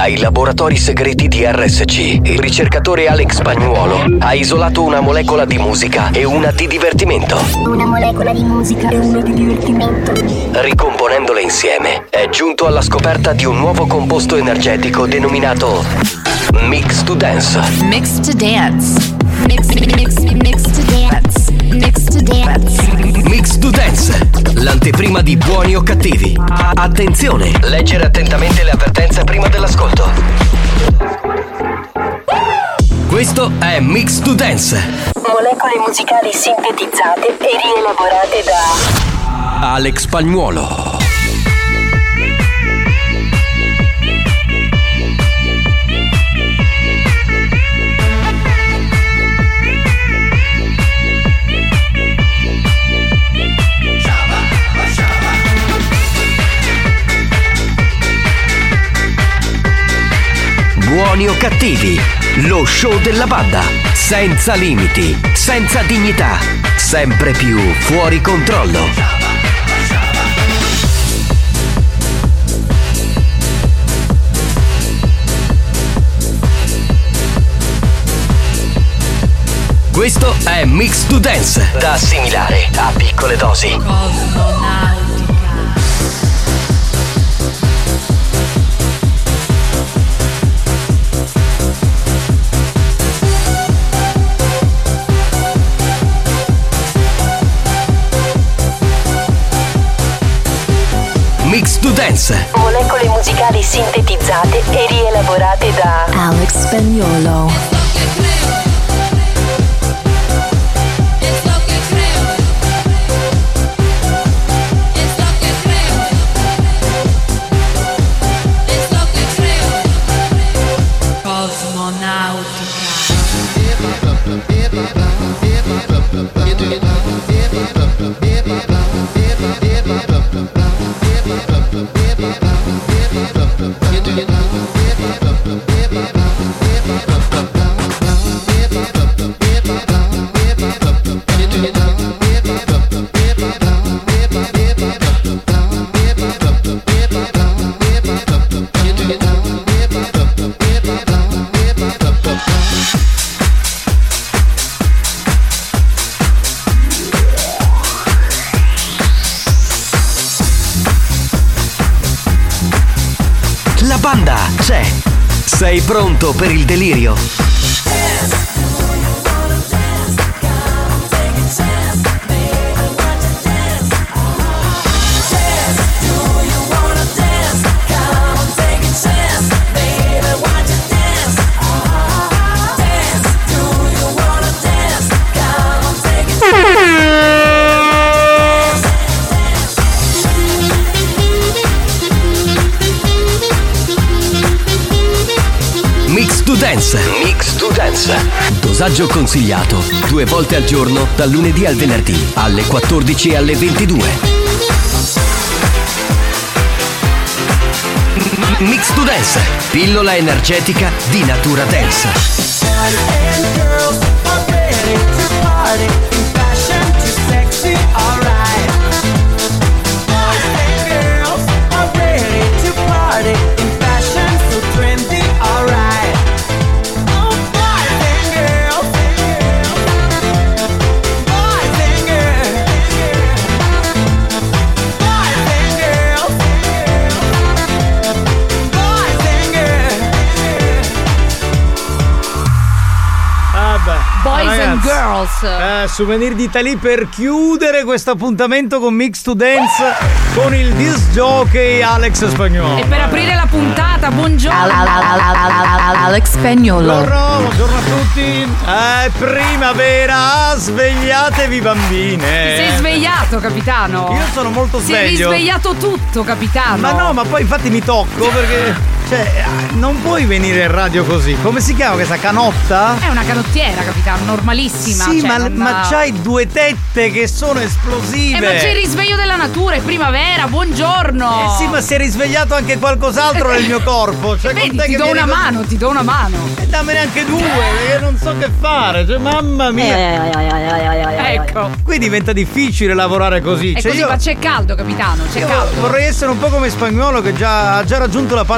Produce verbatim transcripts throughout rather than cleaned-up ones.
Dai laboratori segreti di R S C, il ricercatore Alex Spagnuolo ha isolato una molecola di musica e una di divertimento. Una molecola di musica e una di divertimento. Ricomponendole insieme, è giunto alla scoperta di un nuovo composto energetico denominato Mix to Dance. Mix to Dance. Mix, mix, mix to dance. Mix to dance. Mix to Dance, l'anteprima di Buoni o Cattivi. Attenzione, leggere attentamente le avvertenze prima dell'ascolto. Questo è Mix to Dance. Molecole musicali sintetizzate e rielaborate da Alex Spagnuolo. Buoni o Cattivi, lo show della banda, senza limiti, senza dignità, sempre più fuori controllo. Questo è Mix to Dance, da assimilare a piccole dosi. Mix to Dance. Molecole musicali sintetizzate e rielaborate da Alex Spagnuolo. La banda c'è. Sei pronto per il delirio? Mix to Dance. Mix to Dance. Dosaggio consigliato due volte al giorno dal lunedì al venerdì alle quattordici e alle ventidue. Mix to Dance, pillola energetica di natura dance. Boys and Girls. Eh, Souvenir d'Italie per chiudere questo appuntamento con Mix to Dance con il disc jockey Alex Spagnuolo. E per aprire la puntata, buongiorno Alex Spagnuolo. Buongiorno, buongiorno a tutti. È primavera, svegliatevi bambine. Ti sei svegliato, capitano? Io sono molto Si è sveglio. risvegliato tutto, capitano. Ma no, ma poi infatti mi tocco perché cioè non puoi venire in radio così. Come si chiama questa canotta? È una canottiera, capitano, normalissima. Sì, cioè, ma, non... ma c'hai due tette che sono esplosive. Eh, ma c'è il risveglio della natura, è primavera, buongiorno. Eh sì, ma si è risvegliato anche qualcos'altro nel mio corpo. Cioè, Vedi, con te ti che do vieni una con- mano, ti do una mano. E dammene anche due, perché non so che fare. Cioè, mamma mia. Ecco. Qui diventa difficile lavorare così. È Cioè, così, io, ma c'è caldo, capitano, c'è io caldo. vorrei essere un po' come Spagnuolo che già, ha già raggiunto la pace dei sei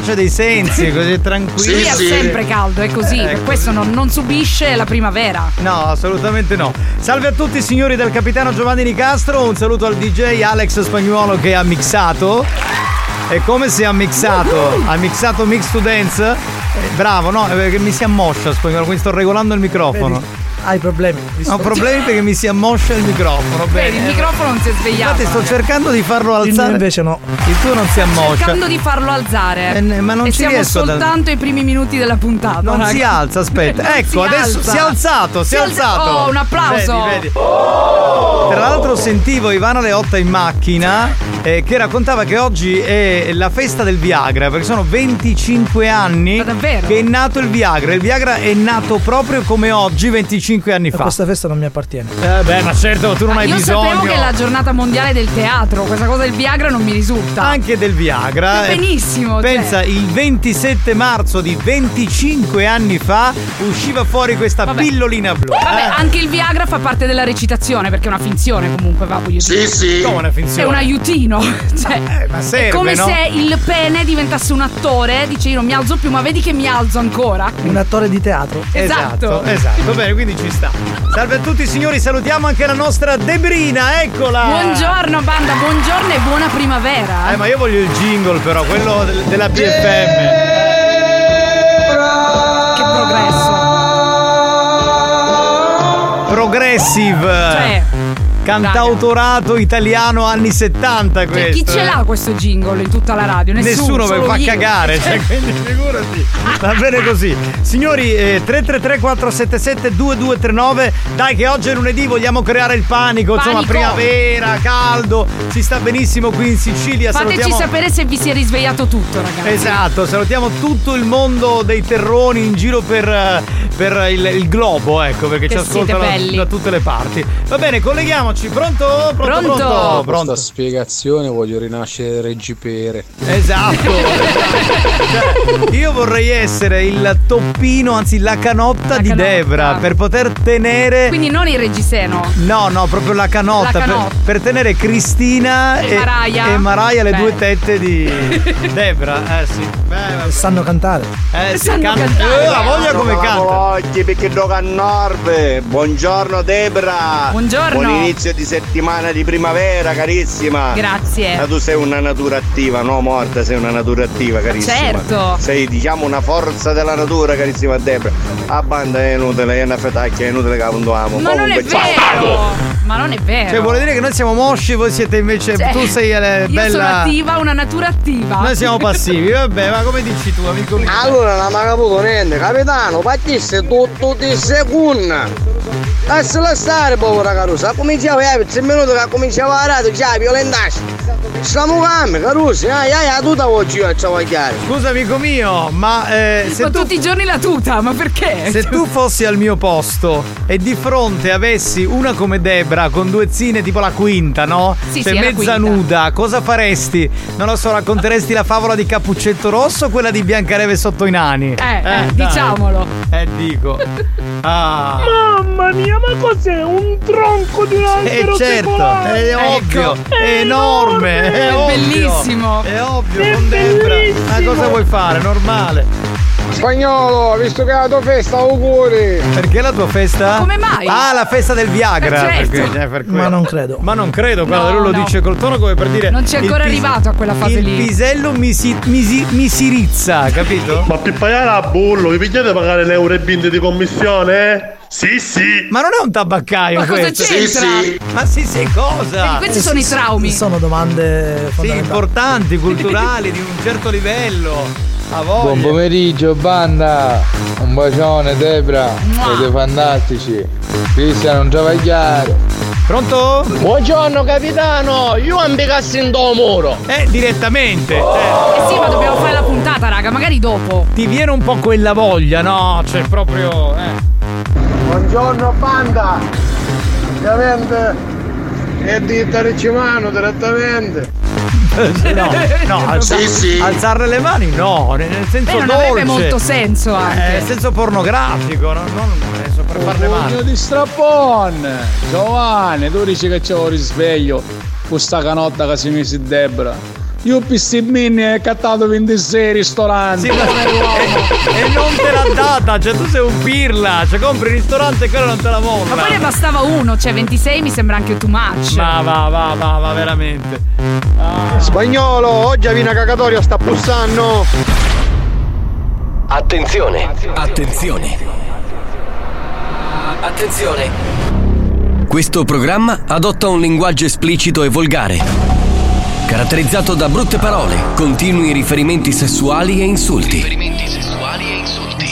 Sensi, così tranquillo. Lui ha sempre caldo, è così, Ecco. per questo non, non subisce la primavera. No, assolutamente no. Salve a tutti signori del capitano Giovanni Nicastro, un saluto al D J Alex Spagnuolo che ha mixato. E come si è mixato? Ha mixato Mix to Dance? Eh, bravo, no? Perché mi si ammoscia Spagnuolo, quindi sto regolando il microfono. Vedi? Hai problemi. Ho problemi perché mi si ammoscia il microfono. Bene, Bene. il microfono non si è svegliato. Infatti sto cercando di farlo Il alzare. mio invece no. Il tuo non si ammoscia. cercando di farlo alzare. Eh, ne- ma non e ci siamo riesco ad- soltanto ai primi minuti della puntata. Non raga. si alza, aspetta. Non Ecco, si adesso alza. si è alzato, si è alza- alzato. Oh, un applauso. Vedi, vedi. Tra l'altro sentivo Ivana Leotta in macchina eh, che raccontava che oggi è la festa del Viagra, perché sono venticinque anni Ma davvero? che è nato il Viagra. Il Viagra è nato proprio come oggi, venticinque anni Ma fa. questa festa non mi appartiene. Eh beh, ma certo, tu non Ah, hai io bisogno. sapevo che è la giornata mondiale del teatro, questa cosa del Viagra non mi risulta. Anche del Viagra. Ma benissimo, Pensa, cioè. il ventisette marzo di venticinque anni fa usciva fuori questa Vabbè. pillolina blu. Vabbè, Eh? anche il Viagra fa parte della recitazione perché è una finzione comunque, va, voglio dire. sì. Come una finzione? È un aiutino. Cioè, Eh, ma serve, è come no? se il pene diventasse un attore, dice io non mi alzo più, ma vedi che mi alzo ancora. Un attore di teatro. Esatto. Esatto, bene, quindi ci sta. Salve a tutti signori, salutiamo anche la nostra Debrina, eccola! Buongiorno banda, buongiorno e buona primavera. Eh, ma io voglio il jingle però, quello del- della B F M. Che progresso. Progressive. Cioè, Cantautorato italiano anni settanta cioè, questo. chi ce eh. l'ha questo jingle in tutta la radio? Nessuno, Nessuno solo fa io. cagare, cioè, quindi figurati. Va bene così. Signori, eh, tre tre tre quattro sette sette due due tre nove. Dai che oggi è lunedì, vogliamo creare il panico. Insomma, Panico. primavera, caldo. Si sta benissimo qui in Sicilia. Fateci Salutiamo... sapere se vi si è risvegliato tutto, ragazzi. Esatto, salutiamo tutto il mondo dei terroni in giro per, eh, per il, il globo, ecco, perché Che ci ascoltano siete belli. da tutte le parti. Va bene, colleghiamoci. Pronto? Pronto? Pronto? Pronto? Questa Pronto? spiegazione voglio rinascere Reggipere. Esatto. Cioè, io vorrei essere il toppino, anzi la canotta La di canotta. Debra per poter tenere. Quindi non il reggiseno. No, no, proprio la canotta, La per- canotta. Per, tenere Cristina E Mariah. e Mariah, le Beh. due tette di Debra. Eh sì. Beh, vabbè. Sanno cantare. Eh sì, Sanno can- cantare. Eh, la voglia come canta. Occhi perché gioca a Norve. Buongiorno Debra. Buongiorno. Buon inizio di settimana di primavera, carissima. Grazie. Ma tu sei una natura attiva, no morta, sei una natura attiva, carissima. Certo. Sei, diciamo, una forza della natura, carissima Debra. A banda è inutile, è una fetacchia, è inutile che la puntuamo. Ma non è Comunque, ciao. vero. Ma non è vero. Cioè, vuole dire che noi siamo mosci, voi siete invece. Cioè, tu sei eh, Io bella. sono attiva, una natura attiva. Noi siamo passivi, vabbè, ma come dici tu, amico mio? Allora non mi ha caputo niente, capitano, partisse tutto di secondo. Lasciala stare, povera Caruso, cominciava a tre minuti che cominciava a radio, già violentasci. Stiamo calmi, Caruso, ai ai, a tutta oggi io a ciavagliare. Scusa amico mio, ma eh, se Ma tu tutti i giorni la tuta, ma perché? Se tu fossi al mio posto e di fronte avessi una come Debra con due zine tipo la quinta, no? Sì, Cioè sì, è la mezza quinta. nuda, cosa faresti? Non lo so, racconteresti la favola di Cappuccetto Rosso o quella di Biancaneve sotto i nani? Eh, eh, dai. diciamolo. Eh, dico. Ah. Mamma mia, ma cos'è? Un tronco di un Eh certo, è Ecco. ovvio, è enorme, è, È ovvio. bellissimo. È ovvio, con Debra. Ma cosa vuoi fare? Normale. Spagnolo, visto che è la tua festa, auguri. Perché la tua festa? Come mai? Ah, la festa del Viagra. Eh, certo. perché- eh, per Ma quello. non credo. Ma non credo, guarda, No, lui lo no. dice col tono come per dire. Non c'è il ancora pis- arrivato a quella fase il lì. pisello mi si, mi si, mi si rizza, capito? Ma per pagare a bullo, vi pigliate a pagare l'euro e venti di commissione? Eh? Sì, sì. Ma non è un tabaccaio Ma cosa questo? c'entra? Ma sì, sì, cosa? Questi sono i traumi. Sono domande Sì, fondamentali. importanti, culturali, di un certo livello. A Buon voglia. pomeriggio banda, un bacione Debra, Mua. siete fantastici. Cristian non travagliare. Pronto? Buongiorno capitano, io ambicassi in do muro. Eh, direttamente. eh. Eh sì, ma dobbiamo fare la puntata, raga, magari dopo. Ti viene un po' quella voglia, no? Cioè, proprio. Eh. Buongiorno banda, ovviamente è di Tarecimano direttamente. No, no, alza- Sì, sì. alzare le mani no, nel nel senso Beh, non dolce. avrebbe molto senso Eh, anche. nel senso pornografico, no? Non adesso per farle male. di strappon. Giovanni, tu dici che c'è un risveglio. Questa canotta che si mise Debra. io pissimini è cattato ventisei ristoranti. Sì, ma e, e non te l'ha data, cioè tu sei un pirla, cioè compri il ristorante e quello non te la molla. Ma poi ne bastava uno, cioè ventisei mi sembra anche too much. Ma va, va, va, va, veramente. Ah. Spagnolo, oggi a Vina Cagatorio sta bussando. Attenzione, attenzione. Attenzione. Questo programma adotta un linguaggio esplicito e volgare, caratterizzato da brutte parole, continui riferimenti sessuali e insulti. Riferimenti sessuali e insulti.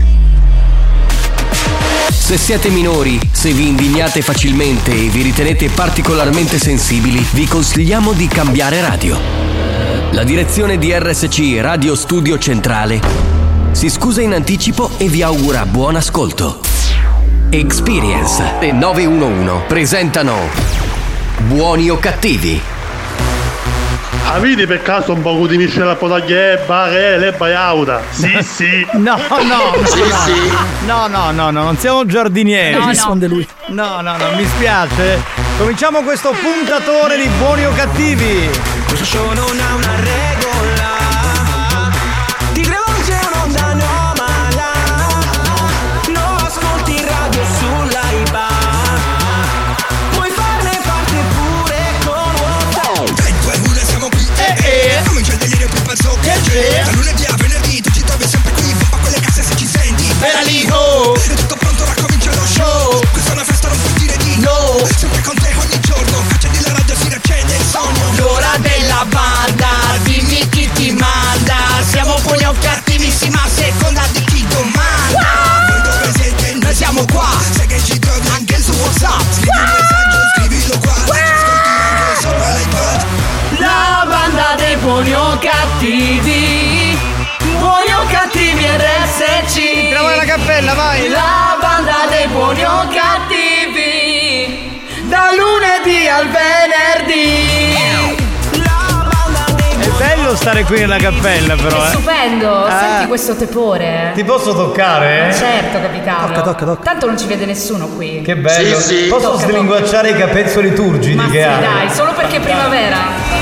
Se siete minori, se vi indignate facilmente e vi ritenete particolarmente sensibili, vi consigliamo di cambiare radio. La direzione di R S C Radio Studio Centrale si scusa in anticipo e vi augura buon ascolto. Experience e nove uno uno presentano Buoni o Cattivi. Avete per caso un po' di miscela potaglia e le baiauta? Sì, sì. No, no, sì, no, sì. No, no, no, no, non siamo giardinieri. No, risponde lui. No, no, no, mi spiace. Cominciamo questo puntatore di Buoni o Cattivi. Questo show non ha una regola. Ti credo che c'è un'onda anomala. Non ascolti radio sull'Aiba. Puoi farne parte pure con WhatsApp. tre, due, uno, siamo qui. Eh, eh. Comincia il delirio più pazzo che c'è. Da lunedì a venerdì tu ci trovi sempre qui. Pompa quelle casse se ci senti. Per Aligo. È tutto pronto, ora comincia lo show. Questa è una festa, non puoi dire di no. Sempre con te ogni giorno. Accendi la radio, si riaccende il sogno. L'ora della banda, dimmi chi ti manda. Siamo buoni o cattivissimi a seconda di chi domanda. Voi dove siete? Noi siamo qua. Sai che ci trovi anche su WhatsApp. Scrivi un messaggio, scrivilo qua. Ascolti anche sopra l'iPad. La banda dei buoni o cattivi. Buoni o cattivi R S C. Trova la cappella, vai. La banda dei buoni o cattivi. Da lunedì al venerdì. È bello stare qui nella cappella, però. È eh. stupendo, Eh. senti questo tepore. Ti posso toccare? Ma certo, capitano. Tocca, tocca, tocca. Tanto non ci vede nessuno qui. Che bello. Sì, sì. Posso Tocca, slinguacciare i capezzoli turgidi Ma che sì, hai? dai, solo perché è primavera.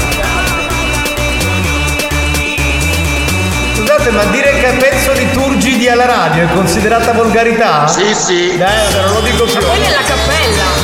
Scusate, ma dire capezzoli turgidi alla radio è considerata volgarità? Sì, sì. Dai, non lo dico più. Ma poi nella cappella.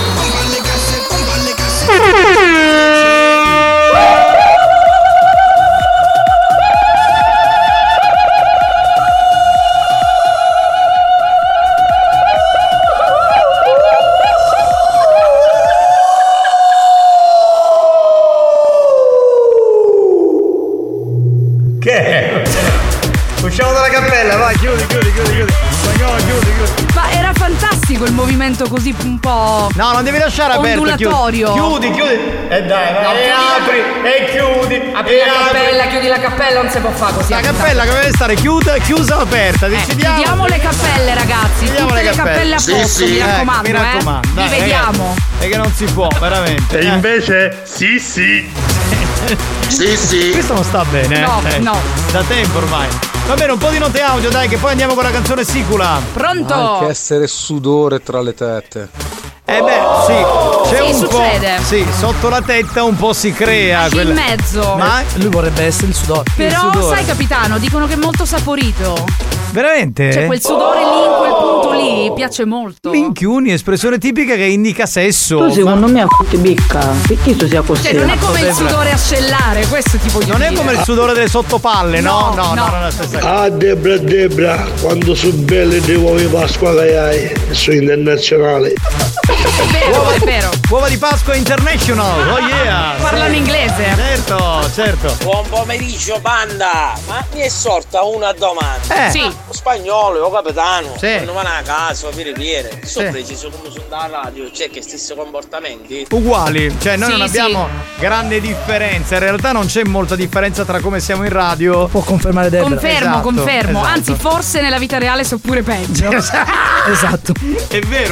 Che è? Usciamo dalla cappella, vai, chiudi, chiudi, chiudi, chiudi. Spagnolo, chiudi, chiudi. Ma era fantastico il movimento così un po'. No, non devi lasciare aperto. ondulatorio. Chiudi, chiudi. E dai, vai, No, e chiudi apri, e chiudi. Apri e la cappella, chiudi la cappella, non si può fare così. La cappella che deve stare chiusa, chiusa o aperta? Decidiamo. Chiudiamo le cappelle, ragazzi. Chiudiamo Tutte le le cappelle a Sì, posto, sì. mi raccomando. Ecco, mi raccomando. Eh. Dai, Li vediamo. È che non si può, veramente. E Eh. invece, sì, sì. Sì, sì. Questo non sta bene, eh? No, Eh, no. Da tempo ormai. Va bene, un po' di note audio, dai, che poi andiamo con la canzone sicula. Pronto? Anche essere sudore tra le tette. Eh beh, sì, c'è Sì, un succede. po'. Sì, sotto la tetta un po' si crea. Anche in mezzo. Ma lui vorrebbe essere il sudore. Però, il sudore. sai, capitano, dicono che è molto saporito. veramente? Cioè, quel sudore lì, in quel punto lì, piace molto. Minchiuni, espressione tipica che indica sesso. Tu secondo me a tutti bicca, perché tu sia così? Cioè, non è come il sudore ascellare, questo ti voglio Non dire. è come il sudore delle sottopalle, no? No, No, no, no. non è la stessa cosa. Ah, Debra, Debra, quando sono belle le uova di Pasqua che hai, sono internazionali. È vero, è vero. Uova di Pasqua International, oh yeah! Parlano Sì. inglese. Certo, certo. Buon pomeriggio, banda! Ma mi è sorta una domanda. Eh. Sì. Lo spagnolo, o capitano, Sì. quando vanno a casa, per dire, sono Sì. preciso come sono dalla radio, c'è che stessi comportamenti. Uguali, cioè noi Sì, non abbiamo grande differenza, in realtà non c'è molta differenza tra come siamo in radio. Può confermare Debra. Confermo, Esatto, confermo. esatto. Anzi, forse nella vita reale so pure peggio. Esatto. È vero.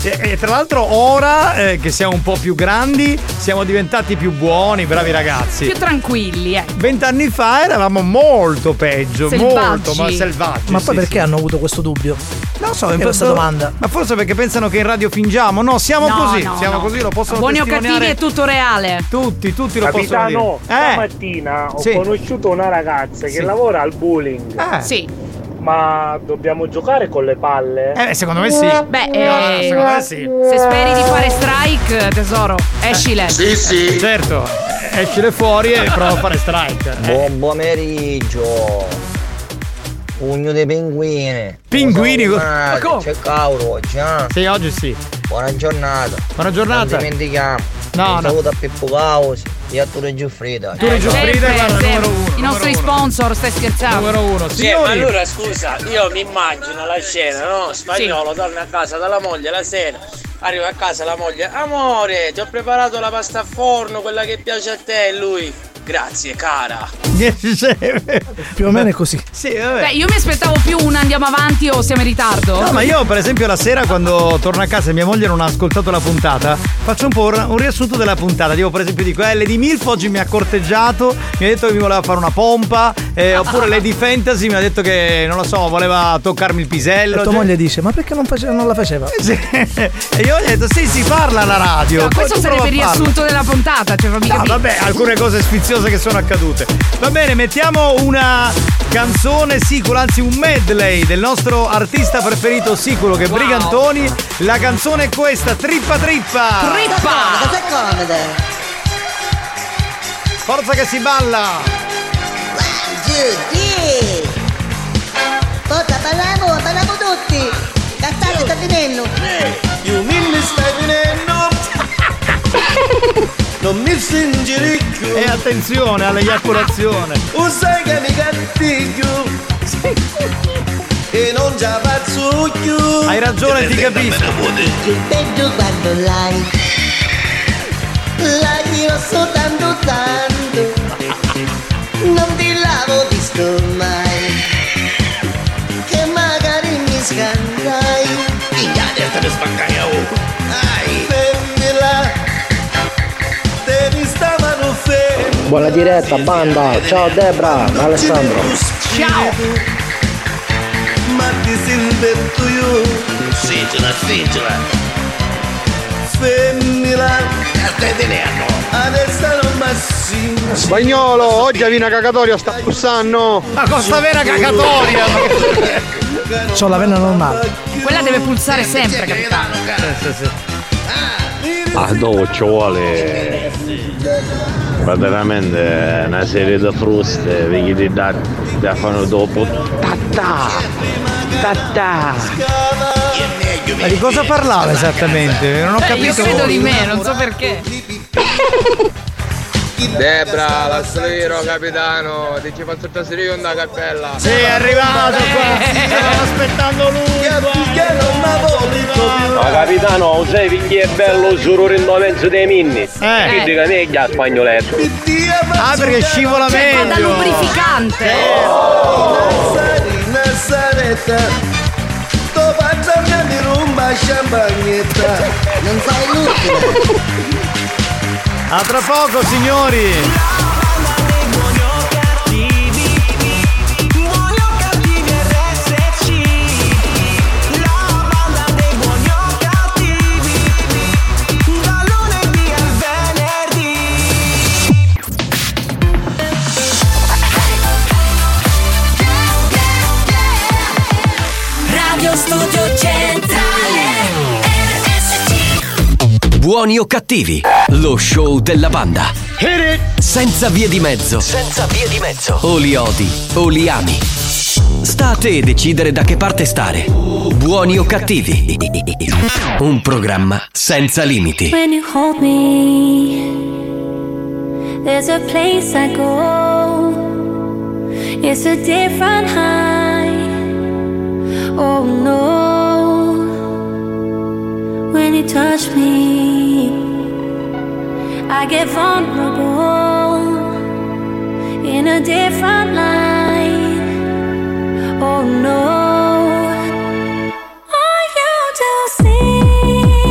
E, e tra l'altro ora eh, che siamo un po' più grandi, siamo diventati più buoni, bravi ragazzi. Più tranquilli, eh. Vent'anni fa eravamo molto peggio, Selvaggi. molto, ma selvaggi. Ma poi sì, perché sì. hanno avuto questo dubbio? Non so, Perché in questa domanda. Ma forse perché pensano che in radio fingiamo? No, siamo No, così, no, siamo no. così, lo possono Buoni o testimoniare. cattivi è tutto reale. Tutti, tutti lo Capitano, possono dire. Eh, stamattina ho Sì. conosciuto una ragazza che Sì. lavora al bowling. Eh. Sì. Ma dobbiamo giocare con le palle? Eh, secondo me sì. Beh, No, no, eh, secondo me sì. se speri di fare strike, tesoro, escile. Sì, sì. Certo, escile fuori e prova a fare strike. Eh. Buon pomeriggio. Pugno dei pinguini. Pinguini? Ma come? C'è cavolo oggi, eh? Sì, oggi sì. Buona giornata. Buona giornata. Non dimentichiamo. No, Un no. saluto a Pippo Caos e a Tore Giuffrida. Tore Giuffrida, guarda, numero uno. I nostri sponsor, stai scherzando? Numero uno. Sì, ma allora scusa, io mi immagino la scena, no? Spagnolo torna a casa dalla moglie la sera, arriva a casa la moglie, amore, ti ho preparato la pasta a forno, quella che piace a te, e lui, grazie cara. Più o meno è così. Sì, vabbè. Beh, io mi aspettavo più un andiamo avanti o siamo in ritardo. No, ma io per esempio la sera quando torno a casa e mia moglie non ha ascoltato la puntata, faccio un po' un riassunto della puntata. Tipo per esempio dico, eh, Lady Milf oggi mi ha corteggiato, mi ha detto che mi voleva fare una pompa, eh, oppure Lady Fantasy mi ha detto che, non lo so, voleva toccarmi il pisello. E tua cioè- moglie dice, ma perché non, face- non la faceva? Sì. E io gli ho detto, sì, si parla alla radio. No, poi questo tu sarebbe prova il a farlo. riassunto della puntata, cioè fammi No, capire. vabbè, alcune cose sfiziose che sono accadute. Va bene, mettiamo una canzone sicula, anzi un medley del nostro artista preferito sicuro che è Wow. Brigantoni. La canzone è questa, Trippa Trippa. Trippa! Cosa è comode? Forza che si balla. Giù, sì! Forza, balliamo, balliamo tutti! Cantate, sta finendo! Io mi stai venendo. Non mi singiricchio. E attenzione all'eiaculazione. O sai che mi cattiglio. E non già faccio più. Hai ragione, ti capisco. Peggio quando l'hai. La io soltanto tanto. Non ti lavo di sto mai. Che magari mi scandai. Minchia, adesso mi spaccai a uovo. Ai, femmina. Te mi stavano fermi. Buona diretta, banda. Ciao Debra, Alessandro. Ciao. Ma ti si invento io. Sigila, sigila. Femmina. Stai tenendo. Adesso non massimo. Spagnolo, oggi a Vina Cagatoria sta bussando. Ma costa vera cagatoria. C'ho la vena normale. Quella deve pulsare sempre, capitano. Sì, sì, sì. Ah, dopo ci vuole praticamente una serie di fruste che da, da fanno dopo tatta tatta. Ma di cosa parlava esattamente? Non ho Eh, io capito. credo di me, non so perché. Debra, la Solero, capitano, ti ci faccio trasferire con la cappella. Sì, è arrivato qua. Stavamo aspettando lui. Ma capitano, sai finché è bello sururendo mezzo dei minni? Eh. Che dica meglio a spagnoletto. Ah, perché scivola Cioè, fa da meglio. lubrificante. Non fai l'ultimo! A tra poco, signori. Radio Studio Centrale R S C. Buoni o cattivi, lo show della banda. Senza vie di mezzo. Senza vie di mezzo. O li odi o li ami. Sta a te decidere da che parte stare. Buoni o cattivi. Un programma senza limiti. When you hold me, there's a place I go. It's a different high. Oh no. When you touch me, I get vulnerable in a different light. Oh no. Are you to see?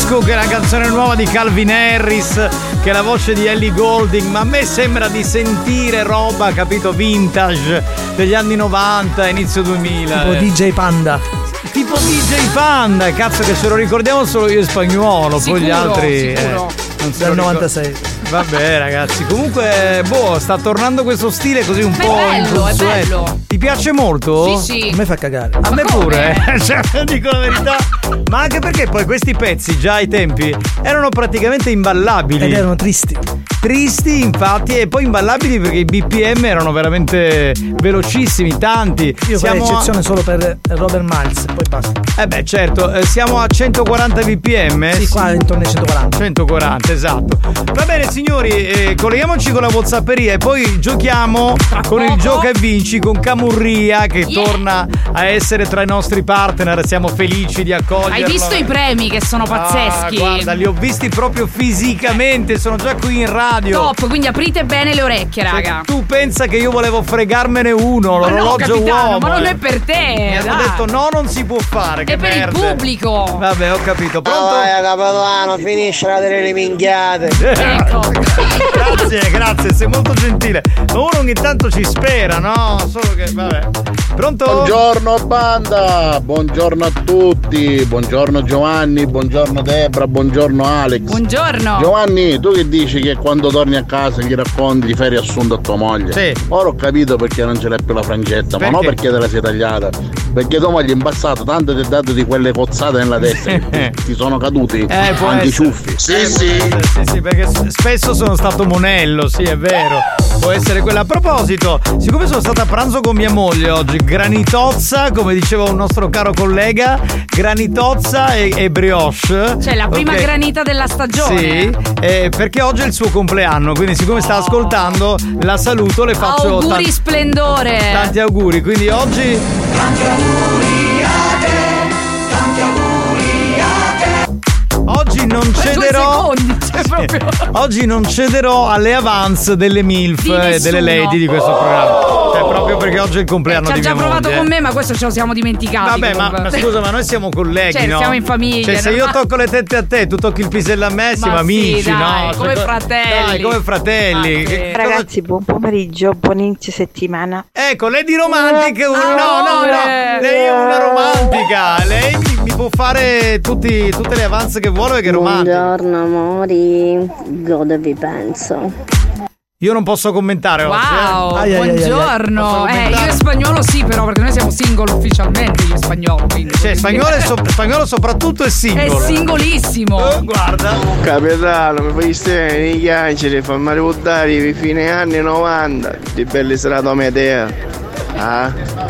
Disco, che è la canzone nuova di Calvin Harris, che è la voce di Ellie Goulding, ma a me sembra di sentire roba, capito, vintage degli anni novanta, inizio duemila. Tipo D J Panda. Tipo D J Panda, cazzo, che ce lo ricordiamo solo io e Spagnuolo, Sicuro, poi gli altri sicuro. eh, non se Del lo ricor- novantasei. Vabbè ragazzi, comunque boh, sta tornando questo stile così un Ma po' è bello, è inconsueto. bello. Ti piace molto? Sì, sì. A me fa cagare. A me come? pure, eh. Cioè, dico la verità. Ma anche perché poi questi pezzi già ai tempi erano praticamente imballabili. Ed erano tristi. Tristi, infatti, e poi imballabili perché i B P M erano veramente velocissimi, tanti. Io farei Siamo a- eccezione solo per Robert Miles, poi basta. Eh beh, certo, eh, siamo a centoquaranta B P M. Sì, qua intorno ai centoquaranta. centoquaranta, esatto. Va bene signori, eh, colleghiamoci con la WhatsApperia e poi giochiamo con il Gioca e Vinci con Camurria che Yeah. torna a essere tra i nostri partner. Siamo felici di accoglierlo. Hai visto i premi che sono pazzeschi? Ah, guarda, li ho visti proprio fisicamente, sono già qui in radio. Top, quindi aprite bene le orecchie, Se raga. tu pensa che io volevo fregarmene uno, Ma no, l'orologio capitano, uomo. ma non eh. è per te. Mi hanno dai. detto no, non si può fare. Che È per merda. il pubblico. Vabbè, ho capito. Pronto? Vai, capitano, finiscila delle minchiate. Ecco. Grazie, grazie, sei molto gentile. Ma uno ogni tanto ci spera, no? Solo che, vabbè. Pronto? Buongiorno banda, buongiorno a tutti, buongiorno Giovanni, buongiorno Debra, buongiorno Alex. Buongiorno. Giovanni, tu che dici che quando torni a casa gli racconti, gli fai riassunto a tua moglie? Sì. Ora ho capito perché non ce l'hai più la frangetta, ma non Perché? perché te la sei tagliata, perché tua moglie è impassato tanto ti ha dato di quelle cozzate nella testa che ti sono caduti Eh, può anche i essere. ciuffi. Eh, sì, sì, perché s- spesso sono stato monello, sì, è vero. Può essere quella. A proposito, siccome sono stata a pranzo con mia moglie oggi, granitozza, come diceva un nostro caro collega, granitozza e, e brioche. Cioè la prima Ok. granita della stagione. Sì, eh, perché oggi è il suo compleanno, quindi siccome sta ascoltando, la saluto, le faccio Auguri tanti, splendore. tanti auguri. Quindi oggi Oggi non Per due cederò secondi, cioè proprio. Oggi non cederò alle avance delle MILF Di e nessuno. delle lady di questo programma. Cioè proprio perché oggi è il compleanno Ci ha di mia già provato moglie. con me, ma questo ce lo siamo dimenticati. Vabbè, ma, comunque. ma scusa, ma noi siamo colleghi, Cioè, no? siamo in famiglia, Cioè, se io normale. tocco le tette a te, tu tocchi il pisello a me, siamo Ma sì, amici, dai, no? come Cioè, fratelli. Dai, come fratelli. Ah, sì. Che- Ragazzi, buon pomeriggio, buon inizio settimana. Ecco, Lady Romantic, un- Ah, no, no, no, amore. lei è una romantica, lei mi, mi può fare tutti, tutte le avance che vuole perché è romantica. Buongiorno amori, godevi penso. Io non posso commentare oggi. Wow, eh. Ai, ai, ai, ai, ai. Posso buongiorno. Eh, commentare? io e spagnolo sì, però, perché noi siamo single ufficialmente, io e spagnolo. Quindi. Cioè, spagnolo, è so- spagnolo soprattutto è È single. singolissimo. Eh, guarda. Capitano, mi fai stare i chiacchiere, fammi ricordare i fine anni novanta, di belle serate a Medea. Ah?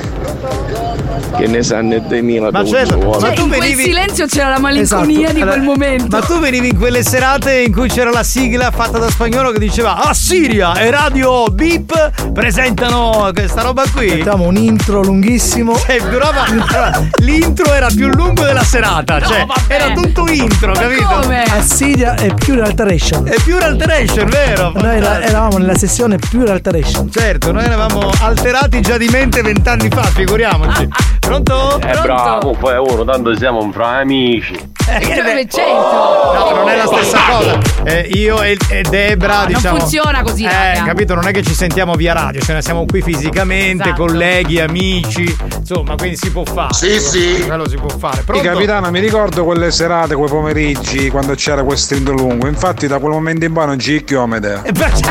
Che ne sanno il duemila. Ma certo, ma Cioè, tu in quel venivi. silenzio c'era la malinconia Esatto. di quel Allora, momento. Ma tu venivi in quelle serate in cui c'era la sigla fatta da spagnolo che diceva Ah, Siria e Radio Beep presentano questa roba qui. Mettiamo un intro lunghissimo. Cioè, durava. allora, l'intro era più lungo della serata. No, cioè, vabbè. era tutto intro, Ma capito? come? Assidia e Pure Alteration. E Pure Alteration, vero? Noi era- eravamo nella sessione Pure Alteration. Certo, noi eravamo alterati già di mente vent'anni fa, figuriamoci. Pronto? Eh bravo, poi uno, tanto siamo fra amici. Eh, che Dove beh. c'entro? No, non è la stessa cosa. Eh, io e, e Debra, No, non diciamo. funziona così, Eh, raga. capito? Non è che ci sentiamo via radio, ce ne siamo qui fisicamente, Esatto. colleghi, amici. Insomma, quindi si può fare. Sì, sì. Quello si può fare. Sì, Pronto? capitano, mi ricordo quelle serate, quei pomeriggi quando c'era quel strinto lungo. Infatti, da quel momento in poi non ci chiomede. Eh, beh,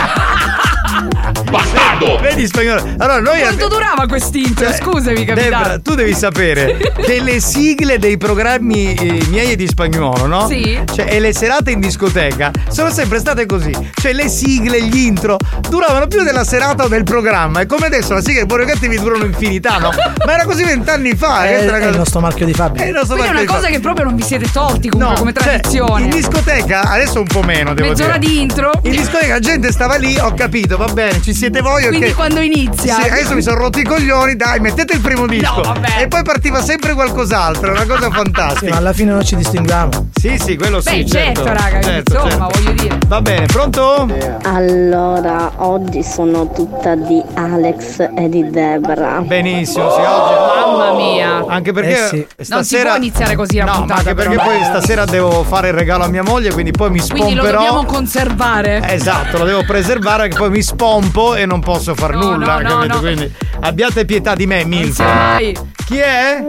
Bastardo! Vedi spagnolo? Allora noi Quanto durava quest'intro? Scusami, Debra, capitano. tu devi sapere che le sigle dei programmi eh, miei e di spagnolo, no? Sì. Cioè, e le serate in discoteca sono sempre state così. Cioè, le sigle, gli intro duravano più della serata o del programma. E come adesso la sigla e i buoni cattivi durano infinità, no? Ma era così vent'anni fa. È, questa è una il cosa- nostro marchio di è fabbrica. il nostro Quindi è una marchio di cosa fa- che proprio non vi siete tolti comunque No, come cioè, tradizione. in discoteca, adesso un po' meno, devo Mezz'ora dire. di intro. In discoteca la gente stava lì, ho capito, va bene, ci siete voi. Quindi che... quando inizia? Sì, adesso mi sono rotti i coglioni, dai, mettete il primo disco. No, vabbè. E poi partiva sempre qualcos'altro, è una cosa fantastica. Sì, ma alla fine non ci distinguiamo. Sì, sì, quello sì. Beh, certo, certo raga, certo, insomma, certo. voglio dire. Va bene, pronto? Allora, oggi sono tutta di Alex e di Debra. Benissimo, sì, oggi. Mamma mia. Anche perché Eh sì. stasera. Non si può iniziare così la no, puntata. ma anche perché però. poi stasera devo fare il regalo a mia moglie, quindi poi mi spomperò. Quindi lo dobbiamo conservare. Esatto, lo devo preservare perché poi mi spompo e non posso far No, nulla, no, no, capito? no. Quindi abbiate pietà di me, Milf. Mai. Chi è?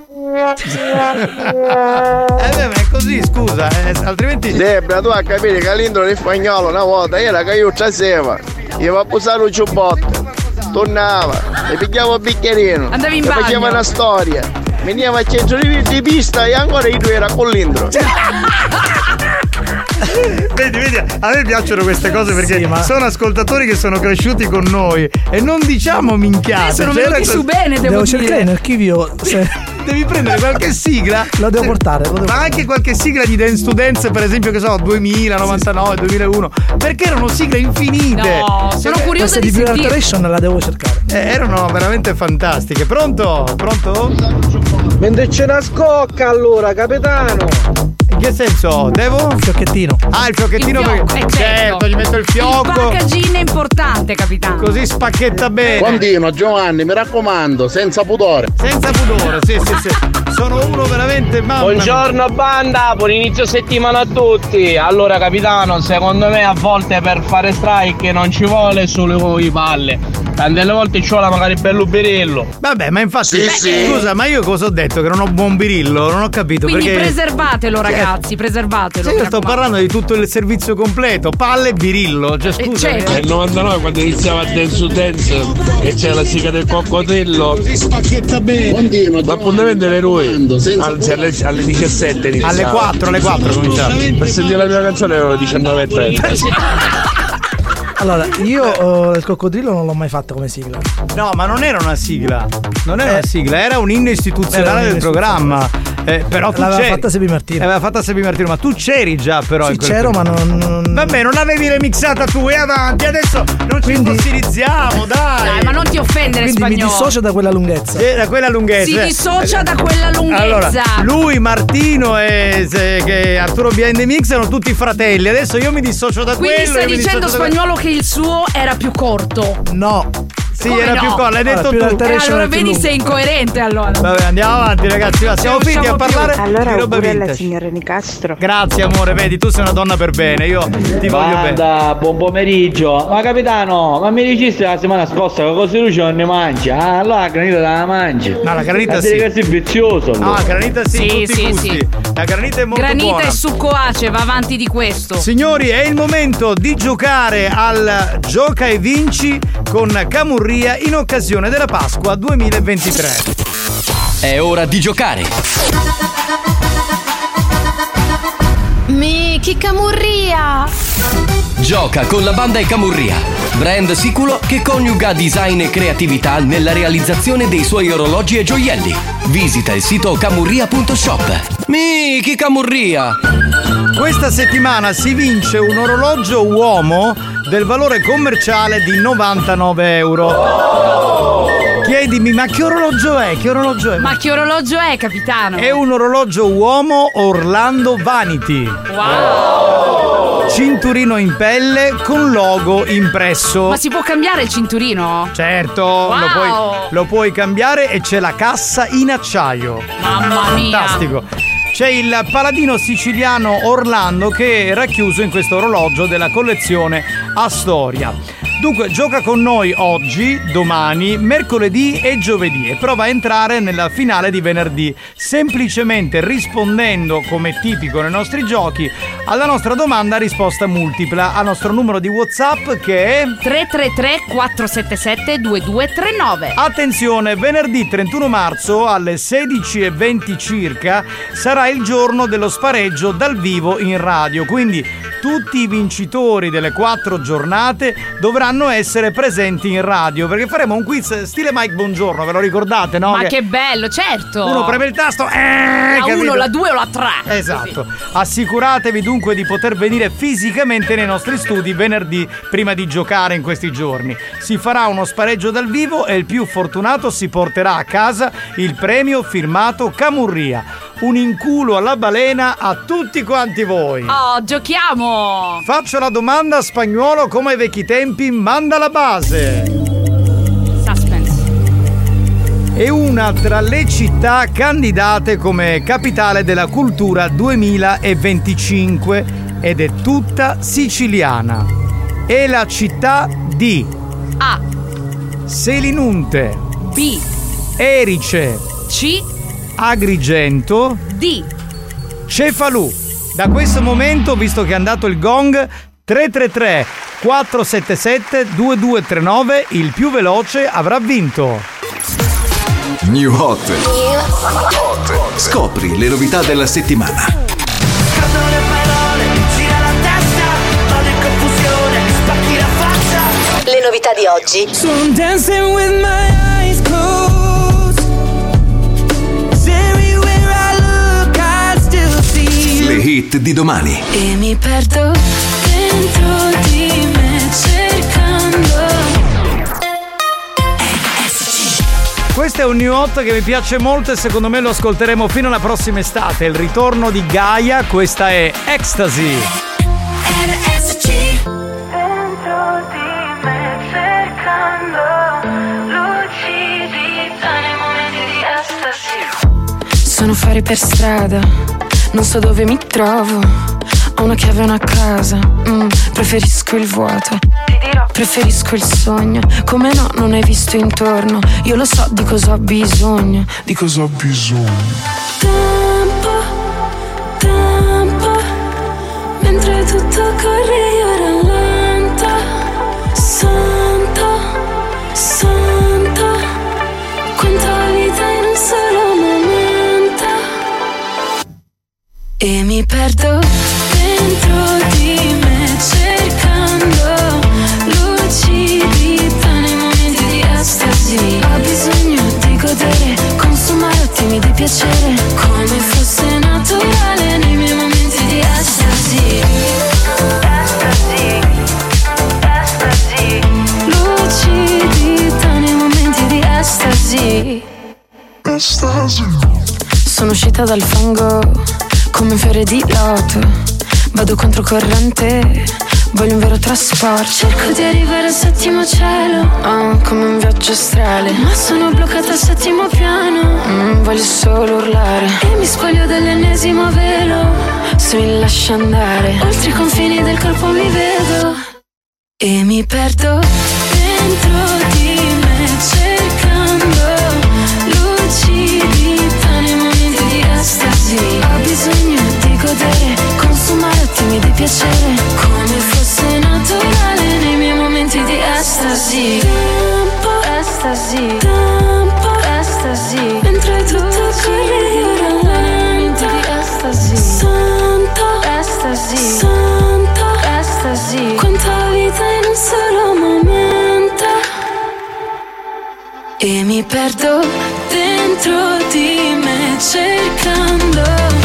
Eh beh, ma è così, scusa, eh, altrimenti. Debra, tu a capire che all'intro di spagnolo una volta era che io c'aseva, gli va a posare un ciubbotto, tornava, e pigliava un bicchierino, andavi in e bagno, faceva una storia, veniva a centro di, di pista e ancora i due era con l'intro. Vedi, vedi, a me piacciono queste cose perché Sì, ma- sono ascoltatori che sono cresciuti con noi e non diciamo minchiate. Eh, sono C'era venuti quel- su bene, devo, Devo dire. cercare in archivio se Devi prendere qualche sigla. lo devo portare. Lo devo Ma anche qualche sigla di Dance to Dance, per esempio, che so, duemila, novantanove, duemilauno. Perché erano sigle infinite. No, sono Perché- curiosa Questa di di Pure sentire. Alteration la devo cercare. eh, erano veramente fantastiche. Pronto? Pronto? Mentre c'è una scocca allora, capitano. In che senso? Devo? Fiocchettino. Ah, il fiocchettino Il fiocco, perché. eh, certo. gli metto il Il fiocco. packaging è importante, capitano. Così spacchetta bene. Continua Giovanni, mi raccomando, senza pudore. Senza pudore, sì, sì, sì. Sono uno veramente mamma mia. Buongiorno banda, buon inizio settimana a tutti. Allora capitano, secondo me a volte per fare strike non ci vuole solo i palle. Tante volte ci vuole magari bello birillo. Vabbè, ma infatti, Sì, sì. scusa, ma io cosa ho detto? Che non ho buon birillo? Non ho capito. Quindi perché... preservatelo, ragazzi, preservatelo. Sì, io mi sto raccomando. parlando di tutto il servizio completo, palle e birillo. Cioè, Eh, scusa. certo. Nel novantanove quando iniziava a Dance to Dance e c'era la sigla del coccodrillo. L'appuntamento era lui. Anzi alle, alle diciassette iniziava. Alle quattro, alle quattro cominciava. Per sentire la mia canzone erano le diciannove e trenta. Allora, io eh, il coccodrillo non l'ho mai fatta come sigla. No, ma non era una sigla. Non era Eh. una sigla, era un inno istituzionale Era un del inno programma. Eh, però tu L'aveva c'eri. fatta Sebi Martino. L'aveva fatta Sebi Martino, ma tu c'eri già però Sì, in quel c'ero, ma periodo. non, non- Vabbè, non avevi remixata tu e avanti, adesso non Quindi- ci fossilizziamo, dai. Dai, ma non ti offendere, Quindi mi spagnolo. dissocio da quella lunghezza. Eh, da quella lunghezza. Si eh. dissocia da quella lunghezza. Allora, lui, Martino e se- che Arturo Behind the Mix erano tutti fratelli. Adesso io mi dissocio da Quindi quello. stai io mi dicendo, dissocio da- spagnolo, che il suo era più corto. No. Sì, Come era no? più corto, l'hai Allora, detto più tu. E Alteration allora è più vedi, lungo. sei incoerente allora. Vabbè, andiamo avanti, ragazzi. Va, siamo Non finiti a riusciamo più. parlare Allora, di roba auguri alla vintage. signora Nicastro. Grazie, amore. Vedi, tu sei una donna per bene. Io ti voglio bene. Banda, buon pomeriggio. Ma capitano, ma mi dicesti la settimana scorsa che così lui non ne mangia? Ah, allora la granita la mangi. No, la granita Ma sì. devi che sei vizioso. No, allora. la granita sì, Sì, tutti i sì, gusti. sì. La granita è molto Granita buona. e succo ace, va avanti di questo. Signori, è il momento di giocare al Gioca e Vinci con Camurria in occasione della Pasqua duemilaventitré. È ora di giocare. Mi, che camurria! Gioca con la banda E Camurria, brand sicuro che coniuga design e creatività nella realizzazione dei suoi orologi e gioielli. Visita il sito camurria punto shop. Michi Camurria! Questa settimana si vince un orologio uomo del valore commerciale di novantanove euro. Chiedimi, ma che orologio è? Che orologio è? Ma che orologio è, capitano? È un orologio uomo Orlando Vanity. Wow! Cinturino in pelle con logo impresso. Ma si può cambiare il cinturino? Certo, Wow! lo, puoi, lo puoi cambiare e c'è la cassa in acciaio. Mamma mia! Fantastico. C'è il paladino siciliano Orlando che è racchiuso in questo orologio della collezione Astoria. Dunque gioca con noi oggi, domani, mercoledì e giovedì e prova a entrare nella finale di venerdì, semplicemente rispondendo, come tipico nei nostri giochi, alla nostra domanda a risposta multipla, al nostro numero di WhatsApp che è tre tre tre quattro sette sette due due tre nove. Attenzione, venerdì trentuno marzo alle sedici e venti circa sarà il giorno dello spareggio dal vivo in radio, quindi tutti i vincitori delle quattro giornate dovranno potranno essere presenti in radio, perché faremo un quiz stile Mike Bongiorno, ve lo ricordate, no? Ma che, che bello, certo. uno preme il tasto, eh, la capito? uno, la due o la tre. Esatto. Così. Assicuratevi dunque di poter venire fisicamente nei nostri studi venerdì prima di giocare in questi giorni. Si farà uno spareggio dal vivo e il più fortunato si porterà a casa il premio firmato Camurria. Un inculo alla balena a tutti quanti voi. Oh, giochiamo! Faccio la domanda a Spagnuolo come ai vecchi tempi, manda la base. Suspense. È una tra le città candidate come capitale della cultura duemilaventicinque ed è tutta siciliana. È la città di A. Selinunte, B. Erice, C. Agrigento, D. Cefalù. Da questo momento, visto che è andato il gong, tre tre tre quattro sette sette due due tre nove, il più veloce avrà vinto. New Hot. Scopri le novità della settimana. Cadono le parole, gira la testa, vado in confusione, spacchi la faccia. Le novità di oggi. So I'm dancing with my eyes closed. Le hit di domani. E mi perdo dentro di me cercando. Questo è un new hot che mi piace molto e secondo me lo ascolteremo fino alla prossima estate. Il ritorno di Gaia, questa è Ecstasy. Dentro di me cercando lucidità nei momenti di estasi. Sono fuori per strada, non so dove mi trovo. Ho una chiave e una casa, mm, preferisco il vuoto. Ti dirò, preferisco il sogno. Come no, non hai visto intorno. Io lo so di cosa ho bisogno. Di cosa ho bisogno? Tempo, tempo. Mentre tutto corre io rallento. Santo, santo. Quanta vita in un solo momento. E mi perdo dentro di me cercando lucidità nei momenti di estasi. Ho bisogno di godere, consumare attimi di piacere, come fosse naturale nei miei momenti di estasi. Estasi, estasi. Lucidità nei momenti di estasi. Estasi. Sono uscita dal fango come un fiore di loto. Vado controcorrente, voglio un vero trasporto. Cerco di arrivare al settimo cielo, oh, come un viaggio astrale. Ma sono bloccata al settimo piano, mm, voglio solo urlare. E mi spoglio dell'ennesimo velo, se mi lascia andare. Oltre i confini del corpo mi vedo e mi perdo dentro di me cercando lucidità nei momenti di estasi. Ho bisogno di godere, consumare attimi di piacere, come fosse naturale nei miei momenti di estasi. Tempo, estasi, tempo, estasi. Mentre tutto corre io rallento di estasi. Santo, estasi, santo, estasi. Quanta vita in un solo momento. E mi perdo dentro di me cercando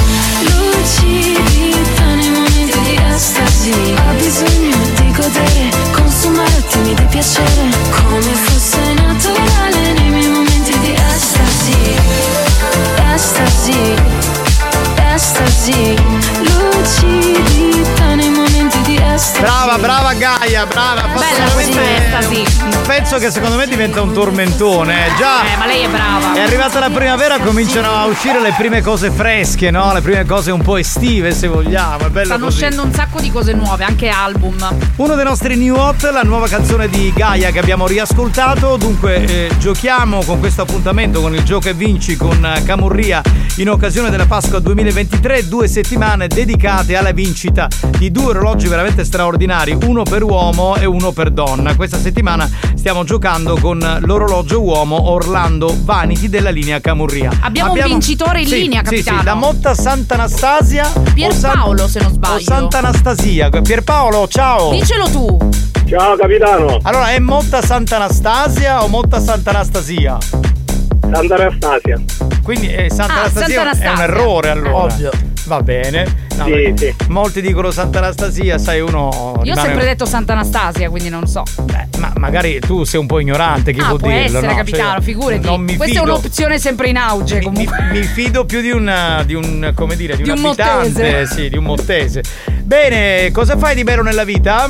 lucidità nei momenti di estasi. Ho bisogno di godere, consumare attimi di piacere, come fosse naturale nei miei momenti di estasi. Estasi, estasi. Lucidità nei momenti di estasi. Brava, brava Gaia, brava. Bella questa estasi. Un pezzo che secondo me diventa un tormentone. eh. Già. Eh, ma lei è brava. È arrivata la primavera, cominciano a uscire le prime cose fresche, no? Le prime cose un po' estive, se vogliamo. È bello Stanno così. uscendo un sacco di cose nuove, anche album. Uno dei nostri new hot, la nuova canzone di Gaia che abbiamo riascoltato. Dunque eh, giochiamo con questo appuntamento con il Gioca e Vinci con eh, Camurria in occasione della Pasqua duemilaventitré. Due settimane dedicate alla vincita di due orologi veramente straordinari, uno per uomo e uno per donna. Questa settimana stiamo giocando con l'orologio uomo Orlando Vanity della linea Camurria. Abbiamo, Abbiamo un vincitore in sì, linea, sì, capitano. sì, la Motta Sant'Anastasia Pierpaolo, se non sbaglio. o Sant'Anastasia. Pierpaolo, ciao. Dicelo tu. Ciao capitano. Allora, è Motta Sant'Anastasia o Motta Sant'Anastasia? Sant'Anastasia. Quindi eh, Sant'Anastasia Ah, Sant'Anastasia. è un errore allora. Ovvio. Va bene. No, Sì, perché sì. Molti dicono Sant'Anastasia, sai uno. Io ho rimane- sempre detto Sant'Anastasia, quindi non so. Beh, ma magari tu sei un po' ignorante, chi Ah, può può dirlo? essere, no? capitano, Cioè, figurati. Non mi Questa fido. è un'opzione sempre in auge, comunque. Mi, mi fido più di un, di un come dire, di, Di un, un abitante, mottese. sì, di un mottese. Bene, cosa fai di bello nella vita?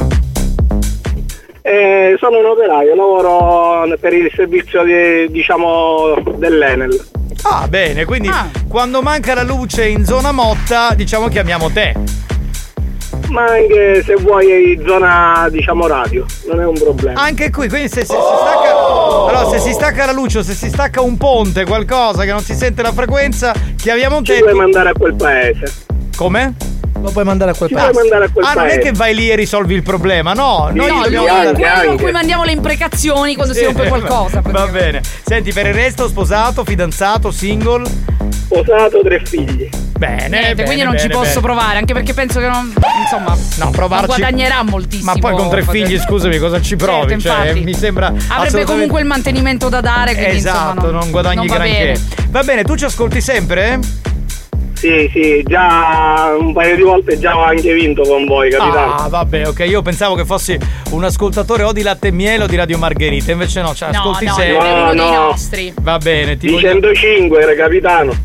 Eh, sono un operaio, lavoro per il servizio di, diciamo dell'Enel. Ah, bene, quindi Ah. quando manca la luce in zona Motta, diciamo chiamiamo te. Ma anche se vuoi in zona diciamo radio, non è un problema. Anche qui, quindi se, se si stacca allora, se si stacca la luce o se si stacca un ponte, qualcosa che non si sente la frequenza, chiamiamo Ci te. vuoi mandare a quel paese? Come? Lo puoi mandare a quel Ci paese. vuoi mandare a quel Ah, non è paese? che vai lì e risolvi il problema, no. Noi No, dobbiamo lui è anche, quello a anche. cui mandiamo le imprecazioni quando si Sì, rompe qualcosa. Va bene. Senti, per il resto, sposato, fidanzato, single? Sposato, tre figli. Bene, Niente, bene, quindi non bene, ci posso bene. provare, anche perché penso che non. Insomma, No, provarci. non guadagnerà moltissimo. Ma poi con tre figli, scusami, cosa ci provi? Certo, cioè, infatti. mi sembra. Avrebbe assolutamente- comunque il mantenimento da dare, quindi Esatto, insomma, non, guadagni non va granché. bene. Va bene, tu ci ascolti sempre? Sì, sì, già un paio di volte già ho anche vinto con voi, capitano. Ah, vabbè, ok. Io pensavo che fossi un ascoltatore o di Latte e Miele o di Radio Margherita. Invece no, cioè, No, ascolti no, sempre. è uno No, dei no. nostri. Va bene, ti Di voglio... centocinque, capitano.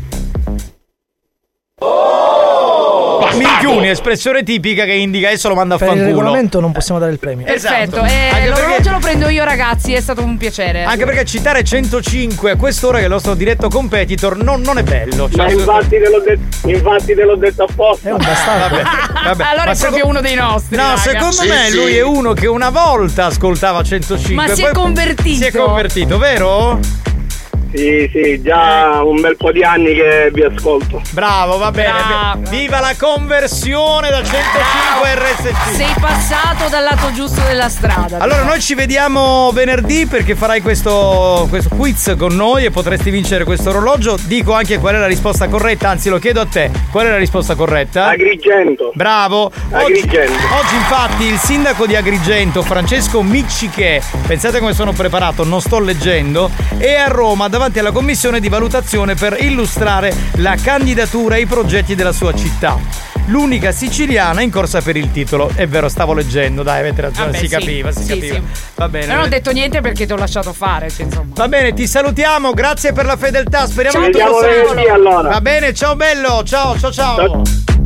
Minchiuni, espressione tipica che indica esso lo manda a Per il fanculo. regolamento non possiamo dare il premio. Perfetto, Esatto. eh, Anche l'orologio perché- lo prendo io, ragazzi, è stato un piacere. Anche perché citare centocinque a quest'ora, che è il nostro diretto competitor, non, non è bello. Ma Cioè, infatti te l'ho detto, infatti te l'ho detto apposta. È un bastardo. Vabbè, vabbè. Allora Ma è proprio seco- uno dei nostri. No, raga. secondo Sì, me sì. lui è uno che una volta ascoltava centocinque. Ma si poi è convertito. Si è convertito, vero? Sì, sì, già un bel po' di anni che vi ascolto. Bravo, va bene. Bravo. Viva la conversione da centocinque R S C. Sei passato dal lato giusto della strada. Allora noi ci vediamo venerdì perché farai questo, questo quiz con noi e potresti vincere questo orologio. Dico anche qual è la risposta corretta, anzi lo chiedo a te. Qual è la risposta corretta? Agrigento. Bravo. Oggi, Agrigento. oggi infatti il sindaco di Agrigento, Francesco Micciche, pensate come sono preparato, non sto leggendo, è a Roma davanti alla commissione di valutazione per illustrare la candidatura e i progetti della sua città. L'unica siciliana in corsa per il titolo. È vero, stavo leggendo, dai, avete ragione, Vabbè, si sì, capiva, si sì, capiva. sì. Va bene. Non ho detto niente perché ti ho lasciato fare, cioè, insomma. Va bene, ti salutiamo, grazie per la fedeltà, speriamo Ci che tu lo vediamo sia. venerdì, allora. Va bene, ciao bello, ciao, ciao, ciao.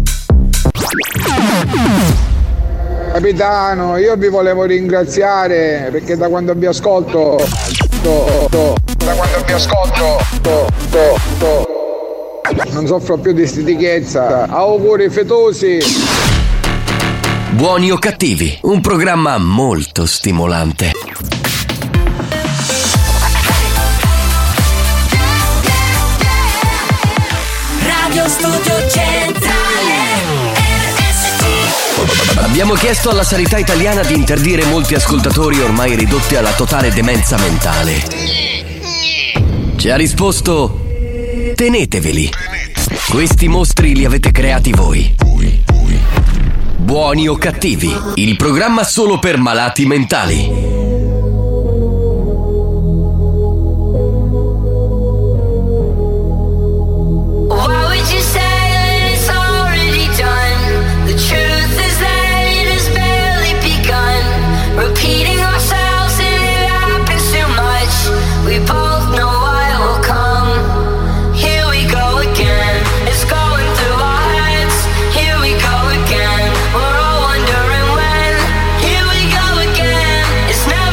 Capitano, io vi volevo ringraziare perché da quando vi ascolto to, to, da quando vi ascolto to, to, to, non soffro più di stitichezza. Auguri fetosi. Buoni o cattivi, un programma molto stimolante. Radio Studio Centrale R S C. Abbiamo chiesto alla sanità italiana di interdire molti ascoltatori ormai ridotti alla totale demenza mentale. Ci ha risposto: teneteveli. Questi mostri li avete creati voi. Buoni o cattivi, il programma solo per malati mentali. Why would you say that it's already done? The truth is that it has barely begun. Repeating ourselves and it happens too much. We both know what will come. Here we go again. It's going through our heads. Here we go again. We're all wondering when. Here we go again. It's never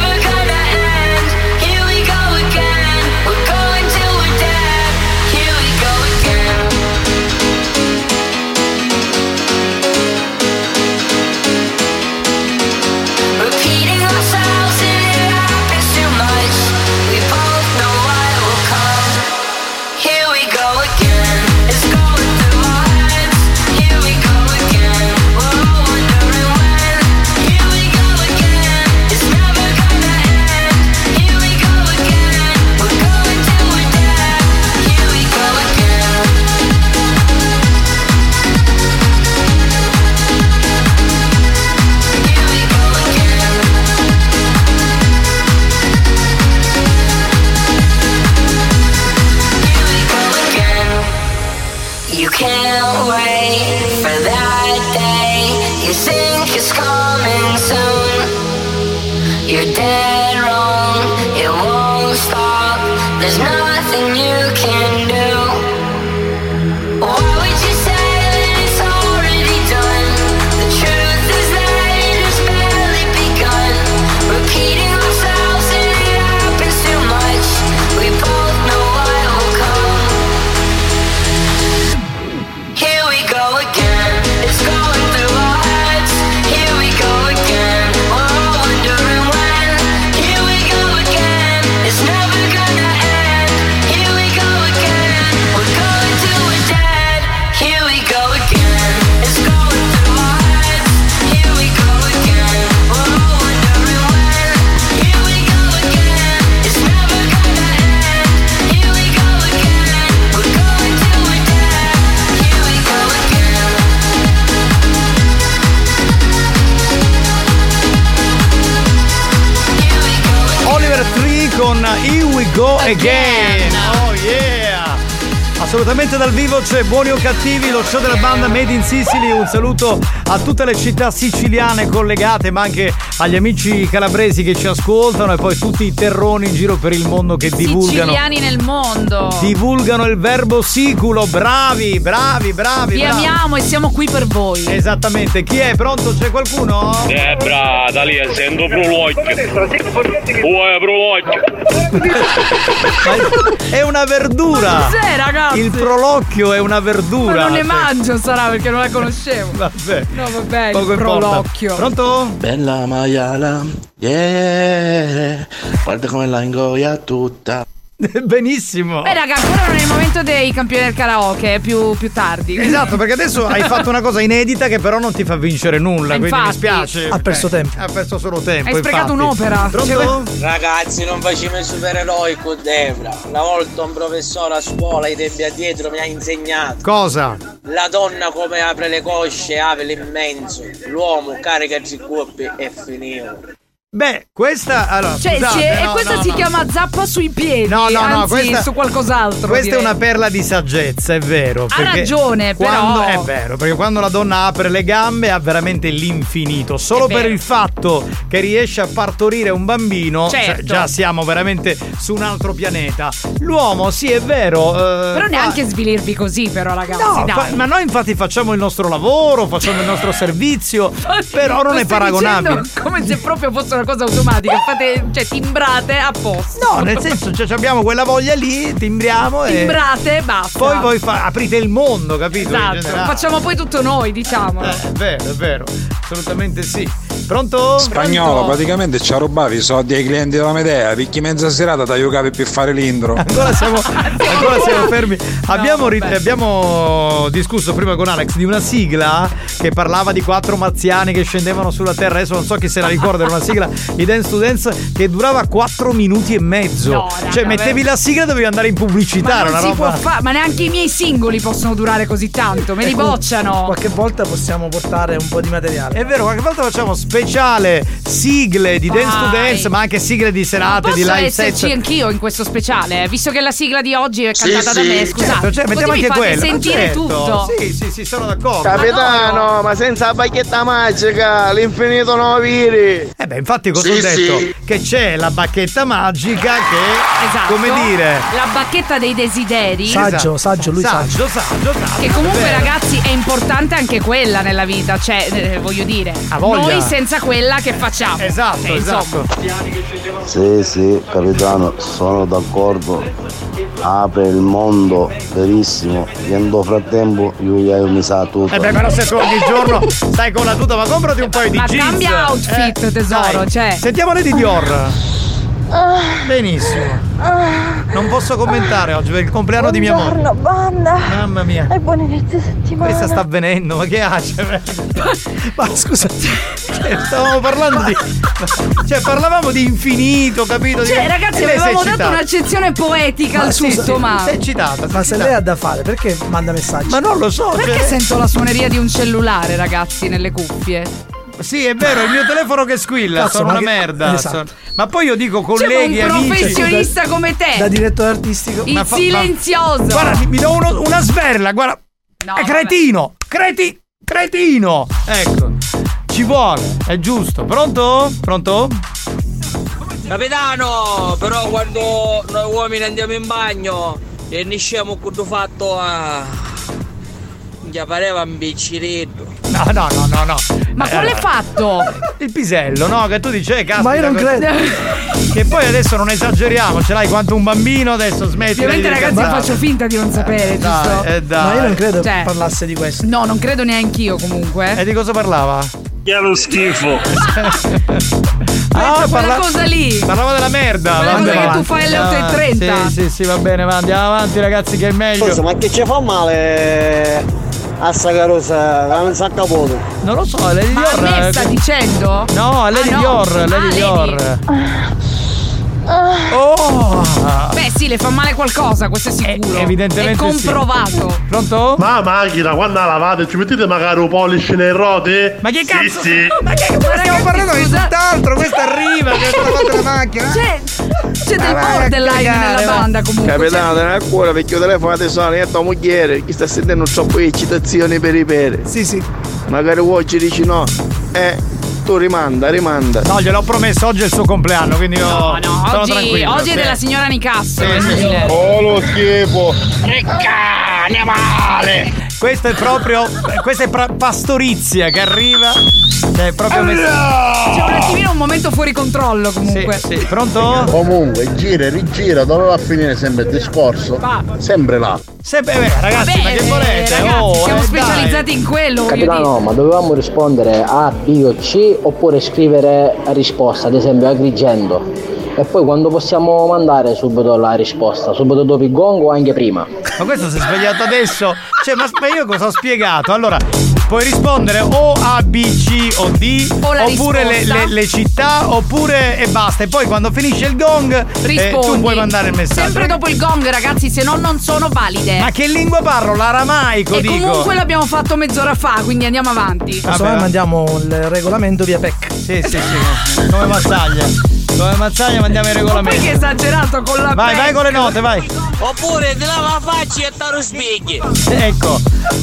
can't wait for that day. You think it's coming soon. You're dead wrong, it won't stop. There's nothing you can do. Why would you say that it's already done? The truth is that it has barely begun. Repeating ourselves and it happens too much. We both know what will come. Here we go again, it's going through our heads. Here we go again, we're all wondering when. Here we go again, it's never gonna end. Here we go again, we're going till we're dead. Here we go again, it's going through our heads. Here we go again, we're all wondering when. Here we go again, it's never gonna end. Here we go again, we're going till we're dead. Here we go again. Oliver Tree con Here We Go Again. Oh yeah! Assolutamente dal vivo c'è Buoni o Cattivi, lo show della banda Made in Sicily. Un saluto a tutte le città siciliane collegate, ma anche agli amici calabresi che ci ascoltano, e poi tutti i terroni in giro per il mondo che divulgano. Siciliani nel mondo. Divulgano il verbo siculo. Bravi, bravi, bravi. Vi bravi. amiamo e siamo qui per voi. Esattamente. Chi è? Pronto? C'è qualcuno? Eh brava, da lì sento prolocchio. Uè, prolocchio. È una verdura. Cos'è, ragazzi? Il prolocchio è una verdura. Ma non ne Cioè- mangio, sarà perché non la conoscevo. Vabbè. No, vabbè, Poco il importa. prolocchio. Pronto? Bella maiala, yeah, guarda come la ingoia tutta. Benissimo. Beh, raga, ancora non è il momento dei campioni del karaoke, è più, più tardi. Esatto, perché adesso hai fatto una cosa inedita che però non ti fa vincere nulla, Eh, quindi mi infatti. spiace. Ha perso Eh, tempo. Ha perso solo tempo. Hai sprecato infatti. un'opera. Pronto? Ragazzi, non facevo il supereroi con Debra. Una volta un professore a scuola, ai tempi addietro, mi ha insegnato: Cosa? la donna come apre le cosce, apre l'immenso. L'uomo carica tre colpi e finito. Beh, questa allora, Cioè, scusate, sì, e no, questa no, si no. chiama zappa sui piedi. No, no, no, anzi, questa- su qualcos'altro. Questa è direi. una perla di saggezza, è vero. Ha perché ragione, quando, però. È vero, perché quando la donna apre le gambe ha veramente l'infinito. Solo È per vero. il fatto che riesce a partorire un bambino, Certo. cioè, già siamo veramente su un altro pianeta. L'uomo, sì, è vero. eh, Però fa- neanche svilirvi così, però, ragazzi. No, dai. fa- ma noi infatti facciamo il nostro lavoro, facciamo il nostro servizio, però non Lo è stai paragonabile. dicendo come se proprio fosse una cosa automatica. Fate, cioè, timbrate a posto. No, nel senso, cioè, abbiamo quella voglia lì, timbriamo e. Timbrate, basta. Poi voi fa- aprite il mondo, capito? In Esatto, generale. facciamo poi tutto noi, diciamo. Eh, è vero, è vero, assolutamente sì. Pronto? Spagnolo, Pronto? praticamente ci rubavi i soldi ai clienti della Medea, picchi mezza serata da giocare per fare l'indro. Ancora siamo, ancora siamo fermi. Abbiamo, ri- abbiamo discusso prima con Alex di una sigla che parlava di quattro marziani che scendevano sulla Terra. Adesso non so chi se la ricorda, era una sigla di Dance to Dance che durava quattro minuti e mezzo. No, raga, cioè, mettevi beh. la sigla e dovevi andare in pubblicità. Ma era non una si può roba. fare, ma neanche i miei singoli possono durare così tanto, me li Ecco, bocciano. Qualche volta possiamo portare un po' di materiale. È vero, qualche volta facciamo speciale sigle di Dance to Vai. Dance, ma anche sigle di serate, Posso di live esserci set. anch'io in questo speciale, visto che la sigla di oggi è Sì, cantata sì, da me, scusate. Certo, cioè, mettiamo così mi anche fate quello. ma sentire certo. tutto. Sì, sì, sì, sono d'accordo. Capitano, ma senza la bacchetta magica, l'infinito non viri. Eh beh, infatti cosa Sì, ho detto? sì. Che c'è la bacchetta magica che, Esatto. come dire, La bacchetta dei desideri. Saggio, Esatto. saggio, lui saggio. saggio, saggio, saggio. Che comunque, è vero. ragazzi, è importante anche quella nella vita. Cioè, eh, voglio dire, Ha voglia. noi senza quella che facciamo? Esatto, Eh, insomma. esatto. Sì, sì, capitano, sono d'accordo. Apre il mondo, verissimo. E nel frattempo io mi sa tutto. Eh beh, però se tu ogni giorno stai con la tuta, ma comprati un paio di Ma jeans. cambia outfit, Eh, tesoro, dai. cioè. Sentiamo Lady Dior. Benissimo. Non posso commentare oggi per il compleanno di mia moglie. Buongiorno, banda. Mamma mia. E buon inizio settimana. Questa sta avvenendo, ma che ha? Cioè, ma scusa, cioè, stavamo parlando di. Cioè, parlavamo di infinito, capito? Cioè, Di- ragazzi, e lei si è avevamo dato eccitata. un'accezione poetica al Sì, tutto, sì, ma. si è eccitata. Ma se lei ha da fare, perché manda messaggi? Ma non lo so. Perché cioè- sento la suoneria di un cellulare, ragazzi, nelle cuffie? Sì, è vero, il mio telefono che squilla, Cazzo, sono ma una che- merda. esatto. sono- Ma poi io dico Cioè, colleghi, un amici. professionista come te. Da direttore artistico. Il Ma fa- ma- silenzioso. Guarda, mi, mi do uno- una sberla, guarda. No, è cretino! Creti... Cretino! Ecco, ci vuole, è giusto. Pronto? Pronto? Capitano, però quando noi uomini andiamo in bagno e ne usciamo con fatto a... Gli pareva un bicciretto. No, no, no, no, no. Ma quale allora, fatto? Il pisello, no? Che tu dici, eh, caspita. Ma io non credo. Che poi adesso non esageriamo, ce l'hai quanto un bambino, adesso smetti. Ovviamente ragazzi cantare. faccio finta di non sapere, eh, giusto? Dai, eh, dai. Ma io non credo Cioè, parlasse di questo. No, non credo neanch'io comunque. E di cosa parlava? Che è lo schifo. Ah, quella parla- cosa lì. Parlava della merda. Quella Andiamo cosa che avanti. tu fai alle otto e trenta. Sì, sì, sì, va bene, ma andiamo avanti ragazzi che è meglio. Scusa, ma che ci fa male a sta carosa? Non sa caputo. Non lo so, Lady Ma Dior. a me sta dicendo? No, a Lady Ah, no. Dior, Lady Ah, Lady. Dior. Oh! Beh sì, le fa male qualcosa, questo è sicuro. Eh, evidentemente è sì. comprovato. Pronto? Ma la macchina, quando la lavate, ci mettete magari un polish nelle ruote? Ma che cazzo? Sì, sì. Ma che ma stiamo parlando di tutt'altro? Questa arriva, che sta fatto la macchina. C'è, c'è del vai a borderline cagare, nella va. banda comunque. Capitano, te ne ancora perché io telefono adesso e tua moglie che sta sentendo troppo eccitazione per i pere. Sì, sì. Magari oggi dici no. Eh, tu rimanda, rimanda. No, gliel'ho promesso, oggi è il suo compleanno, quindi io No, no, sono oggi, tranquillo. oggi è sì. della signora Nicasso. Sì, è sì. inutile. Oh, lo schifo. Recca, animale. Questo è proprio. Questa è pra- pastorizia che arriva. Cioè, proprio messo. C'è un attimino un momento fuori controllo comunque. Sì, sì. Pronto? Comunque, gira e rigira, dove va a finire sempre il discorso? Va. Sempre là. Sempre, eh, ragazzi, Vabbè, ma che eh, volete? ragazzi, oh, siamo eh, specializzati in quello. voglio Capitano, ma dovevamo rispondere A, B o C oppure scrivere risposta, ad esempio Agrigento. E poi quando possiamo mandare subito la risposta? Subito dopo il gong o anche prima? Ma questo si è svegliato adesso? Cioè, ma, ma io cosa ho spiegato? Allora, puoi rispondere o A, B, C o D, O la oppure le, risposta. le, le città, oppure e basta. E poi quando finisce il gong, eh, Rispondi. tu puoi mandare il messaggio. Sempre dopo il gong, ragazzi, se no non sono valide. Ma che lingua parlo? L'aramaico, e dico. comunque l'abbiamo fatto mezz'ora fa, quindi andiamo avanti. Vabbè, Insomma, va. mandiamo il regolamento via P E C. Sì, sì, sì. Come Mazzaglia. Come Mazzaglia mandiamo i Ma poi regolamenti. che esagerato con la Vai, P E C. vai con le note, vai. Oppure te lava la faccia e te lo spieghi. Ecco.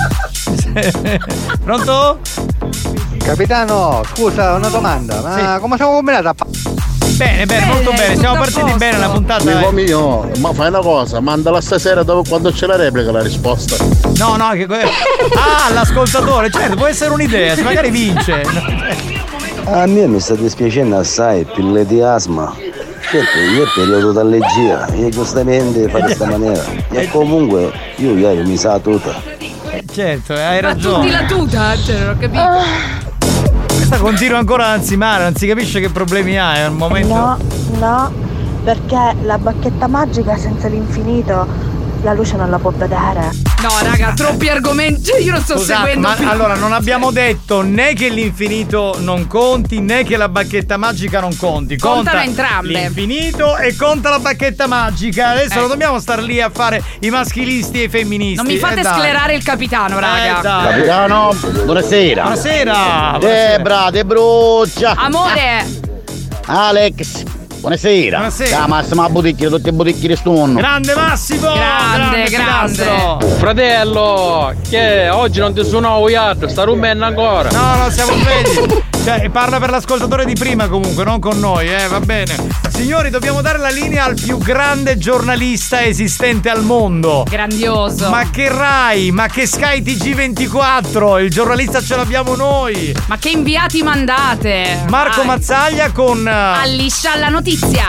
Pronto? Capitano, scusa, una domanda, ma Sì. come siamo combinati a pa- Bene, bene, Bene, molto bene. Siamo tutto a partiti posto. bene la puntata. Amico eh. mio, ma fai una cosa, mandala stasera dove, quando c'è la replica la risposta. No, no, che. Ah, l'ascoltatore, certo, può essere un'idea, se magari vince. A me mi sta dispiacendo assai, pille di asma. Perché io è periodo d'allergia, io giustamente fa di questa maniera. E comunque io ieri mi sa tutta. Certo, hai Ma tutti ragione. la tuta, cioè, non ho capito. Questa continua ancora a ansimare, non si capisce che problemi ha, è al momento. No, no, perché la bacchetta magica senza l'infinito la luce non la può vedere. No, raga, troppi argomenti. Cioè, io non sto Scusate, seguendo ma più. allora non abbiamo detto né che l'infinito non conti né che la bacchetta magica non conti. Contano Conta entrambe. l'infinito e conta la bacchetta magica. Adesso Eh. non dobbiamo star lì a fare i maschilisti e i femministi. Non mi fate Eh, dai. sclerare il capitano, raga. Eh, dai. Capitano, buonasera. Buonasera. Debra, te brucia. Amore, Alex, buonasera. Buonasera. La massima boutique, tutti i boutique di sto mondo. Grande Massimo! Grande, Pilastro. Fratello, che oggi non ti suono vogliato, sta rumendo ancora. No, no, siamo svegli. Cioè, parla per l'ascoltatore di prima comunque, non con noi, eh, va bene. Signori, dobbiamo dare la linea al più grande giornalista esistente al mondo. grandioso. Ma che Rai, ma che Sky T G ventiquattro, il giornalista ce l'abbiamo noi. Ma che inviati mandate? Marco Vai. Mazzaglia con... Alliscia la notizia.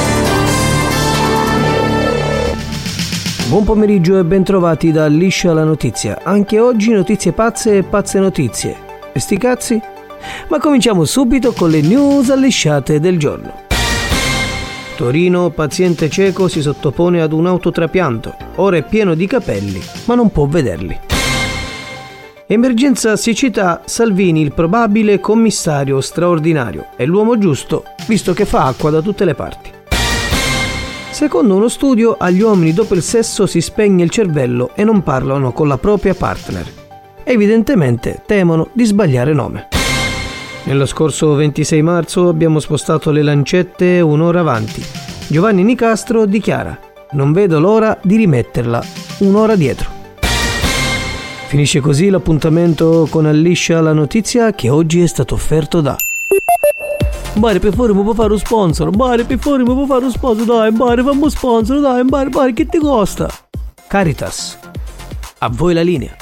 Buon pomeriggio e bentrovati da Liscia la notizia. Anche oggi notizie pazze e pazze notizie. E sti cazzi? Ma cominciamo subito con le news allisciate del giorno. Torino, paziente cieco si sottopone ad un autotrapianto. Ora è pieno di capelli, ma non può vederli. Emergenza siccità, Salvini il probabile commissario straordinario. È l'uomo giusto, visto che fa acqua da tutte le parti. Secondo uno studio, agli uomini dopo il sesso si spegne il cervello e non parlano con la propria partner. Evidentemente temono di sbagliare nome. Nello scorso ventisei marzo abbiamo spostato le lancette un'ora avanti. Giovanni Nicastro dichiara: non vedo l'ora di rimetterla un'ora dietro. Finisce così l'appuntamento con Alliscia la notizia che oggi è stato offerto da Bari, per fuori mi può fare lo sponsor. Bari, per fuori mi può fare lo sponsor. Dai, Bari, fammi sponsor. Dai, Bari, Bari, che ti costa? Caritas. A voi la linea.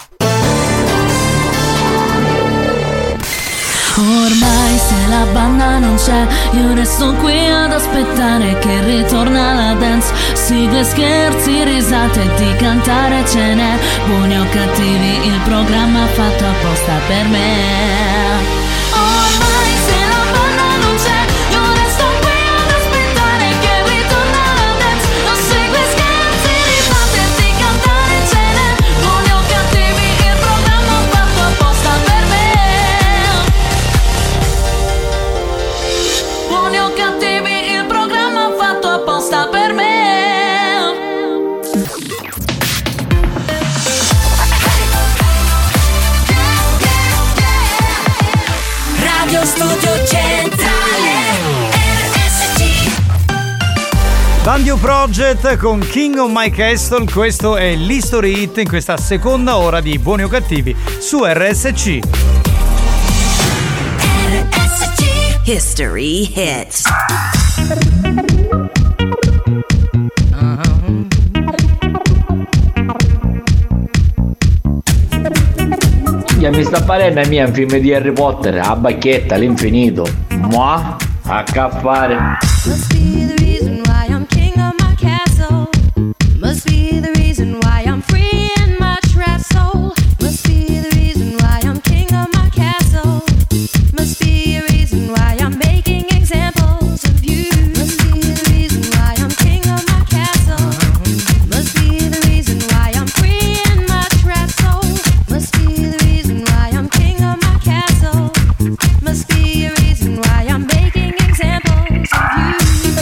Ormai se la banda non c'è, io resto qui ad aspettare che ritorna la dance. Sigle, scherzi, risate, di cantare ce n'è. Buoni o cattivi, il programma fatto apposta per me. Ormai se la banda non c'è, io resto qui ad aspettare che ritorna la dance. Sigle, scherzi, risate, di cantare ce n'è. Buoni o cattivi, il programma fatto apposta per me. Buoni o cattivi, il programma fatto apposta per me. Radio Studio Centrale R S C. Bandio Project con King of My Castle. Questo è l'History Hit in questa seconda ora di Buoni o Cattivi su R S C. R S C History Hit. Ya mi sta parendo mia un film di Harry Potter, a bacchetta all'infinito. Mua, a cappare. Must be the reason why I'm king of my castle. Must be the reason why I'm free in my trap soul. Must be the reason why I'm king of my castle. Must be a reason why I'm making examples of you. Must be the reason why I'm king of my castle. Must be the reason why I'm free in my trap soul. Must be the reason why I'm king of my castle. Must be a reason why I'm making examples of you.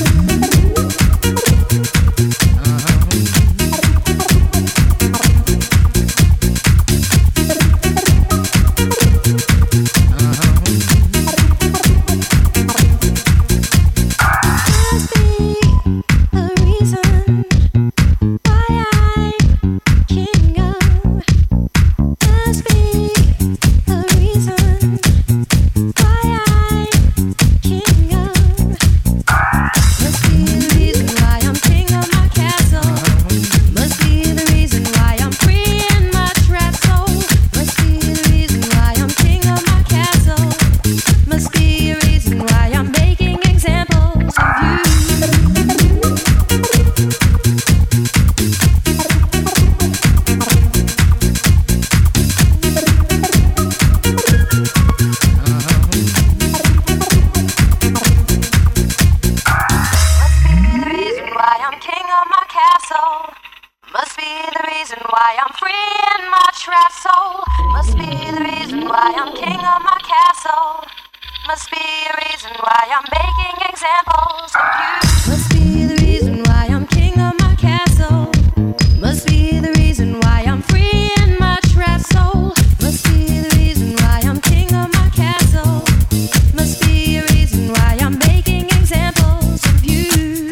Must be the reason why I'm free in my trap soul. Must be the reason why I'm king of my castle. Must be a reason why I'm making examples of you. Must be the reason why I'm king of my castle. Must be the reason why I'm free in my trap soul. Must be the reason why I'm king of my castle. Must be a reason why I'm making examples of you.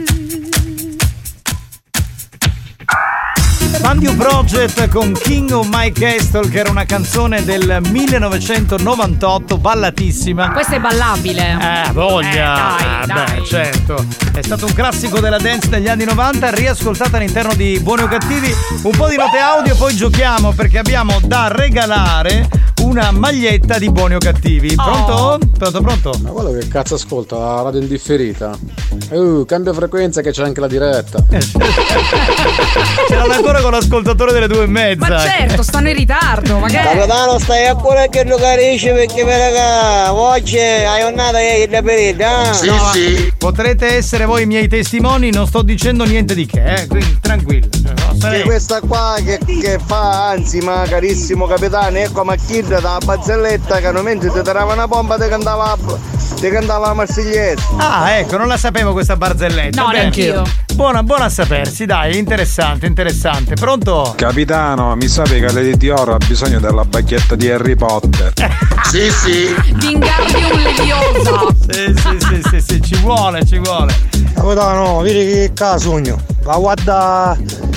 Bandio Project con King of My Castle, che era una canzone del millenovecentonovantotto, ballatissima. Questa è ballabile. Eh, voglia. Eh, dai, Beh, dai. certo. È stato un classico della dance degli anni novanta, riascoltata all'interno di Buoni o Cattivi. Un po' di note audio e poi giochiamo, perché abbiamo da regalare una maglietta di Buoni o Cattivi. Pronto? Oh. Pronto, pronto? Ma quello che cazzo ascolta? La radio indifferita. Uh, cambia frequenza che c'è anche la diretta. C'erano ancora con l'ascoltatore delle due e mezza. Ma certo, stanno in ritardo, magari. Capitano, stai ancora che lo carisci perché per raga, oggi hai un'ata che da perita. Sì, no, sì. Potrete essere voi i miei testimoni, non sto dicendo niente di che, eh, quindi tranquillo. Che questa qua che, che fa, anzi, ma carissimo capitano, ecco macchina da barzelletta che mentre ti tirava una pompa ti cantava, ti cantava la marsiglietta. Ah, ecco, non la sapevo questa barzelletta. No, Bene. neanch'io. Buona, buona a sapersi, dai, interessante, interessante. Pronto? Capitano, mi sape che Lady Dior ha bisogno della bacchetta di Harry Potter. Sì, sì. Wingardium Leviosa. Sì, sì, sì, sì, sì, ci vuole, ci vuole. Capitano, vedi che casugno. Ma guarda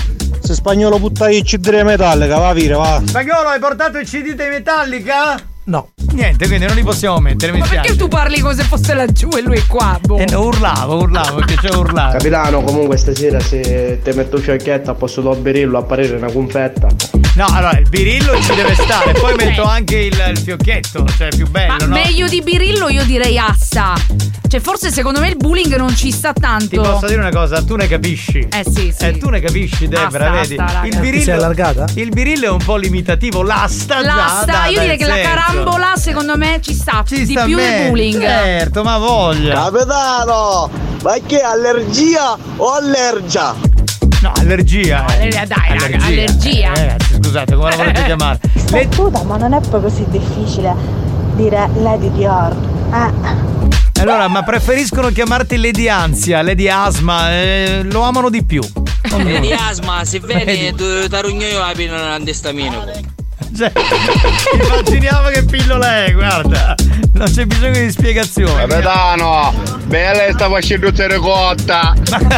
Se Spagnolo buttai il C D Metallica, va a vire, va. Spagnolo, hai portato il C D dei Metallica? No. Niente, quindi non li possiamo mettere, mi Ma spiace. perché tu parli come se fosse laggiù e lui è qua? Boh. Eh, no, urlavo, urlavo, perché c'è urlato. Capitano, comunque stasera se te metto fiocchetta posso do berillo a parere una confetta. No, allora il birillo ci deve stare, poi metto anche il, il fiocchetto, cioè è più bello, Ma no? meglio di birillo io direi assa. Cioè forse secondo me il bullying non ci sta tanto. Ti posso dire una cosa, tu ne capisci. Eh sì, sì. Eh, tu ne capisci, Debra, Asta, vedi? asta, raga. il Ti sei birillo allargata? Il birillo è un po' limitativo, l'asta già L'asta, dà- io dà direi il che la senso. carambola secondo me ci sta Ci di sta più bene, del bullying. certo, ma voglia. Capitano, ma che allergia o allergia? No, allergia. eh. Eh, dai, raga, allergia. Eh, ragazzi, scusate, come la volete chiamare? Le- Battuta, ma non è poi così difficile dire Lady Dior. Eh. Allora, ma preferiscono chiamarti Lady Ansia, Lady Asma, eh, lo amano di più. E di asma, se Vedi. viene tu tarugno io la pino nell'andestamino. Cioè, immaginiamo che pillola è, guarda. Non c'è bisogno di spiegazioni. Capitano, bella sta fasciduccia ricotta.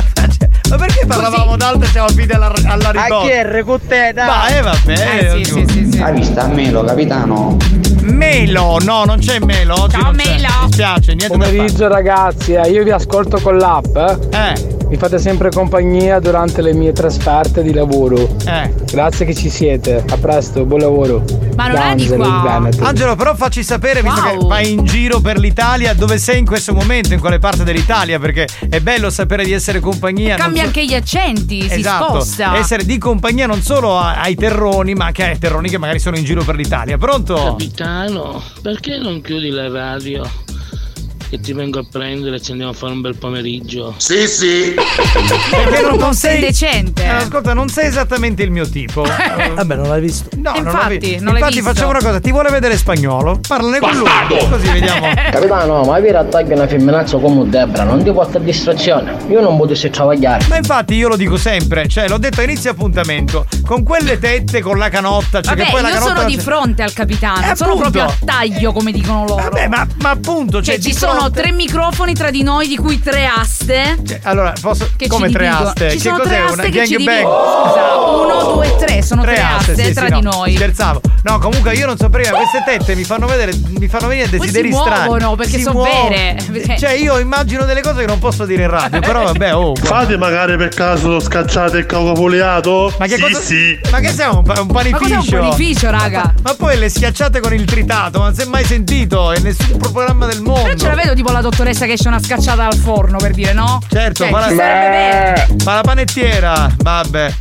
Ma perché parlavamo d'altro e siamo finiti alla, alla ricotta? A chi è ricotteta? Ma eh vabbè. Eh, sì, sì, sì, sì. Hai visto a Melo, capitano? Melo, no, non c'è Melo. Oggi Ciao, non c'è. Melo. Mi spiace, niente da Pomeriggio ragazzi, eh, io vi ascolto con l'app. Eh. fare. Eh, Mi fate sempre compagnia durante le mie trasferte di lavoro. eh. Grazie che ci siete. A presto, buon lavoro. Ma non è di Angelo, qua. il Veneto. Angelo, però facci sapere, visto Wow. che vai in giro per l'Italia, dove sei in questo momento, in quale parte dell'Italia, perché è bello sapere di essere compagnia. non Cambia so- anche gli accenti, si Esatto, sposta. essere di compagnia non solo a- ai terroni, ma anche ai terroni che magari sono in giro per l'Italia. Pronto? Capitano, perché non chiudi la radio? Che ti vengo a prendere e ci andiamo a fare un bel pomeriggio. Sì, sì. Perché non, non sei decente. Eh, ascolta, non sei esattamente il mio tipo. Eh, Vabbè, non l'hai visto. No, non l'ho Infatti, vi- non l'hai Infatti visto. facciamo una cosa, ti vuole vedere Spagnolo? Parlane con lui. Così vediamo. Capitano, ma avere attacchi una femminazza come Debra non ti porta a distrazione. Io non potessi travagliare. Ma infatti io lo dico sempre, cioè l'ho detto a inizio appuntamento, con quelle tette, con la canotta, cioè Vabbè, che poi la io canotta sono non di c'è- fronte al capitano, Eh, sono appunto. proprio a taglio come dicono loro. Vabbè, ma, ma appunto, cioè, Cioè, ci di sono fronte- tre microfoni tra di noi, di cui tre aste. Cioè, allora, posso Che come ci tre dividono. aste? Ci che sono cos'è tre una aste che ci gangbang? dividono. Scusa, uno, due, tre, sono tre, aste sì, tra sì, di no, noi. Scherzavo. No, comunque io non so prima, queste tette mi fanno vedere, mi fanno venire Poi desideri si strani. muovono, perché Si sono muovono. vere. Perché- Cioè, io immagino delle cose che non posso dire in radio, però vabbè, oh. Fate magari per caso scacciate il capopoliato? Ma che sì, cosa? sì. Ma che siamo? Un, pa- un Ma panificio? cos'è un panificio, raga? Ma poi le schiacciate con il tritato, ma non si è mai sentito in nessun programma del mondo. Però ce la vedo tipo la dottoressa che esce una scacciata dal forno, per dire, no? Certo, Cioè, fa, ci la, sarebbe bene. fa la panettiera, vabbè.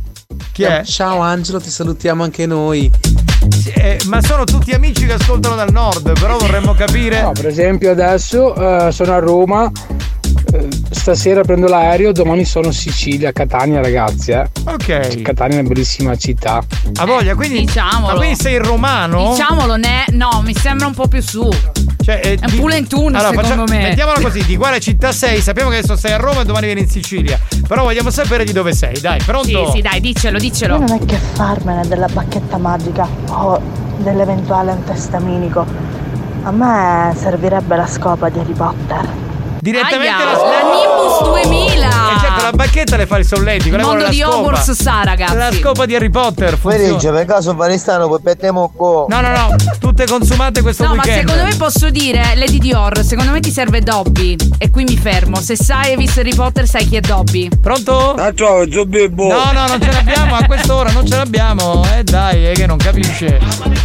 Chi è? Ciao Angelo, ti salutiamo anche noi. Sì, eh, ma sono tutti amici che ascoltano dal nord, però vorremmo capire. No, per esempio adesso eh, sono a Roma, eh, stasera prendo l'aereo, domani sono in Sicilia, Catania ragazzi, eh. Ok. Catania è una bellissima città. A voglia, quindi. Diciamolo. Ma quindi sei romano? Diciamolo, ne- no, mi sembra un po' più su. Cioè, eh, È un di- Pulentun, allora, secondo facciamo- me. Mettiamola così, di quale città sei? Sappiamo che adesso sei a Roma e domani vieni in Sicilia. Però vogliamo sapere di dove sei, dai, pronto? Sì, sì, dai, diccelo, Io diccelo. non è che farmene della bacchetta magica o dell'eventuale antistaminico. A me servirebbe la scopa di Harry Potter. Direttamente Aia, la, la Nimbus duemila. Eh, certo, la bacchetta le fa il solletico. Il lei vuole mondo la di scopa. Hogwarts sa, ragazzi. La scopa di Harry Potter funziona. Dice, per caso Panistano poi pettiamo co. No, no, no, tutte consumate questo No, ma weekend. secondo me posso dire, Lady Dior, secondo me ti serve Dobby. E qui mi fermo. Se sai, hai visto Harry Potter, sai chi è Dobby. Pronto? Ah, ciao, Zobibbo. No, no, non ce l'abbiamo, a quest'ora non ce l'abbiamo. Eh dai, è che non capisce.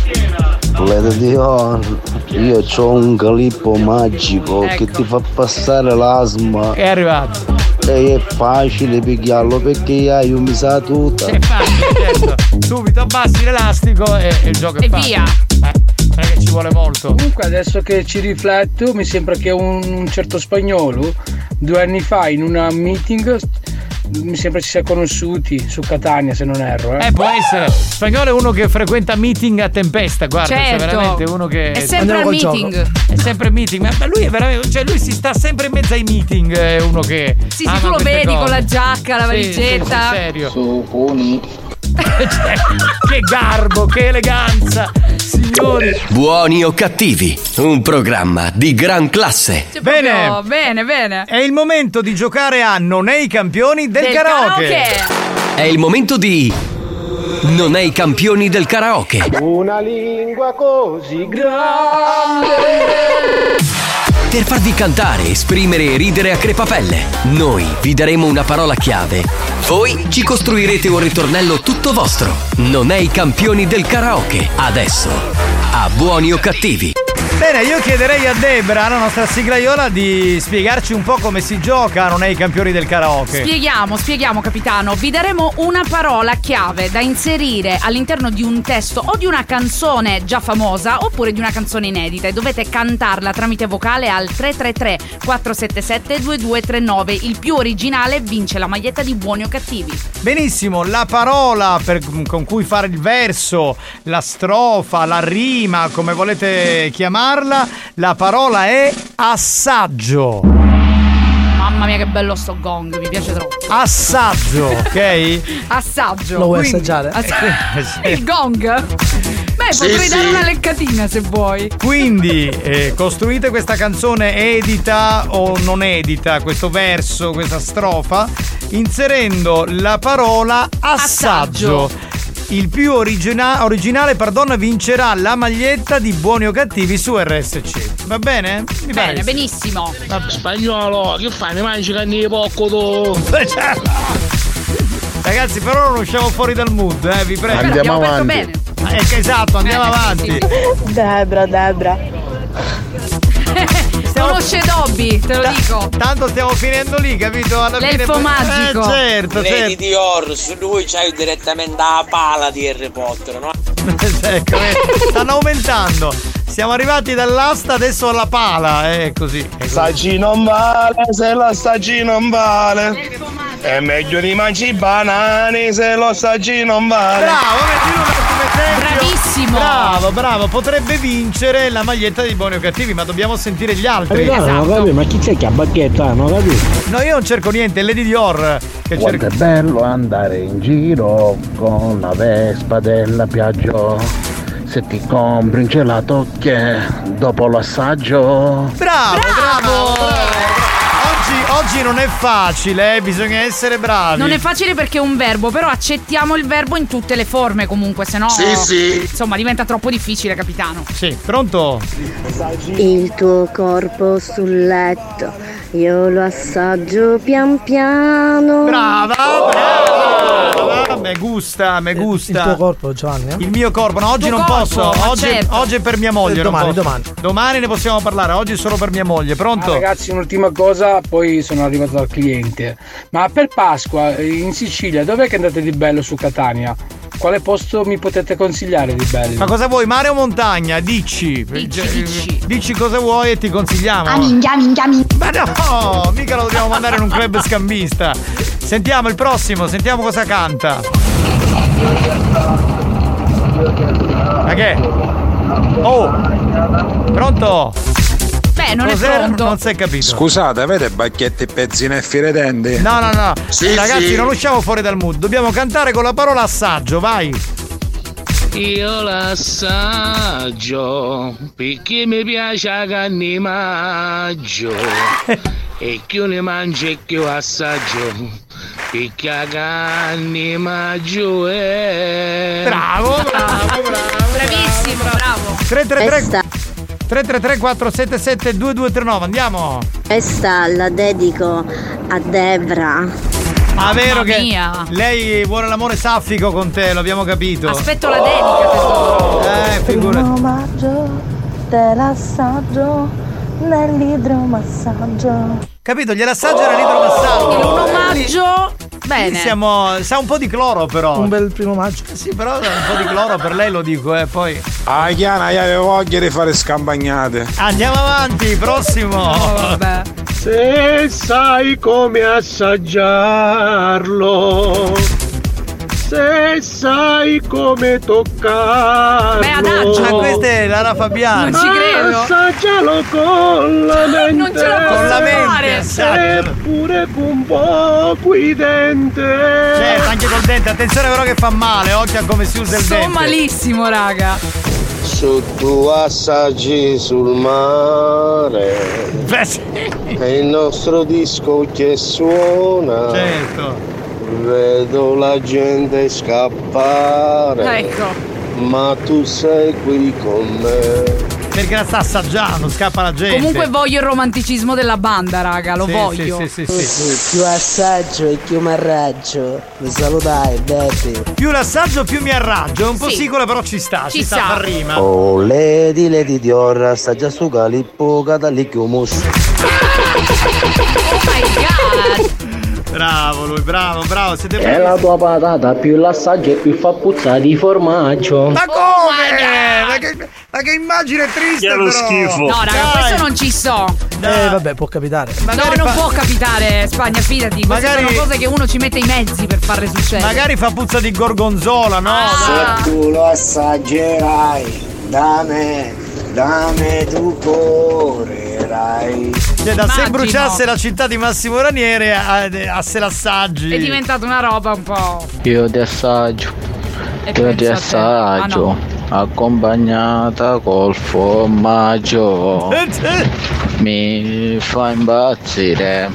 Volete dire, oh, io ho un calippo magico Ecco. che ti fa passare l'asma. È arrivato. E è facile pigliarlo perché io io mi sa tutta. È facile, certo. Subito abbassi l'elastico e, e il gioco è E fatto. via. Eh, non è che ci vuole molto. Comunque adesso che ci rifletto mi sembra che un, un certo spagnolo due anni fa in una meeting mi sembra ci sia conosciuti su Catania se non erro eh. Eh, può essere. Spagnolo è uno che frequenta meeting a tempesta, guarda, Certo. cioè veramente uno che. È sempre al meeting. È sempre meeting, ma, ma lui è veramente. Cioè, lui si sta sempre in mezzo ai meeting. È uno che. Sì, sì, ama tu lo queste vedi cose. con la giacca, la Sì, valigetta. sì, serio. Supponi. Cioè, che garbo, che eleganza, signori. Buoni o cattivi, un programma di gran classe. Cioè, Bene. proprio- bene, bene. È il momento di giocare a Non è i campioni del, Del karaoke. karaoke. È il momento di Non è i campioni del karaoke. Una lingua così grande. Per farvi cantare, esprimere e ridere a crepapelle, noi vi daremo una parola chiave. Voi ci costruirete un ritornello tutto vostro. Non è i campioni del karaoke. Adesso, a Buoni o Cattivi. Bene, io chiederei a Debra, la nostra siglaiola, di spiegarci un po' come si gioca Non è i campioni del karaoke. Spieghiamo, spieghiamo capitano. Vi daremo una parola chiave da inserire all'interno di un testo o di una canzone già famosa oppure di una canzone inedita e dovete cantarla tramite vocale al tre tre tre quattro sette sette due due tre nove. Il più originale vince la maglietta di Buoni o Cattivi. Benissimo, la parola per, con cui fare il verso, la strofa, la rima, come volete chiamarla, la parola è assaggio. Mamma mia che bello sto gong, mi piace troppo. Assaggio, ok? Assaggio. Lo vuoi Quindi, assaggiare? Ass- il gong? Beh, Sì, potrei sì. dare una leccatina se vuoi. Quindi eh, costruite questa canzone edita o non edita, questo verso, questa strofa, inserendo la parola assaggio. Assaggio. Il più origina- originale pardon, vincerà la maglietta di Buoni o Cattivi su R S C. Va bene? Mi pare Bene, che sì. benissimo. Spagnolo, che fai? Ne mangi canne di porco tu? Ragazzi, però non usciamo fuori dal mood, eh, vi prego. Andiamo Abbiamo aperto avanti. bene. Eh, esatto, andiamo avanti. Debra, Debra. Conosce Dobby, te lo dico. Tanto stiamo finendo lì, capito? Alla L'elfo fine magico. Eh, certo, Lady certo. Dior, su lui c'hai direttamente la pala di Harry Potter, no? Ecco, eh, stanno aumentando. Siamo arrivati dall'asta adesso alla pala, è eh, così. È così. Saggi non vale se lo assaggi non vale. È meglio di mangi i banani se lo assaggi non vale. Bravo, mettilo un attimo esempio. Bravissimo. Bravo, bravo. Potrebbe vincere la maglietta di Buoni o Cattivi, ma dobbiamo sentire gli altri. Capitano, non Esatto. capisco, ma chi c'è che ha bacchetta? Non capisco. No, io non cerco niente, è Lady Dior che Quanto cerca. è bello andare in giro con la Vespa della Piaggio. Se ti compri un gelato che dopo l'assaggio. Bravo, bravo, bravo. Oggi, oggi non è facile, eh, bisogna essere bravi. Non è facile perché è un verbo, però accettiamo il verbo in tutte le forme comunque, se no. Sì, sì. Insomma, diventa troppo difficile, capitano. Sì, pronto? Il tuo corpo sul letto, io lo assaggio pian piano. Brava, brava. Me gusta, me gusta. Il tuo corpo, Giovanni? eh? Il mio corpo, no, oggi Il tuo non corpo, posso. ma Oggi, certo. oggi è per mia moglie. Eh, non domani, posso. domani. Domani ne possiamo parlare, oggi è solo per mia moglie. Pronto? Ah, ragazzi, un'ultima cosa, poi sono arrivato dal cliente. Ma per Pasqua in Sicilia, dov'è che andate di bello su Catania? Quale posto mi potete consigliare di bello? Ma cosa vuoi, mare o montagna? Dici. Dici, dici cosa vuoi e ti consigliamo. Ah, minchia, minchia, minchia. Ma no, mica lo dobbiamo mandare in un club scambista. Sentiamo il prossimo, sentiamo cosa canta. Ma che? Oh! Pronto? Beh, non Cos'era? è pronto. Non si è capito. Scusate, avete bacchetti, pezzine e firedenti? No, no, no. Sì, Ragazzi, sì. non usciamo fuori dal mood. Dobbiamo cantare con la parola assaggio, vai. Io l'assaggio perché mi piace la canne maggio e chi ne mangia e chi assaggio perché la canne maggio è. Bravo, bravo, bravo. Bravissimo, bravo. tre tre tre tre tre tre quattro sette sette due due tre nove, andiamo. Questa la dedico a Debra. Ma è vero che mia. lei vuole l'amore saffico con te, lo abbiamo capito. Aspetto la dedica, tesoro. Eh, figurati. Primo maggio te l'assaggio nell'idromassaggio. Capito, gliel'assaggia l'idromassaggio. Il primo maggio. Bene. Sì, siamo, sa un po' di cloro però. Un bel primo maggio. Sì, però un po' di cloro per lei lo dico, eh, poi. Ah, Chiana, io avevo voglia di fare scampagnate. Andiamo avanti, prossimo. Oh, vabbè. Se sai come assaggiarlo, se sai come toccarlo. Beh, adagio. Ma questa è Lara Fabiani. Non ci credo. Assaggialo con la mente. Non ce la posso Con la mente, fare. assaggialo. Eppure con poco i denti. Certo, anche col dente. Attenzione però che fa male, occhio a come si usa il Sto dente. malissimo, raga. Su tu assaggi sul mare. Beh, sì. È il nostro disco che suona. Certo. Vedo la gente scappare. Ecco. Ma tu sei qui con me. Perché la sta assaggiando, scappa la gente. Comunque voglio il romanticismo della banda, raga, lo Sì, voglio. sì, sì, sì, sì. Più assaggio e più mi arraggio. Mi salutai, baby. Più l'assaggio più mi arraggio. È un po' Sì. sicolo, però ci sta, ci, Ci sta, sta. fa rima. Oh, Lady Lady Dior, assaggia su calippo, catalicchio mus. Oh my god! Bravo lui, bravo, bravo, siete E la tua patata più l'assaggio e più fa puzzare di formaggio. Ma come? Ma che, ma che immagine triste, Che lo però. schifo. No, raga, Dai. questo non ci so. Eh, vabbè, può capitare. No, Magari non fa- può capitare, Spagna, fidati. Queste Magari- sono cose che uno ci mette i mezzi per farle succedere. Magari fa puzza di gorgonzola, no? Ah. Se tu lo assaggerai da me, da me tu correrai. Cioè, da se Immagino. bruciasse la città di Massimo Raniere a, a se l'assaggi. È diventata una roba un po'. Io ti assaggio, E io ti pensa a te. assaggio, Ah, no. accompagnata col formaggio. Mi fa impazzire,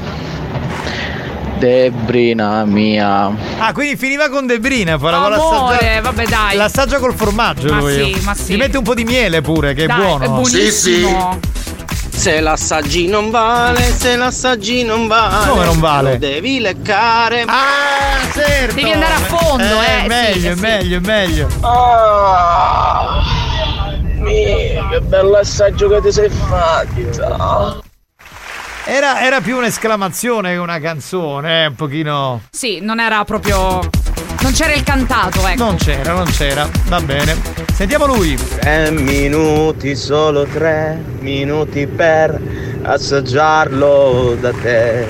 Debrina mia. Ah, quindi finiva con Debrina, poi la vuole Amore, assaggiare. vabbè, dai. L'assaggia col formaggio Ma lui. sì, ma sì. Gli mette un po' di miele pure, che Dai, è buono. è buonissimo. Se l'assaggi non vale, se l'assaggi non vale. Come non vale? Lo devi leccare. Ah, certo. Devi andare a fondo, eh. È sì, meglio, eh è sì. meglio, è meglio. Ah, mia, che bello assaggio che ti sei fatta. Era, era più un'esclamazione che una canzone, eh, un pochino. Sì, non era proprio. Non c'era il cantato, ecco. Non c'era, non c'era. Va bene. Sentiamo lui. Tre minuti, solo tre minuti per assaggiarlo da te.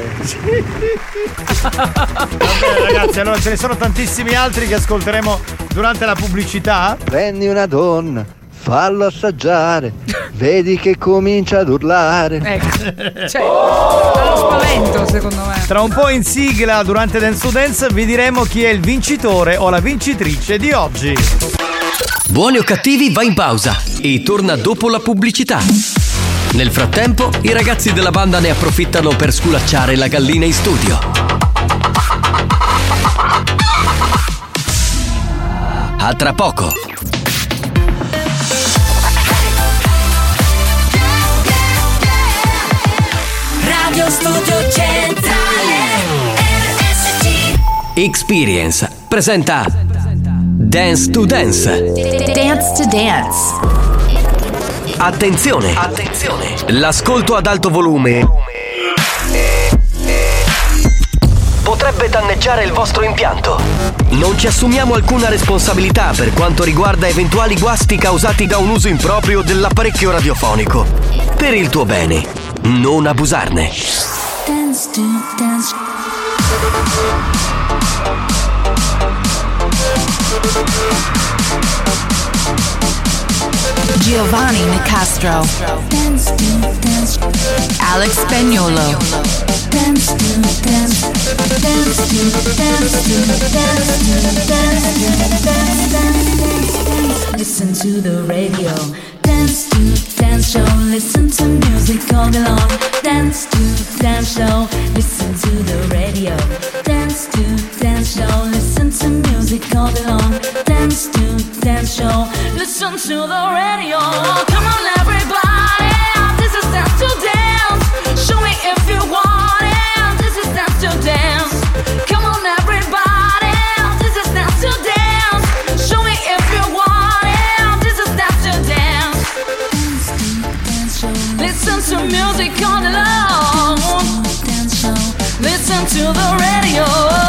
Vabbè, ragazzi, allora ce ne sono tantissimi altri che ascolteremo durante la pubblicità. Prendi una donna, fallo assaggiare, vedi che comincia ad urlare. Ecco. Cioè, dallo spavento, secondo me. Tra un po' in sigla, durante Dance to Dance, vi diremo chi è il vincitore o la vincitrice di oggi. Buoni o cattivi va in pausa e torna dopo la pubblicità. Nel frattempo, i ragazzi della banda ne approfittano per sculacciare la gallina in studio. A tra poco. Radio Studio Centrale R S C. Experience presenta Dance to Dance. Dance to Dance. Attenzione! Attenzione! L'ascolto ad alto volume potrebbe danneggiare il vostro impianto. Non ci assumiamo alcuna responsabilità per quanto riguarda eventuali guasti causati da un uso improprio dell'apparecchio radiofonico. Per il tuo bene, non abusarne. Dance to Dance. Giovanni Nicastro, Dance to Dance. Alex Spagnuolo, Dance to Dance. Dance to Dance to Dance to Dance Dance Dance. Listen to the radio. Dance to Dance Show. Listen to music all day long. Dance to Dance Show. Listen to the radio. Dance to Dance Show. Listen to music all day long. Dance to Dance Show. Listen to the radio. Come on, everybody. This is Dance to Dance. Show me if you want it. This is Dance to Dance. Come on, everybody. This is Dance to Dance. Show me if you want it. This is Dance to Dance. Listen to music on the low. Listen to the radio.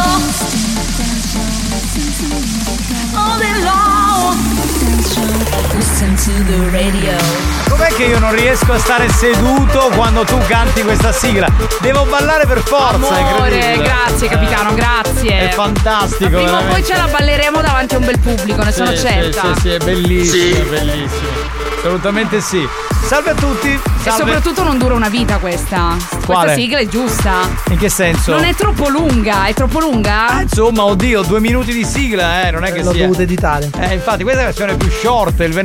All day long. Listen to the radio. Com'è che io non riesco a stare seduto quando tu canti questa sigla? Devo ballare per forza, è Amore, incredibile. grazie capitano, grazie. È fantastico. Ma prima o veramente. poi ce la balleremo davanti a un bel pubblico, ne sono Sì, certa. Sì, sì, sì, è bellissimo, Sì. è bellissimo. Assolutamente sì. Salve a tutti. E Salve. soprattutto non dura una vita questa. Quale? Questa sigla è giusta. In che senso? Non è troppo lunga, è troppo lunga? Insomma, oddio, due minuti di sigla, eh, non è che L'ho sia. dovuto editare. Eh, infatti, questa è la versione più short. Il venerdì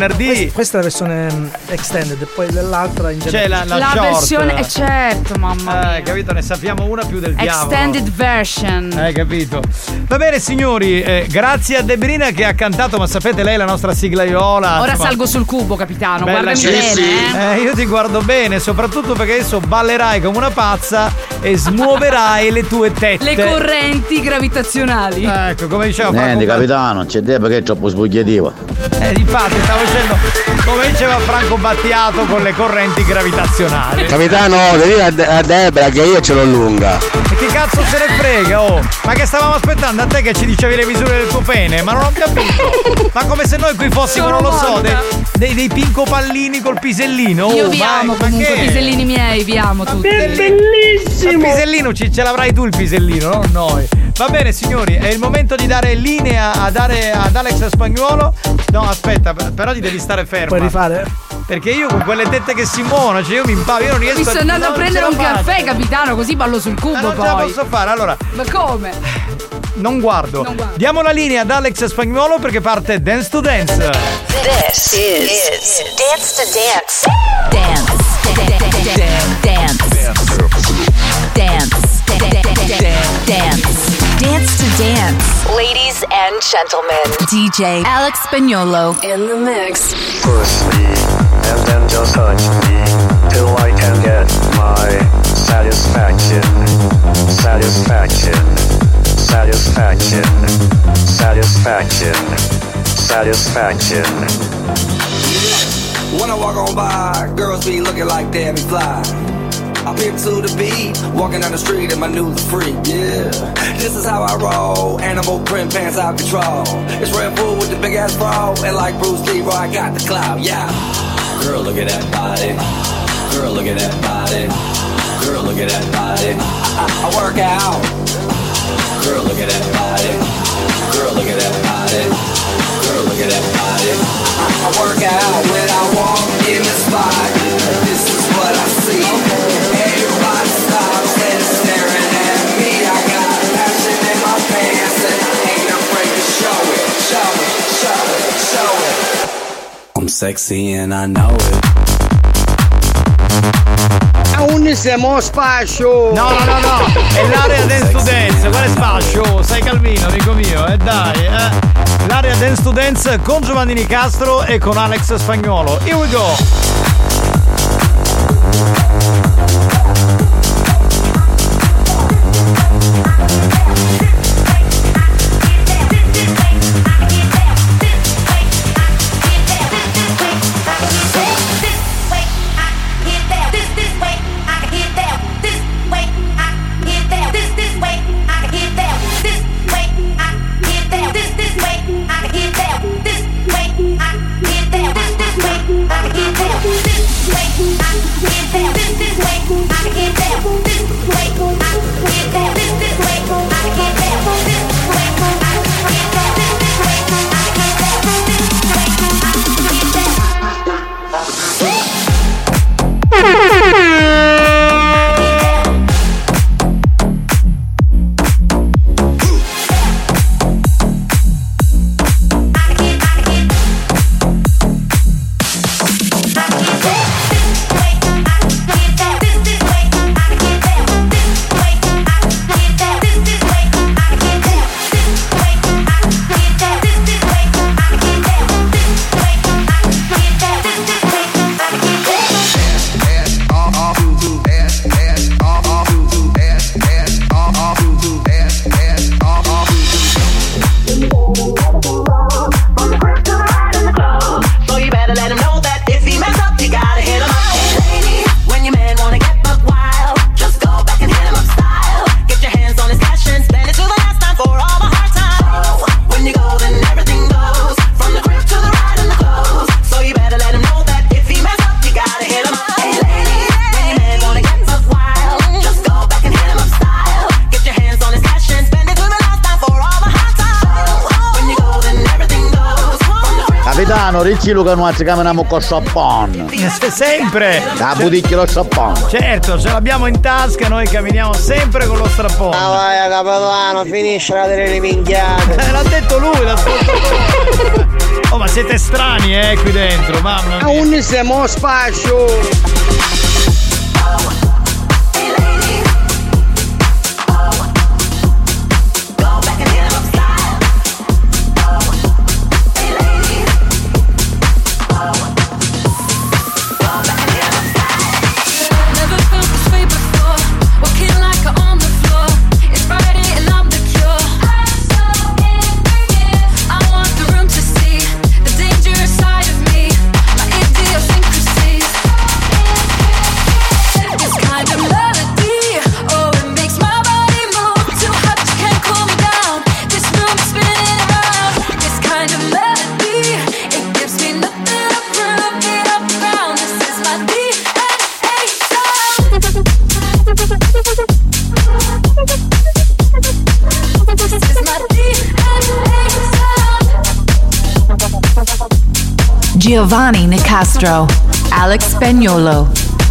venerdì. Questa, questa è la versione um, extended, e poi l'altra in C'è la, la, La short. versione, eh, certo, mamma mia. Eh, capito? Ne sappiamo una più del diavolo. Extended version. Hai capito? Va bene signori, eh, grazie a Debrina che ha cantato, ma sapete lei è la nostra siglaiola. Ora insomma, salgo sul cubo, capitano. bella Guardami sì, bene, sì. eh. Eh, io ti guardo bene, soprattutto perché adesso ballerai come una pazza e smuoverai le tue tette. Le correnti gravitazionali. Ecco, come diceva Niente, Franco. capitano, c'è te perché è troppo sbugliativa. Eh, infatti stavo dicendo, come diceva Franco Battiato, con le correnti gravitazionali. Capitano, devi dire a, De- a Debra che io ce l'ho lunga. E che cazzo se ne frega, oh? Ma che stavamo aspettando a te che ci dicevi le misure del tuo pene? Ma non ho capito. Ma come se noi qui fossimo, Sono non lo so, morta. dei, dei, dei pinco pallini col pisellino. Io Oh, vi ma- amo ma comunque, che? pisellini miei, vi amo tutti. È bellissimo! Il pisellino ci- ce l'avrai tu il pisellino, non noi. Va bene signori, è il momento di dare linea a dare ad Alex Spagnuolo. No, aspetta, però ti devi stare fermo. Puoi rifare? Perché io con quelle tette che si muovono, cioè io mi impavo, io non riesco Mi sto andando a non prendere ce un la faccio. caffè, capitano, così ballo sul cubo Ma non poi. ce la posso fare, allora. Ma come? Non guardo. Non guardo. Diamo la linea ad Alex Spagnuolo perché parte Dance to Dance. This is Dance to Dance. Dance. Dance. Dance. Dance. Dance to Dance. Ladies and gentlemen, D J Alex Spagnuolo in the mix. Push me and then just touch me till I can get my satisfaction. Satisfaction. Satisfaction. Satisfaction. Satisfaction. When I walk on by, girls be looking like Debbie Fly. I pimp to the beat, walking down the street in my new freak, yeah. This is how I roll, animal print pants out control. It's Red Bull with the big ass bra, and like Bruce Lee, I got the clout, yeah. Girl, look at that body. Girl, look at that body. Girl, look at that body. I, I work out. Girl, look at that body. Girl, look at that body. Girl, look at that body. I, I work out when I walk in the spot. This is what I see. Everybody stops and is staring at me. I got passion in my pants and I ain't afraid to show it. Show it, show it, show it. I'm sexy and I know it. Un siamo spazio! No, no, no, no, è l'area Dance to Dance, quale spazio? Sei calmino, amico mio, eh dai, eh. L'area Dance to Dance con Giovanni Nicastro e con Alex Spagnuolo. Here we go! Capitano, Ricci Luca non ci camminiamo con champagne. Sempre! Da buticchio lo champagne. Certo, ce l'abbiamo in tasca, noi camminiamo sempre con lo strappone. Ah vai capitano, finisce la delle minchiate. L'ha detto lui, l'ascoltatore. Oh, ma siete strani, eh, qui dentro, mamma mia. A un siamo spazio. Giovanni Nicastro, Alex Spagnolo.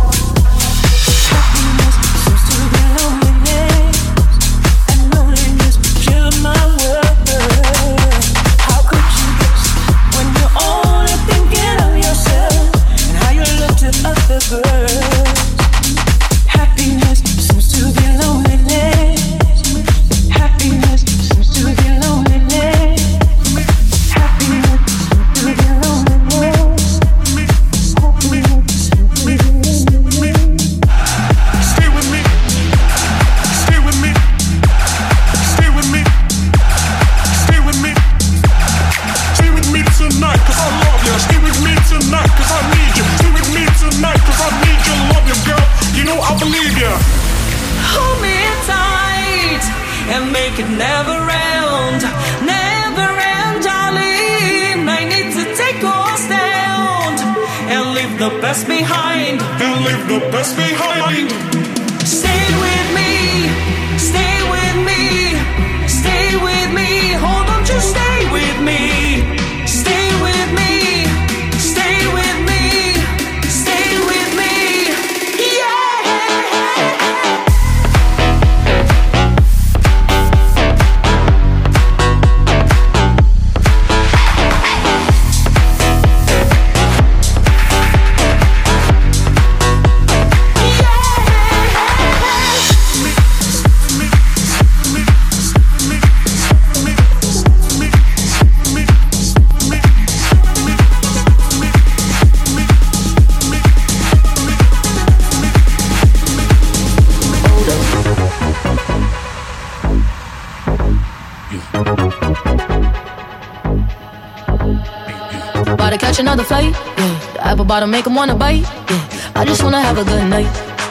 Another flight, yeah. The apple bottom make him wanna bite, yeah. I just wanna have a good night.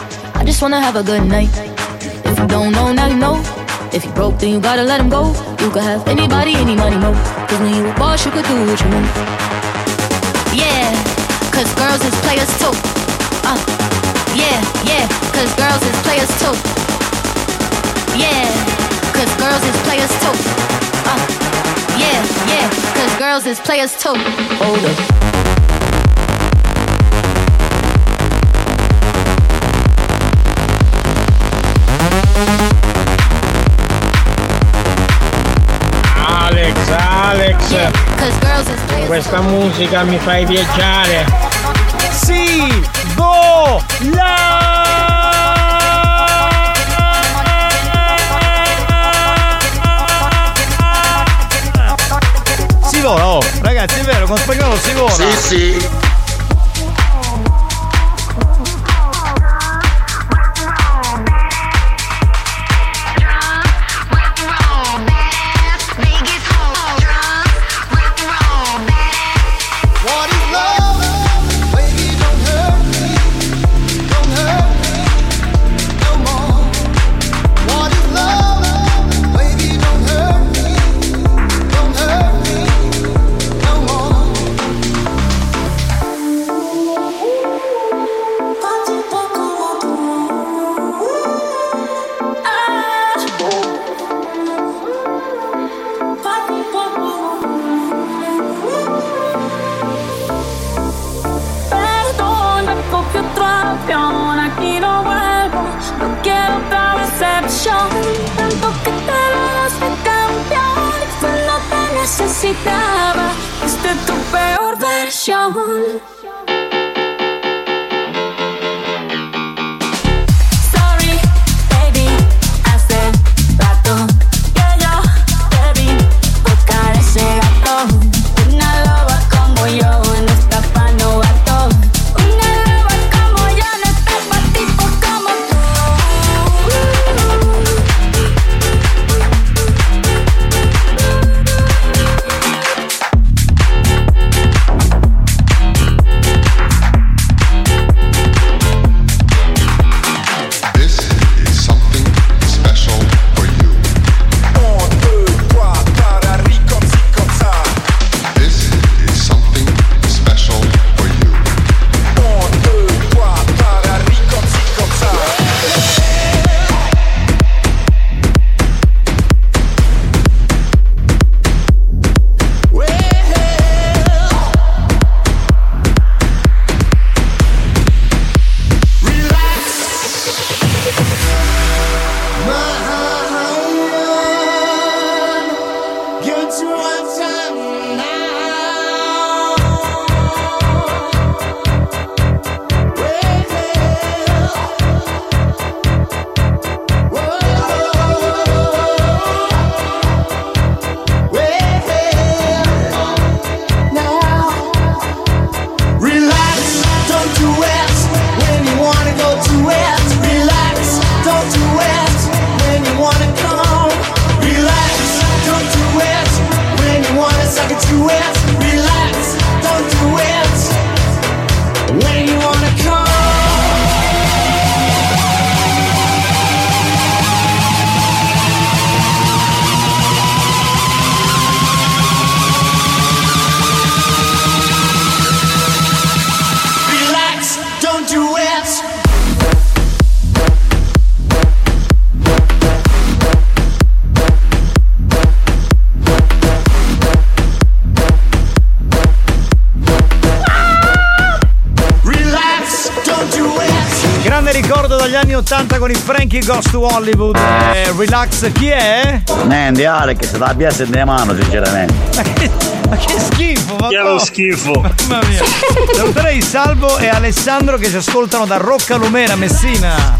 I just wanna have a good night. If you don't know, now you know. If you broke, then you gotta let him go. You could have anybody, any money, no. Cause when you a boss, you could do what you want. Yeah, cause girls is players too. Uh, yeah, yeah, cause girls is players too. Yeah, cause girls is players too. Uh, yeah, yeah, cause girls is players too. Hold up. Alex, Alex, questa musica mi fai viaggiare. Sì, vola! Si vola, oh, ragazzi, è vero, con spagnolo si vola. Sì, sì. Tanto que te lo das de campeón, tú no te necesitaba. Fuiste tu peor versión. Sorry, baby, hace rato que yo te vi buscar ese gato. Una loba como yo no está pa' novato. Una loba como yo no está pa' tipos como tú. ottanta con i Frankie Goes to Hollywood. eh, Relax, chi è? Niente, Alex, se la piazza in mano sinceramente. Ma che, ma che schifo, ma Che no. lo schifo. Mamma mia. Saluterei Salvo e Alessandro che ci ascoltano da Roccalumera, Messina.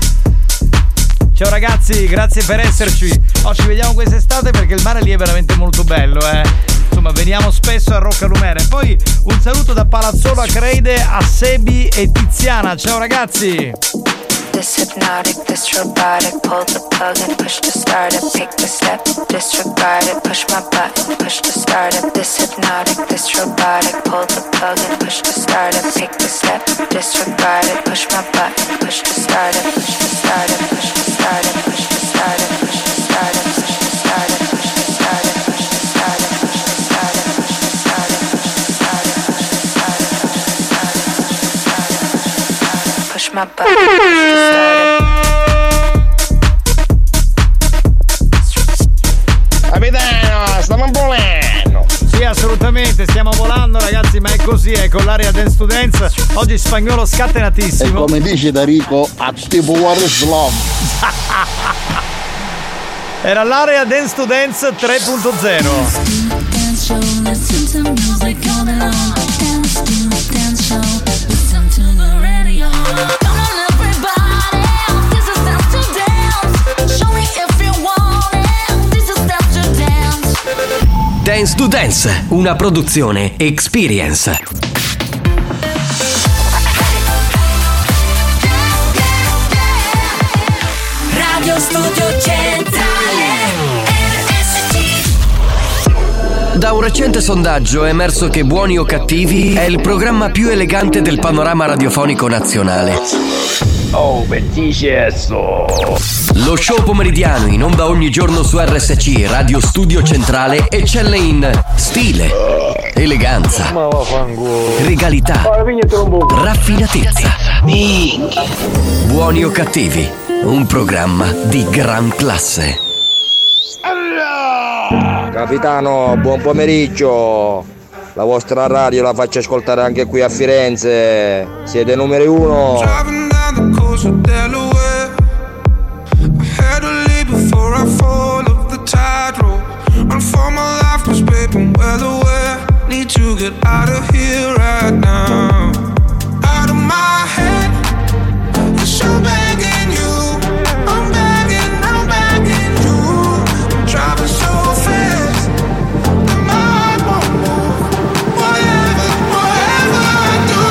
Ciao ragazzi, grazie per esserci. Oh, ci vediamo quest'estate perché il mare lì è veramente molto bello, eh. Insomma, veniamo spesso a Roccalumera. E poi un saluto da Palazzolo a Creide, a Sebi e Tiziana. Ciao ragazzi. This hypnotic, this robotic, pull the plug and push to start it, pick the step, disregard it, push my button, push to start it. This hypnotic, this robotic, pull the plug and push to start it, pick the step, disregard it, push my button, push to start it, push to start it, push to start it, push to start it, push to start it, push to start it, push to start it, push to start it, push to start it, push to start it, push to start it, push to start it, push to start it, push to start it, push my button, push to start it. Capitano, stiamo volando! Sì, assolutamente, stiamo volando ragazzi, ma è così, è con l'area Dance to Dance. Oggi Spagnolo scatenatissimo. E come dice Darico, a tipo War is Love. Era l'area Dance to Dance tre punto zero. Dance show, listen to music all day long. Dance to dance show, listen to the radio. Come on everybody, this is dance to dance. Show me if you want it, this is dance to dance. Dance to Dance, una produzione Experience. Radio Studio Centrale R S C. Da un recente sondaggio è emerso che Buoni o Cattivi è il programma più elegante del panorama radiofonico nazionale. Oh, bellissimo! Lo show pomeridiano in onda ogni giorno su R S C Radio Studio Centrale eccelle in stile, eleganza, regalità, raffinatezza. Buoni o Cattivi, un programma di gran classe. Capitano, buon pomeriggio. La vostra radio la faccio ascoltare anche qui a Firenze. Siete numeri uno. The coast of Delaware, I had to leave before I fall of the tide roll. Run for my life, cause babe, I'm well aware. need to get out of here right now. Out of my head, yes, I'm begging you. I'm begging, I'm begging you. I'm driving so fast that my heart won't move. Whatever, whatever I do.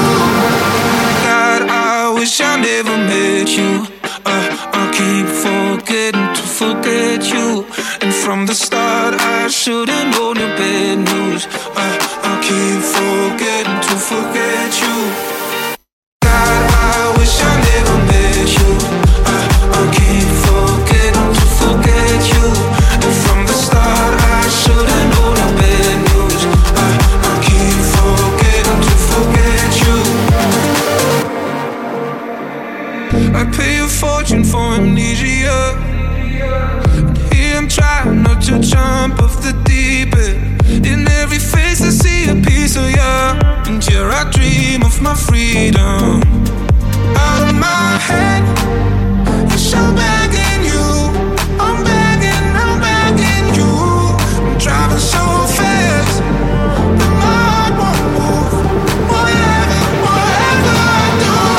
God, I wish I never met you. uh, I keep forgetting to forget you. And from the start I should've known the bad news. uh, I keep forgetting to forget you. God, I wish I never met you. uh, I keep forgetting to forget you. And from the start I should've known the bad news. uh, I keep forgetting to forget you. I pay a fortune for amnesia. I'm trying not to jump off the deep end. In every face I see a piece of you. And here I dream of my freedom. Out of my head, yes, I'm begging you. I'm begging, I'm begging you. I'm driving so fast that my heart won't move. Whatever, whatever I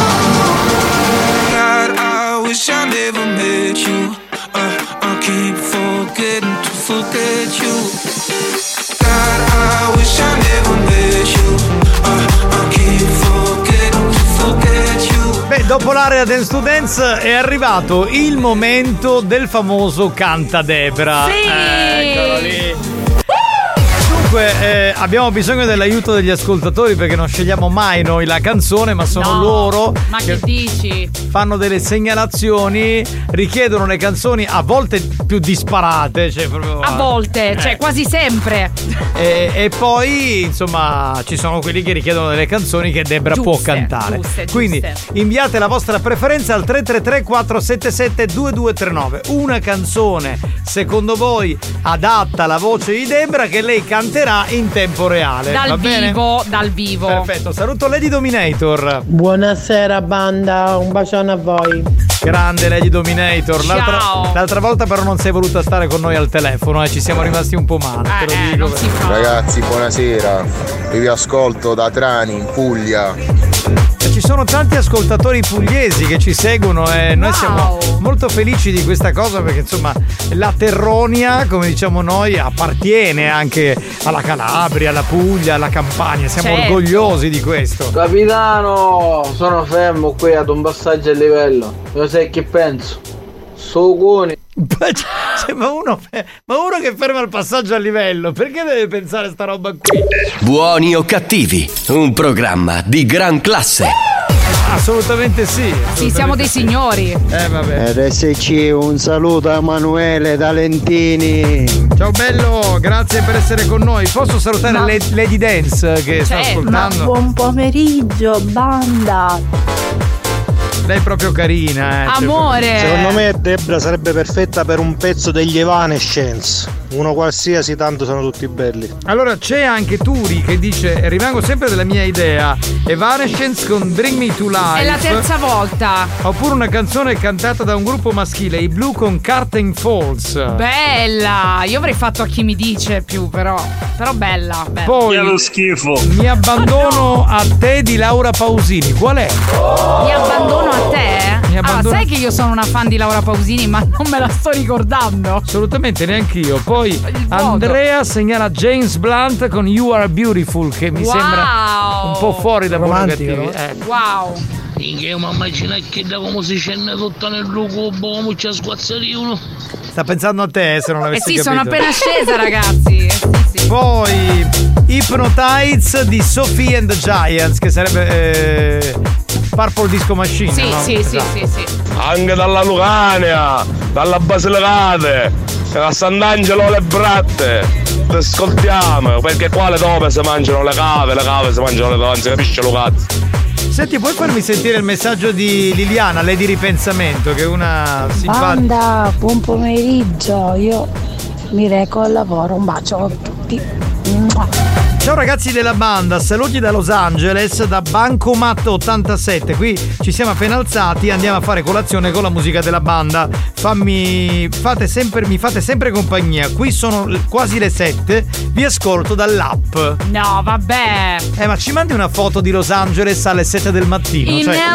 do. God, I wish I never met you. uh, I keep forgetting to forget you. God, I wish I never met you. uh, I keep forgetting to forget you. Beh, dopo l'area Dance to Dance è arrivato il momento del famoso Canta Debra. Sì! Eccolo lì. Dunque, eh, abbiamo bisogno dell'aiuto degli ascoltatori perché non scegliamo mai noi la canzone, ma sono No, loro ma che dici? fanno delle segnalazioni, richiedono le canzoni a volte più disparate, cioè proprio, A volte, eh. cioè quasi sempre. E, e poi insomma ci sono quelli che richiedono delle canzoni che Debra Giuste, può cantare. giuste, giuste. Quindi inviate la vostra preferenza al tre tre tre quattro sette sette due due tre nove. Una canzone secondo voi adatta alla voce di Debra che lei canterà in tempo reale. Dal va bene? vivo, dal vivo. Perfetto, saluto Lady Dominator. Buonasera banda, un bacione a voi. Grande Lady Dominator. L'altra, Ciao. l'altra volta però non sei voluta stare con noi al telefono e ci siamo rimasti un po' male. te lo dico perché- Ragazzi, buonasera. Io vi ascolto da Trani, in Puglia. Ci sono tanti ascoltatori pugliesi che ci seguono e noi siamo molto felici di questa cosa perché insomma la Terronia, come diciamo noi, appartiene anche alla Calabria, alla Puglia, alla Campania. Siamo Certo. orgogliosi di questo. Capitano, sono fermo qui ad un passaggio a livello. Io sai che penso? Sugoni. Cioè, ma, uno, ma uno che ferma il passaggio a livello, perché deve pensare a sta roba qui? Buoni o cattivi, un programma di gran classe. Assolutamente sì. Sì, siamo dei signori. Eh vabbè. R S C, un saluto a Emanuele da Lentini. Ciao bello, grazie per essere con noi. Posso salutare Ma- Lady Lady Dance che sta ascoltando? Ma buon pomeriggio, banda. Lei è proprio carina, eh. Amore. Secondo me Debra sarebbe perfetta per un pezzo degli Evanescence. Uno qualsiasi, tanto sono tutti belli. Allora c'è anche Turi che dice: rimango sempre della mia idea. Evanescence con Bring Me to Life. È la terza volta. Oppure una canzone cantata da un gruppo maschile, i Blue con Curtain Falls. Bella. Io avrei fatto a chi mi dice più, però. Però bella. bella. Poi schifo. Mi abbandono a te di Laura Pausini. Qual è? Mi abbandono a te? Mi Ah, abbandono- sai che io sono una fan di Laura Pausini, ma non me la sto ricordando. Assolutamente, neanche io. Poi Andrea segnala James Blunt con You Are Beautiful, che mi Wow. sembra un po' fuori da buoni o Romantico, cattivi. no? Eh. Wow. Minchia, io mi immagino che da come si scende tutta nel luogo, come c'è sguazzati uno. Sta pensando a te, eh, se non Eh avessi sì, capito. sono appena scesa, ragazzi. Eh sì, sì. Poi Hypnotize di Sophie and the Giants, che sarebbe eh, Purple Disco Machine. Sì, no? sì, sì, Esatto. sì, sì. Anche dalla Lucania, dalla Basilicate, da Sant'Angelo le Bratte. Ti ascoltiamo, perché qua le tope si mangiano le cave, le cave si mangiano le tope, non si capisce lo cazzo. Senti, puoi farmi sentire il messaggio di Liliana, lei di ripensamento, che è una simpatica. Banda, buon pomeriggio. Io mi reco al lavoro. Un bacio a tutti. Mua. ciao ragazzi della banda, saluti da Los Angeles, da Bancomat ottantasette. Qui ci siamo appena alzati, andiamo a fare colazione con la musica della banda. Fammi fate sempre mi fate sempre compagnia. Qui sono quasi le sette, vi ascolto dall'app. No, vabbè. Eh, ma ci mandi una foto di Los Angeles alle sette del mattino? In cioè, L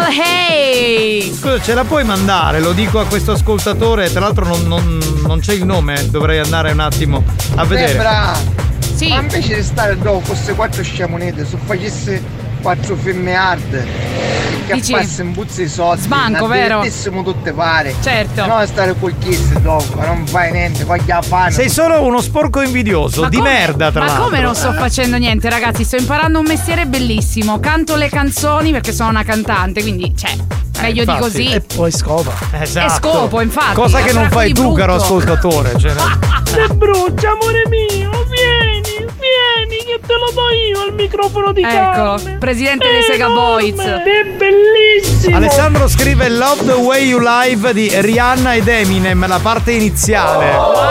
A. Scusa, ce la puoi mandare? Lo dico a questo ascoltatore, tra l'altro non, non, non c'è il nome, dovrei andare un attimo a vedere. Debra, sì. Ma invece di stare dopo queste quattro sciamonete, se facesse quattro femme hard che Dici? appasse in buzzi i soldi, Sbanco, vero? Mettessimo tutte pare. Certo. No, stare col kiss dopo, non fai niente, fai la fame. Sei solo uno sporco invidioso, Ma di come- merda tra ma l'altro. come non sto facendo niente, ragazzi? Sto imparando un mestiere bellissimo. Canto le canzoni perché sono una cantante, quindi, cioè, meglio infatti. di così. E poi scopa. Esatto. E scopo, infatti. Cosa che non Sacco fai di tu, brutto. caro ascoltatore. Cioè, Se brucia, amore mio, vieni, vieni, che te lo do io al microfono di Ecco, carne. presidente dei Sega Boys. È bellissimo. Alessandro scrive Love the Way You Live di Rihanna ed Eminem, la parte iniziale.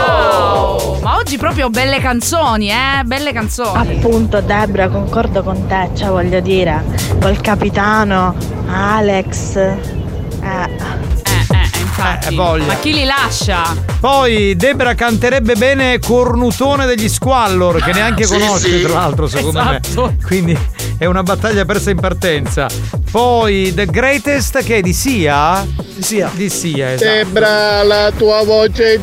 Wow! Ma oggi proprio belle canzoni, eh? Belle canzoni. Appunto, Debra, concordo con te, cioè voglio dire, col capitano, Alex. Eh. Infatti. Eh, voglia. Ma chi li lascia? Poi Debra canterebbe bene Cornutone degli Squallor, che neanche Sì, conosce sì. tra l'altro secondo Esatto. me. Quindi è una battaglia persa in partenza. Poi The Greatest, che è di Sia? Di Sia. Di Sia, esatto. Debra, la tua voce è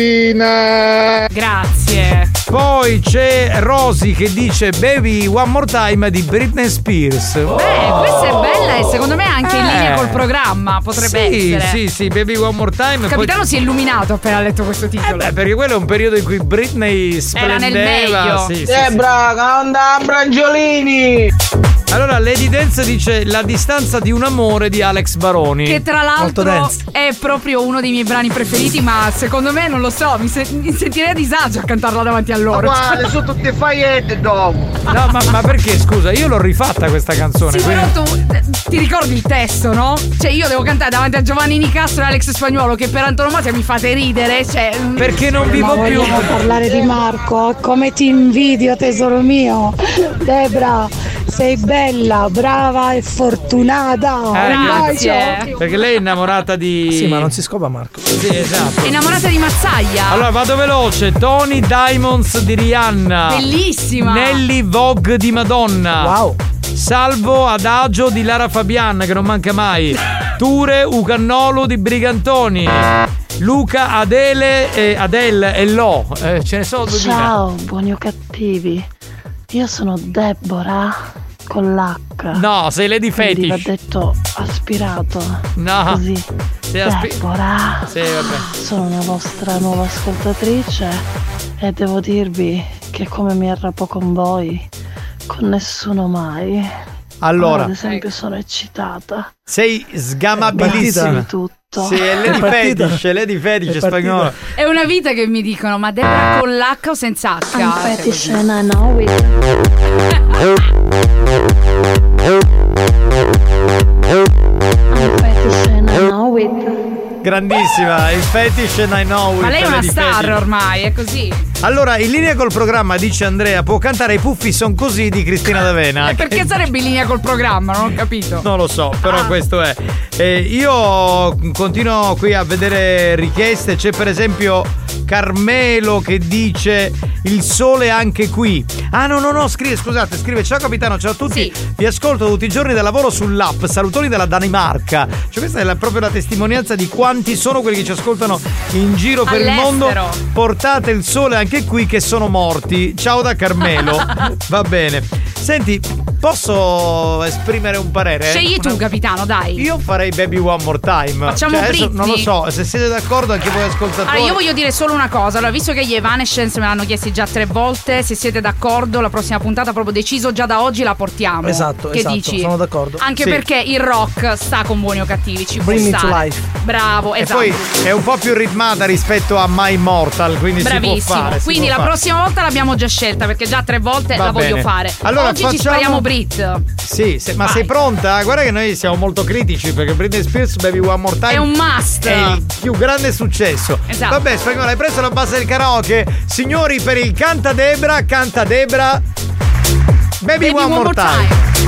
divina. Grazie. Poi c'è Rosy che dice Baby One More Time di Britney Spears. Beh, questa è bella e secondo me anche in Eh. linea col programma. Potrebbe sì, essere. Sì, sì, Baby One More Time. Il capitano poi... si è illuminato appena letto questo titolo. Eh, perché quello è un periodo in cui Britney Era nel splendeva. meglio. Sì, sì, sì. Debra, canta Brangiolini. Allora Lady Dance dice La distanza di un amore di Alex Baroni. Che tra Molto l'altro dance. è proprio uno dei miei brani preferiti, ma secondo me non lo so, mi, se- mi sentirei a disagio a cantarla davanti a loro. Ma guarda, sono tutte faiette dopo. No, ma, ma perché scusa? Io l'ho rifatta questa canzone. Sì, quindi- però tu eh, ti ricordi il testo, no? Cioè io devo cantare davanti a Giovanni Nicastro e Alex Spagnuolo, che per antonomasia mi fate ridere, cioè. Perché non Ma vivo più. vogliamo parlare di Marco? Come ti invidio, tesoro mio. Debra, sei bella, brava e fortunata. Eh, Un grazie. bacio. Perché lei è innamorata di. Sì, ma non si scopa Marco. Sì, esatto. È innamorata di Mazzaglia. Allora vado veloce. Tony Diamonds di Rihanna. Bellissima. Nelly Vogue di Madonna. Wow. Salvo Adagio di Lara Fabian, che non manca mai. Ture Ucannolo di Brigantoni. Luca Adele e Adele e Lo. Eh, ce ne sono due. Ciao, buoni o cattivi. Io sono Deborah con l'H. No, sei Lady Quindi va Fetish. detto aspirato. No. Così. Sei aspi- Deborah. Sì, vabbè. Sono una vostra nuova ascoltatrice e devo dirvi che come mi arrappo con voi, con nessuno mai. Allora. Ora, ad esempio, sono eccitata. Sei sgamabilissima. Di tutto. Sì, è Lady È partita. Fetish, è Lady Fetish, È è partita. spagnolo. È una vita che mi dicono, ma Debra con l'H o senza H? I'm fetish and I know it. I'm fetish and I know it. Grandissima, il Fetish and I Know It. Ma lei è una Lady star Fetish. ormai, è così. Allora, in linea col programma, dice Andrea, può cantare I puffi son così di Cristina D'Avena. E perché sarebbe in linea col programma? Non ho capito. Non lo so, però Ah. questo è. Eh, io continuo qui a vedere richieste. C'è per esempio Carmelo che dice il sole anche qui. Ah no no no, scrive, scusate, scrive ciao capitano, ciao a tutti. Vi ascolto tutti i giorni da lavoro sull'app. Salutoni dalla Danimarca. Cioè questa è la- proprio la testimonianza di quanti sono quelli che ci ascoltano in giro per il All'estero. mondo. Portate il sole anche qui che sono morti. Ciao da Carmelo. Va bene. Senti, posso esprimere un parere? Scegli tu, Una- capitano, dai. Io farei Baby One More Time. Facciamo Cioè, adesso Britney. non lo so, se siete d'accordo anche voi ascoltatori. Allora, io voglio dire solo una cosa. Allora, visto che gli Evanescence me l'hanno chiesti già tre volte, se siete d'accordo, la prossima puntata, proprio deciso già da oggi, la portiamo. Esatto, che esatto, dici? sono d'accordo. Anche Sì. perché il rock sta con buoni o cattivi, ci Bring può me to stare. life. Bravo, E esatto. poi è un po' più ritmata rispetto a My Immortal, quindi si può Bravissimo. fare. si Quindi può la fare. prossima volta l'abbiamo già scelta, perché già tre volte Va la voglio bene. fare. Allora, Oggi ci facciamo- spariamo Brit. Sì, se- ma sei pronta? Guarda che noi siamo molto critici perché Britney Spears Baby One More Time È un must. È il più grande successo. Esatto. Vabbè, spagnolo, hai preso la base del karaoke? Signori, per il Canta Debra, Canta Debra. Baby, Baby One, one More Time, time.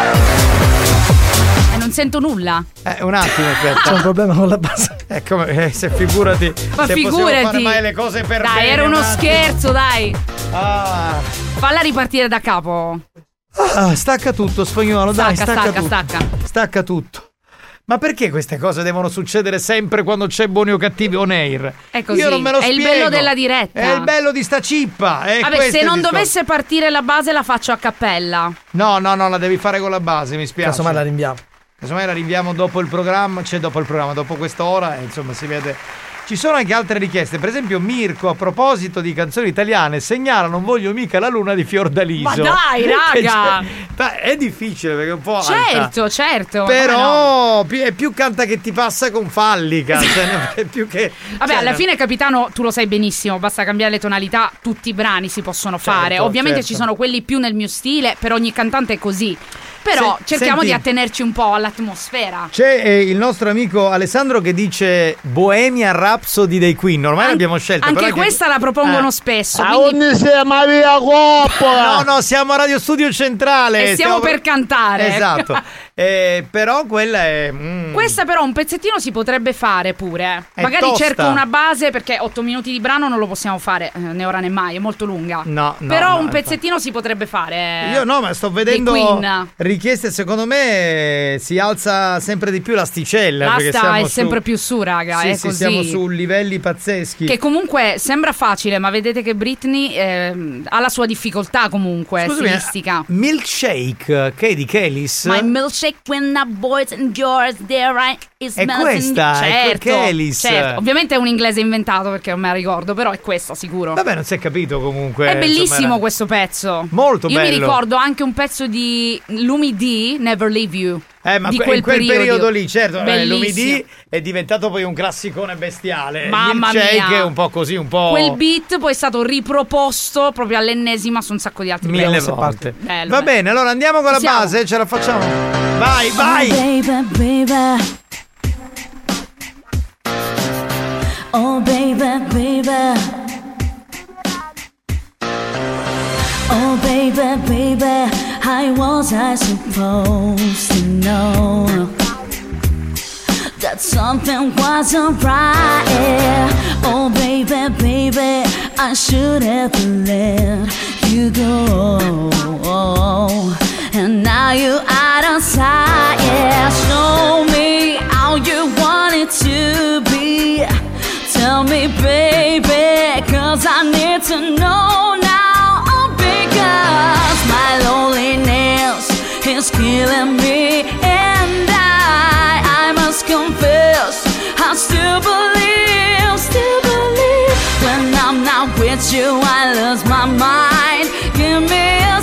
E non sento nulla. Eh, un attimo, aspetta. C'è un problema con la base. Eh, come, eh, se figurati. Ma se figurati. fare mai le cose per dai, bene, era uno Matti. scherzo, dai. Ah. Falla ripartire da capo. Ah, stacca tutto, Spagnolo, Stacca, dai, stacca, stacca, tutto. stacca. Stacca tutto. Ma perché queste cose devono succedere sempre quando c'è Buoni o Cattivi on air? È così. Io non me lo è spiego. il bello della diretta. È il bello di sta cippa. È Vabbè, se il non discorso. dovesse partire la base la faccio a cappella. No, no, no, la devi fare con la base, mi spiace. Casomai la rinviamo. Casomai la rinviamo dopo il programma, cioè dopo il programma, dopo quest'ora, e insomma si vede. Ci sono anche altre richieste, per esempio Mirko, a proposito di canzoni italiane, segnala Non voglio mica la luna di Fiordaliso. Ma dai, raga! Cioè, è difficile perché è un po' Certo, alta. certo. Però no. È più canta che ti passa con Fallica, cioè, è più che. Vabbè, cioè, alla fine, capitano, tu lo sai benissimo, basta cambiare le tonalità, tutti i brani si possono Certo, fare. Ovviamente certo. ci sono quelli più nel mio stile, per ogni cantante è così. Però Se- cerchiamo senti. di attenerci un po' all'atmosfera. C'è eh, il nostro amico Alessandro che dice Bohemian Rhapsody dei Queen, ormai An- l'abbiamo scelta. Anche però questa che... la propongono Ah. spesso. A quindi- ogni siamo via coppola. No, no, siamo a Radio Studio Centrale. E stiamo per cantare. Esatto. Eh, però quella è. mm. Questa però un pezzettino si potrebbe fare pure. È Magari tosta. cerco una base, perché otto minuti di brano non lo possiamo fare eh, né ora né mai, è molto lunga. No, no, Però no, un infatti. pezzettino si potrebbe fare. Io no, ma sto vedendo dei Queen. richieste, secondo me si alza sempre di più l'asticella. perché L'asta siamo è su- sempre più su, raga, Sì, è sì, così. siamo su livelli pazzeschi. Che comunque sembra facile, ma vedete che Britney ehm, ha la sua difficoltà comunque Scusami, stilistica. Milkshake, Katie Kellis. My milkshake when the boys and yours there I is È melting. questa, è certo, quel Kellis. certo. Ovviamente è un inglese inventato perché non me la ricordo, però è questa sicuro. Vabbè, non si è capito comunque. È bellissimo insomma, era- questo pezzo. Molto Io bello. mi ricordo anche un pezzo di Lumi D, Never Leave You. Eh, ma di que- quel in quel periodo, periodo lì, certo, eh, Bellissimo. l'Umidì è diventato poi un classicone bestiale. Mamma Milkshake mia. è un po' così, un po'. Quel beat poi è stato riproposto proprio all'ennesima su un sacco di altri Mille pezzi. volte. Bello, Va bello. bene, allora andiamo con Ci la siamo. base, ce la facciamo. Vai, vai. baby, baby. Oh, baby, baby. Oh, baby, baby. How was I supposed to know that something wasn't right? Oh, baby, baby. I should have let you go. And now you're out of sight. Yeah, show me how you want it to be. Tell me, baby, cause I need to know now. Oh, because my loneliness is killing me. And I, I must confess, I still believe, still believe. When I'm not with you, I lose my mind. Give me a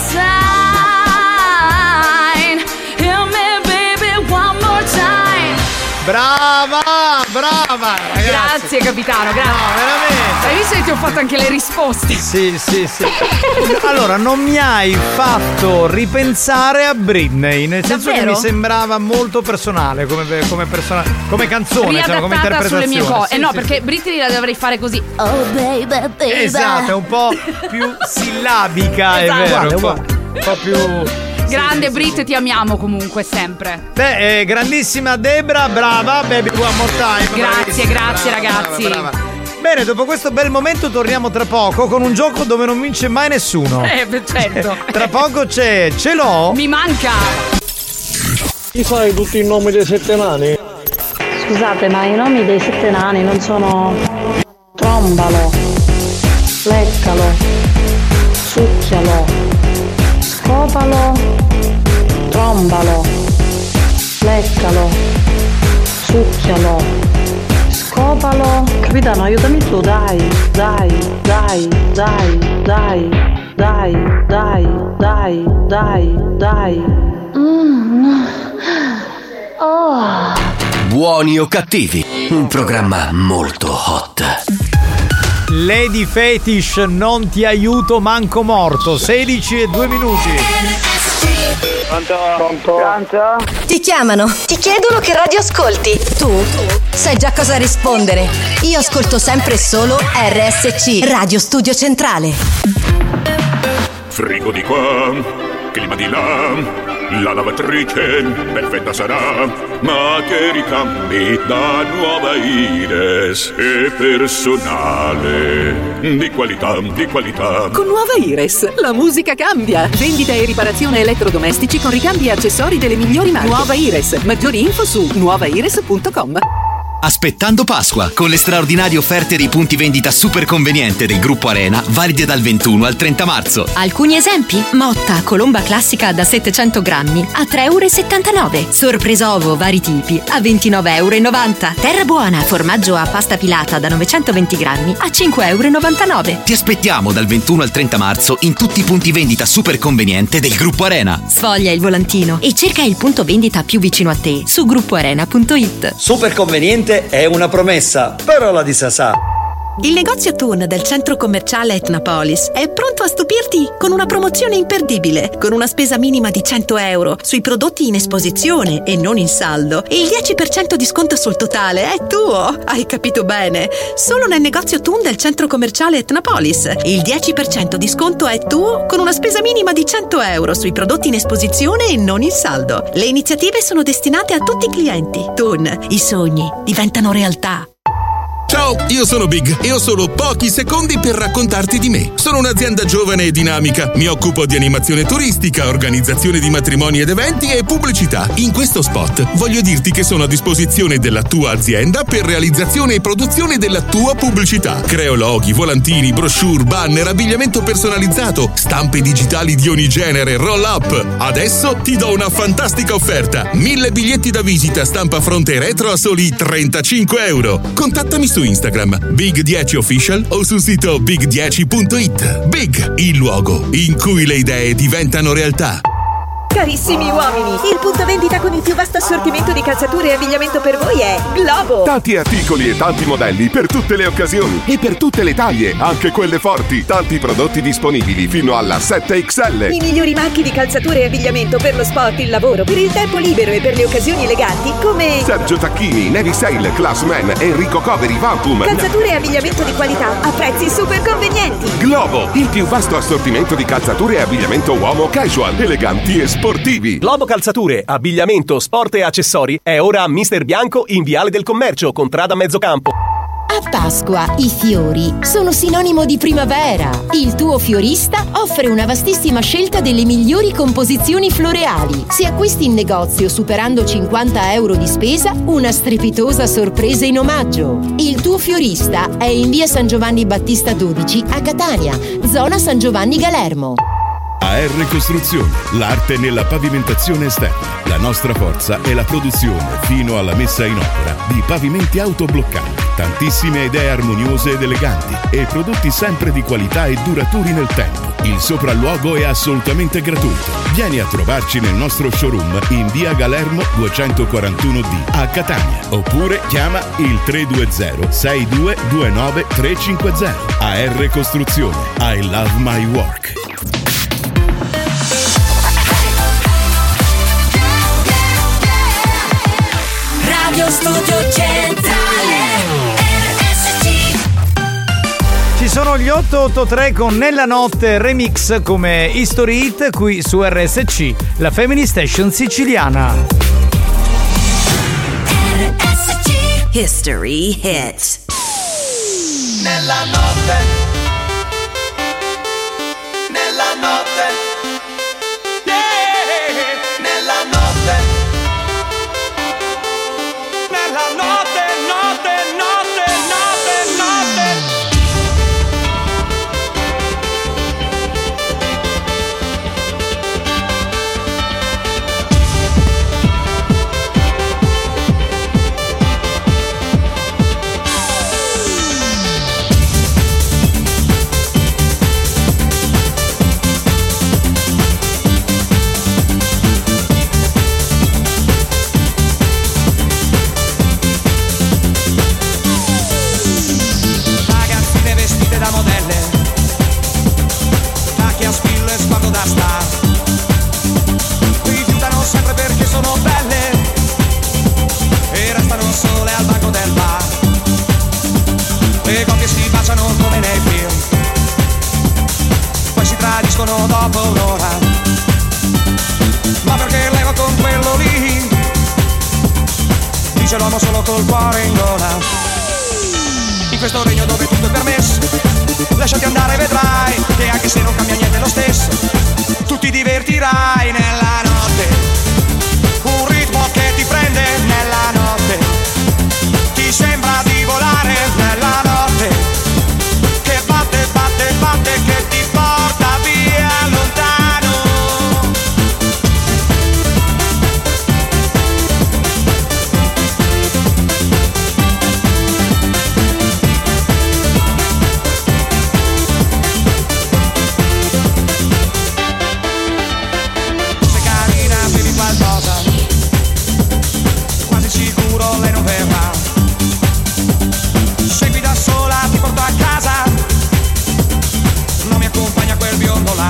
sign. Hear me, baby, one more time. Brava, brava, ragazzi. Grazie capitano, grazie. No, veramente. Hai visto che ti ho fatto anche le risposte? Sì, sì, sì. Allora, non mi hai fatto ripensare a Britney, nel senso Davvero? che mi sembrava molto personale come, come, persona, come canzone, cioè, come Riadattata interpretazione. sulle mie cose. Sì, Eh no, sì, perché Britney la dovrei fare così. Oh baby, baby. Esatto, è un po' più sillabica, Esatto. è vero, un po', Uguale, un po' più. Grande Brit, ti amiamo comunque sempre. Beh, eh, grandissima Debra, brava, baby one more time. Grazie, bravissima, grazie, brava, ragazzi. brava, brava. Bene, dopo questo bel momento torniamo tra poco con un gioco dove non vince mai nessuno. Eh, beh, certo. Tra poco c'è Ce l'ho. Mi manca. Ti sai tutti i nomi dei sette nani? Scusate, ma i nomi dei sette nani non sono trombalo, leccalo, succhialo, scopalo, trombalo, leccalo, succhialo, scopalo. Capitano, aiutami tu, dai, dai, dai, dai, dai, dai, dai, dai, dai, dai. Mm, no. Oh. Buoni o cattivi, un programma molto hot. Lady Fetish, non ti aiuto manco morto. sedici e due minuti. Pronto? Pronto? Ti chiamano, ti chiedono che radio ascolti. Tu sai già cosa rispondere. Io ascolto sempre e solo R S C, Radio Studio Centrale. Frigo di qua, clima di là. La lavatrice perfetta sarà, ma che ricambi da nuova Ires e personale di qualità, di qualità. Con nuova Ires la musica cambia. Vendita e riparazione elettrodomestici con ricambi e accessori delle migliori marche. Nuova Ires. Maggiori info su nuova ires punto com. Aspettando Pasqua, con le straordinarie offerte dei punti vendita super conveniente del gruppo Arena, valide dal ventuno al trenta marzo. Alcuni esempi: Motta Colomba classica da settecento grammi a tre e settantanove euro. Sorpresa ovo vari tipi a ventinove e novanta euro. Terra Buona formaggio a pasta pilata da novecentoventi grammi a cinque e novantanove euro. Ti aspettiamo dal ventuno al trenta marzo in tutti i punti vendita super conveniente del gruppo Arena. Sfoglia il volantino e cerca il punto vendita più vicino a te su gruppo arena punto it. Super conveniente è una promessa, parola di Sasà. Il negozio Thun del centro commerciale Etnapolis è pronto a stupirti con una promozione imperdibile. Con una spesa minima di cento euro sui prodotti in esposizione e non in saldo, e il dieci per cento di sconto sul totale è tuo. Hai capito bene? Solo nel negozio Thun del centro commerciale Etnapolis. Il dieci per cento di sconto è tuo con una spesa minima di cento euro sui prodotti in esposizione e non in saldo. Le iniziative sono destinate a tutti i clienti. Thun, i sogni diventano realtà. Ciao, io sono Big e ho solo pochi secondi per raccontarti di me. Sono un'azienda giovane e dinamica. Mi occupo di animazione turistica, organizzazione di matrimoni ed eventi e pubblicità. In questo spot voglio dirti che sono a disposizione della tua azienda per realizzazione e produzione della tua pubblicità. Creo loghi, volantini, brochure, banner, abbigliamento personalizzato, stampe digitali di ogni genere, roll up. Adesso ti do una fantastica offerta. Mille biglietti da visita stampa fronte e retro a soli trentacinque euro. Contattami su Instagram Big dieci Official o sul sito big dieci punto it. Big, il luogo in cui le idee diventano realtà. Carissimi uomini, il punto vendita con il più vasto assortimento di calzature e abbigliamento per voi è Globo. Tanti articoli e tanti modelli per tutte le occasioni e per tutte le taglie, anche quelle forti. Tanti prodotti disponibili fino alla sette X L. I migliori marchi di calzature e abbigliamento per lo sport, il lavoro, per il tempo libero e per le occasioni eleganti come Sergio Tacchini, Navy Sail, Classman, Enrico Coveri, Vampum. Calzature e abbigliamento di qualità a prezzi super convenienti. Globo, il più vasto assortimento di calzature e abbigliamento uomo casual, eleganti e sportivi. Globo Calzature, abbigliamento, sport e accessori è ora a Mister Bianco in Viale del Commercio, contrada Mezzocampo. A Pasqua i fiori sono sinonimo di primavera. Il tuo fiorista offre una vastissima scelta delle migliori composizioni floreali. Se acquisti in negozio superando cinquanta euro di spesa, una strepitosa sorpresa in omaggio. Il tuo fiorista è in via San Giovanni Battista dodici a Catania, zona San Giovanni Galermo. A R Costruzioni, l'arte nella pavimentazione esterna. La nostra forza è la produzione fino alla messa in opera di pavimenti autobloccanti, tantissime idee armoniose ed eleganti e prodotti sempre di qualità e duraturi nel tempo. Il sopralluogo è assolutamente gratuito. Vieni a trovarci nel nostro showroom in via Galermo duecentoquarantuno D a Catania, oppure chiama il tre due zero sei due due nove tre cinque zero. A R Costruzione, I love my work. Radio Studio Centrale R S C. Ci sono gli otto otto tre con Nella Notte remix come History Hit qui su R S C, la Family Station siciliana. R S C History Hit. Nella notte, nella notte, yeah, nella notte, nella notte, notte, notte, notte, notte. Dormo solo col cuore in gola. In questo regno dove tutto è permesso, lasciati andare, vedrai che anche se non cambia niente è lo stesso, tu ti divertirai nella notte. Un ritmo che ti prende nella notte, ti sembra di volare nella notte, che batte, batte, batte, che ti porta via lontano. Se carina bevi qualcosa, quasi sicuro lei non verrà. Segui da sola, ti porto a casa, non mi accompagna quel biondo là.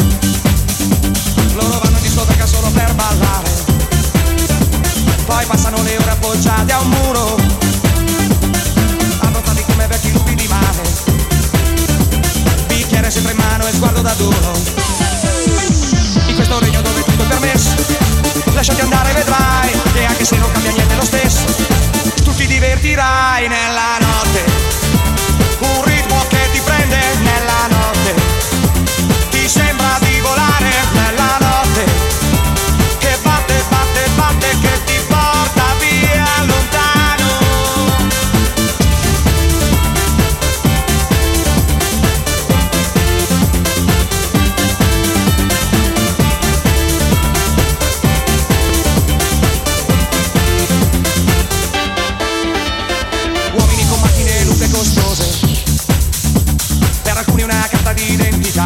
Loro vanno in discoteca solo per ballare, poi passano le ore appoggiate a un muro, abbronzati come vecchi lupi di mare, bicchiere sempre in mano e sguardo da duro. In questo regno dove tutto è permesso, lasciati andare, vedrai che anche se non cambia niente è lo stesso, tu ti divertirai nella notte. Un ritmo che ti prende nella notte, ti sembra di volare nella notte, che batte, batte, batte, che ti porta via lontano. Uomini con macchine lunghe e costose, per alcuni una carta di identità,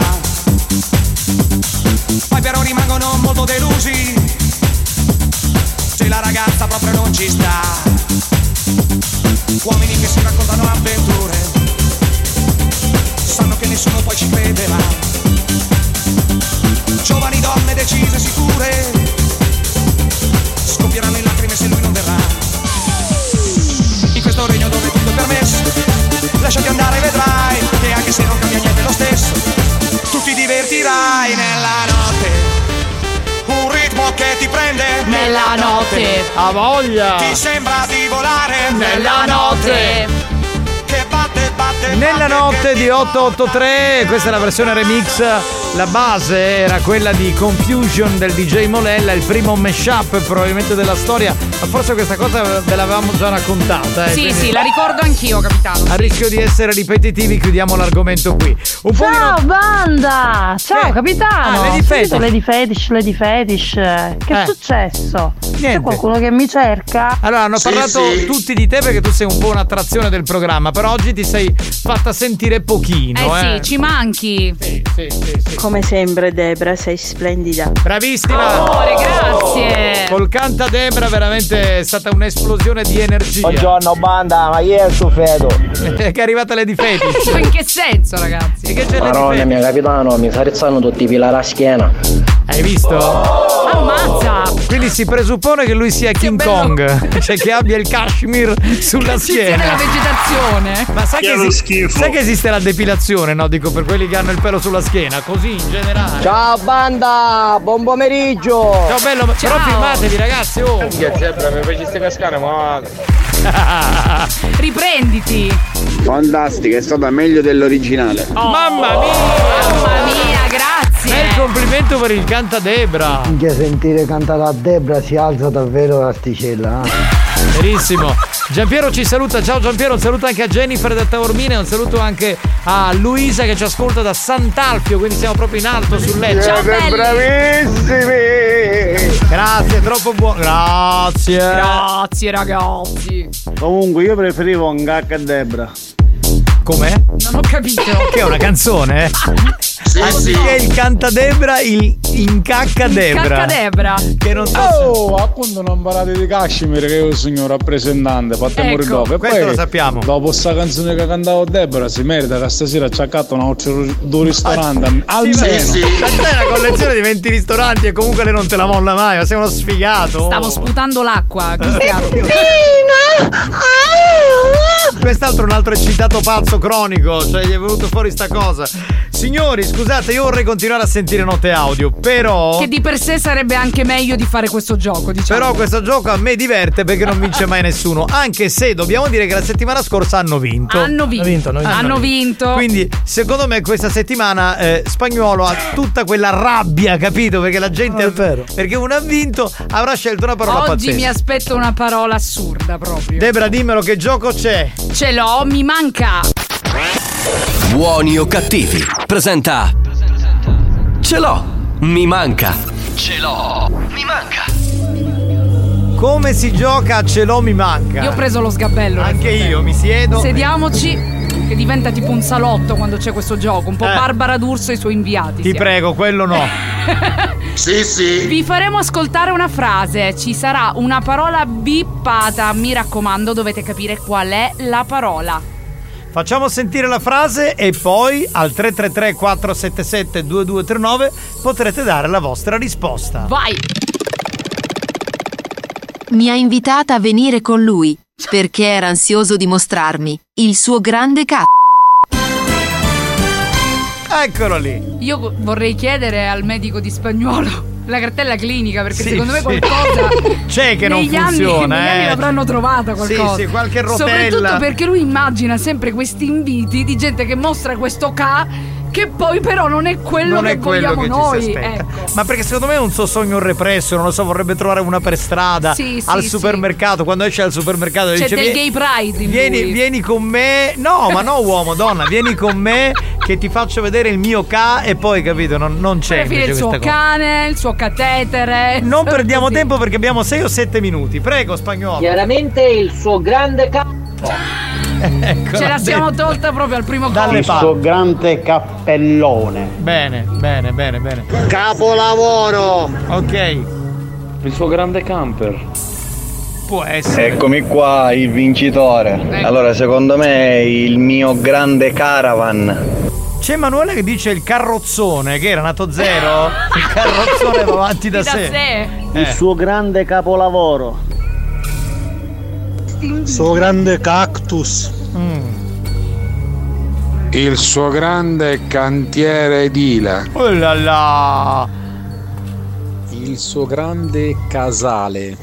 poi però rimangono molto delusi se la ragazza proprio non ci sta. Uomini che si raccontano avventure, sanno che nessuno poi ci crederà. Giovani donne decise, sicure, scoppieranno in lacrime se lui non verrà. In questo regno dove tutto è permesso, lasciati andare, vedrai che anche se non cambia niente è lo stesso, tu ti divertirai nella notte. Un ritmo che ti prende nella notte, a voglia, ti sembra di volare nella notte, che batte, batte, Nella batte, notte che di ti ottocentoottantatré, questa è la versione remix. La base era quella di Confusion del D J Molella, il primo mashup probabilmente della storia, ma forse questa cosa ve l'avevamo già raccontata. Eh, Sì, quindi, sì, la ricordo anch'io, capitano. a rischio di essere ripetitivi, chiudiamo l'argomento qui. Un po' Ciao banda! Ciao Eh. capitano! Ah, Lady Ho sentito Fetish. Lady Fetish, Lady Fetish. Che Eh. è successo? Niente. C'è qualcuno che mi cerca? Allora, hanno parlato tutti di te perché tu sei un po' un'attrazione del programma, però oggi ti sei fatta sentire pochino. Eh Eh, sì, ci manchi. Sì, sì, sì, sì. Come sempre, Debra, sei splendida. Bravissima! Amore, grazie. Col canta Debra veramente è stata un'esplosione di energia. Buongiorno banda, ma chi è il Fedo? Che è arrivata Lady Fetish. Ma in che senso, ragazzi? E che c'è Lady Marone, Fetish? mio capitano, mi sarezzano tutti i pilari a schiena. Hai visto? Ammazza! Quindi si presuppone che lui sia King bello. Kong, cioè che abbia il cashmere sulla Tiene la schiena. vegetazione. Ma sai che, Che esi- schifo. sai che esiste la depilazione, no? Dico per quelli che hanno il pelo sulla schiena, così in generale. Ciao banda, buon pomeriggio. Ciao bello, ma- però Ciao. filmatevi ragazzi, oh! Che zebra, mi faceste cascare, ma... Riprenditi. Fantastica, è stata meglio dell'originale. Oh. Mamma mia! Mamma mia, grazie. Bel complimento per il canta Debra. Anche sentire cantare a Debra si alza davvero l'asticella. Verissimo. Giampiero ci saluta, ciao Giampiero, un saluto anche a Jennifer da Taormina e un saluto anche a Luisa che ci ascolta da Sant'Alfio, quindi siamo proprio in alto sul letto. Ciao, belli. Bravissimi! Grazie, troppo buono. Grazie. Grazie, ragazzi. Comunque io preferivo un cacca a Debra. Com'è? Non ho capito. Che è una canzone? Anziché il canta Debra, il incacca Debra. Caccadebra. Che non so Oh, appunto non parlate di Kashmir che io sono il rappresentante, fate Ecco, morire dopo. E questo poi, lo sappiamo. Dopo sta canzone che cantavo Debra, si merita che stasera ci accatto un altro due ristorante. Almeno. Sì, sì. Ma c'è una collezione di venti ristoranti e comunque lei non te la molla mai, ma sei uno sfigato. Stavo sputando l'acqua. Cristiano. Quest'altro è un altro eccitato pazzo cronico, cioè gli è venuto fuori sta cosa. Signori, scusate, io vorrei continuare a sentire note audio, però. Che di per sé sarebbe anche meglio di fare questo gioco, diciamo. Però questo gioco a me diverte perché non vince mai nessuno. Anche se dobbiamo dire che la settimana scorsa hanno vinto. Hanno vinto. Hanno vinto. Hanno vinto. Hanno vinto. Quindi, secondo me, questa settimana eh, Spagnuolo ha tutta quella rabbia, capito? Perché la gente. Non è vero. Perché uno ha vinto, avrà scelto una parola Oggi pazzesca. mi aspetto una parola assurda proprio. Debra, dimmelo, che gioco c'è? Ce l'ho, mi manca. Buoni o cattivi presenta Ce l'ho, mi manca. Ce l'ho, mi manca. Come si gioca a Ce l'ho, mi manca? Io ho preso lo sgabello. Anche io, mi siedo. Sediamoci, che diventa tipo un salotto quando c'è questo gioco. Un po' Eh. Barbara D'Urso e i suoi inviati. Ti siamo. prego, quello no. Sì, sì. Vi faremo ascoltare una frase. Ci sarà una parola bippata. Mi raccomando, dovete capire qual è la parola. Facciamo sentire la frase e poi al tre tre tre quattro sette sette due due tre nove potrete dare la vostra risposta. Vai! Mi ha invitata a venire con lui perché era ansioso di mostrarmi il suo grande c***o. Eccolo lì. Io vorrei chiedere al medico di Spagnuolo la cartella clinica, perché Sì, secondo me sì. qualcosa C'è che non negli anni, funziona, negli anni eh. l'avranno trovata qualcosa. Sì, sì, qualche rotella. Soprattutto perché lui immagina sempre questi inviti di gente che mostra questo K che poi però non è quello Non che è quello vogliamo che noi. ci si aspetta. Ecco. Ma perché secondo me è un suo sogno represso, non lo so, vorrebbe trovare una per strada, Sì, sì, al sì. supermercato, quando esce al supermercato C'è dice del "Vie- gay pride in vieni, lui." vieni con me". No, ma no uomo, donna, vieni con me che ti faccio vedere il mio K e poi capito, non, non c'è Alla fine invece il suo questa cosa. cane, il suo catetere. Non perdiamo così. tempo perché abbiamo sei o sette minuti. Prego, Spagnolo. Chiaramente il suo grande capo. Ecco, Ce la siamo detto. tolta proprio al primo Dalle Il colpo. suo grande cappellone. Bene, bene, bene, bene. Capolavoro. Ok, Il suo grande camper. può essere. Eccomi qua, il vincitore. Ecco. Allora, secondo me il mio grande caravan. C'è Emanuele che dice il carrozzone, che era nato zero. Il carrozzone va avanti da, Da sé. sé. Il Eh. suo grande capolavoro. Il suo grande cactus. Mm. Il suo grande cantiere edile. Oh là là. Il suo grande casale.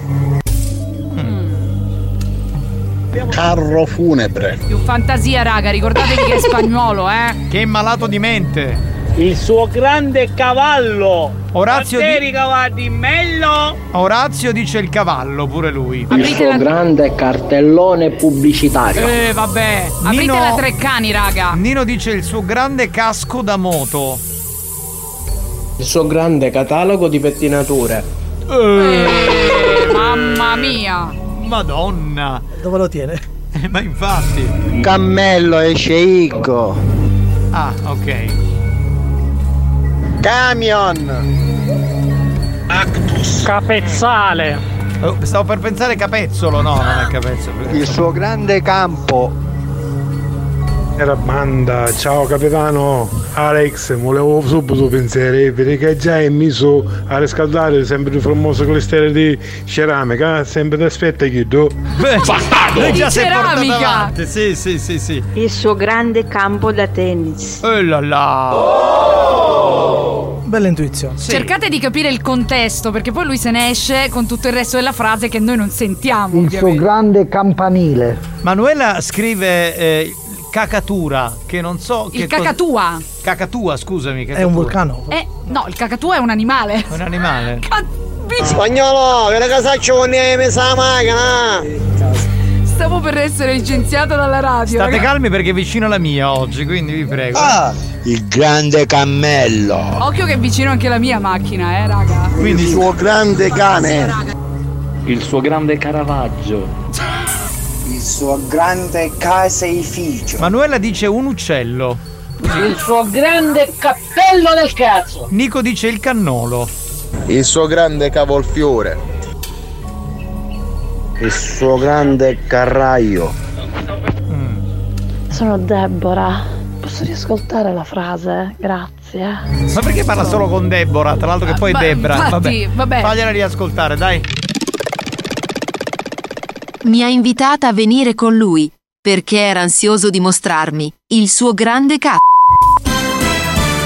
Carro funebre. Più fantasia, raga, ricordatevi che è Spagnuolo, eh. Che è malato di mente. Il suo grande cavallo. Orazio, di- cavalli mello. Orazio dice il cavallo, pure lui. Il Aprite suo la- grande cartellone pubblicitario. Eh, vabbè. Aprite Nino- la Treccani, raga. Nino dice il suo grande casco da moto. Il suo grande catalogo di pettinature. Eh, mamma mia. Madonna. Dove lo tiene? Eh, ma infatti. Cammello e sceicco. Ah, ok. Camion. Actus. Capezzale. Oh, stavo per pensare capezzolo, no, non è capezzolo. Il suo grande campo. Era banda, ciao capitano Alex, volevo subito pensare perché già è messo a riscaldare sempre il famoso clestere di ceramica, sempre ti aspetta chiudo. Lei già Di si è portato ceramica. avanti. Sì, sì, sì, sì. Il suo grande campo da tennis. Oh là là. Bella intuizione. Sì. Cercate di capire il contesto, perché poi lui se ne esce con tutto il resto della frase che noi non sentiamo. Il suo ovviamente. grande campanile. Manuela scrive eh, cacatura, che non so che Il cos- cacatua. Cacatua, scusami. È un vulcano. Eh, no, il cacatua è un animale. Un animale. Spagnolo, che casaccio con ne hai messo la macchina? Stavo per essere licenziata dalla radio. State raga. calmi perché è vicino alla mia oggi, quindi vi prego. Ah, il grande cammello. Occhio che è vicino anche la mia macchina, eh, raga. Quindi il suo grande cane. Il suo grande Caravaggio. Il suo grande caseificio. Manuela dice un uccello. Il suo grande cappello del cazzo. Nico dice il cannolo. Il suo grande cavolfiore. Il suo grande carraio. Sono Deborah. Posso riascoltare la frase? Grazie. Ma perché parla solo con Deborah? Tra l'altro che poi è Ma Debra. infatti, vabbè. vabbè. Fagliela riascoltare, dai. Mi ha invitata a venire con lui perché era ansioso di mostrarmi il suo grande c***o.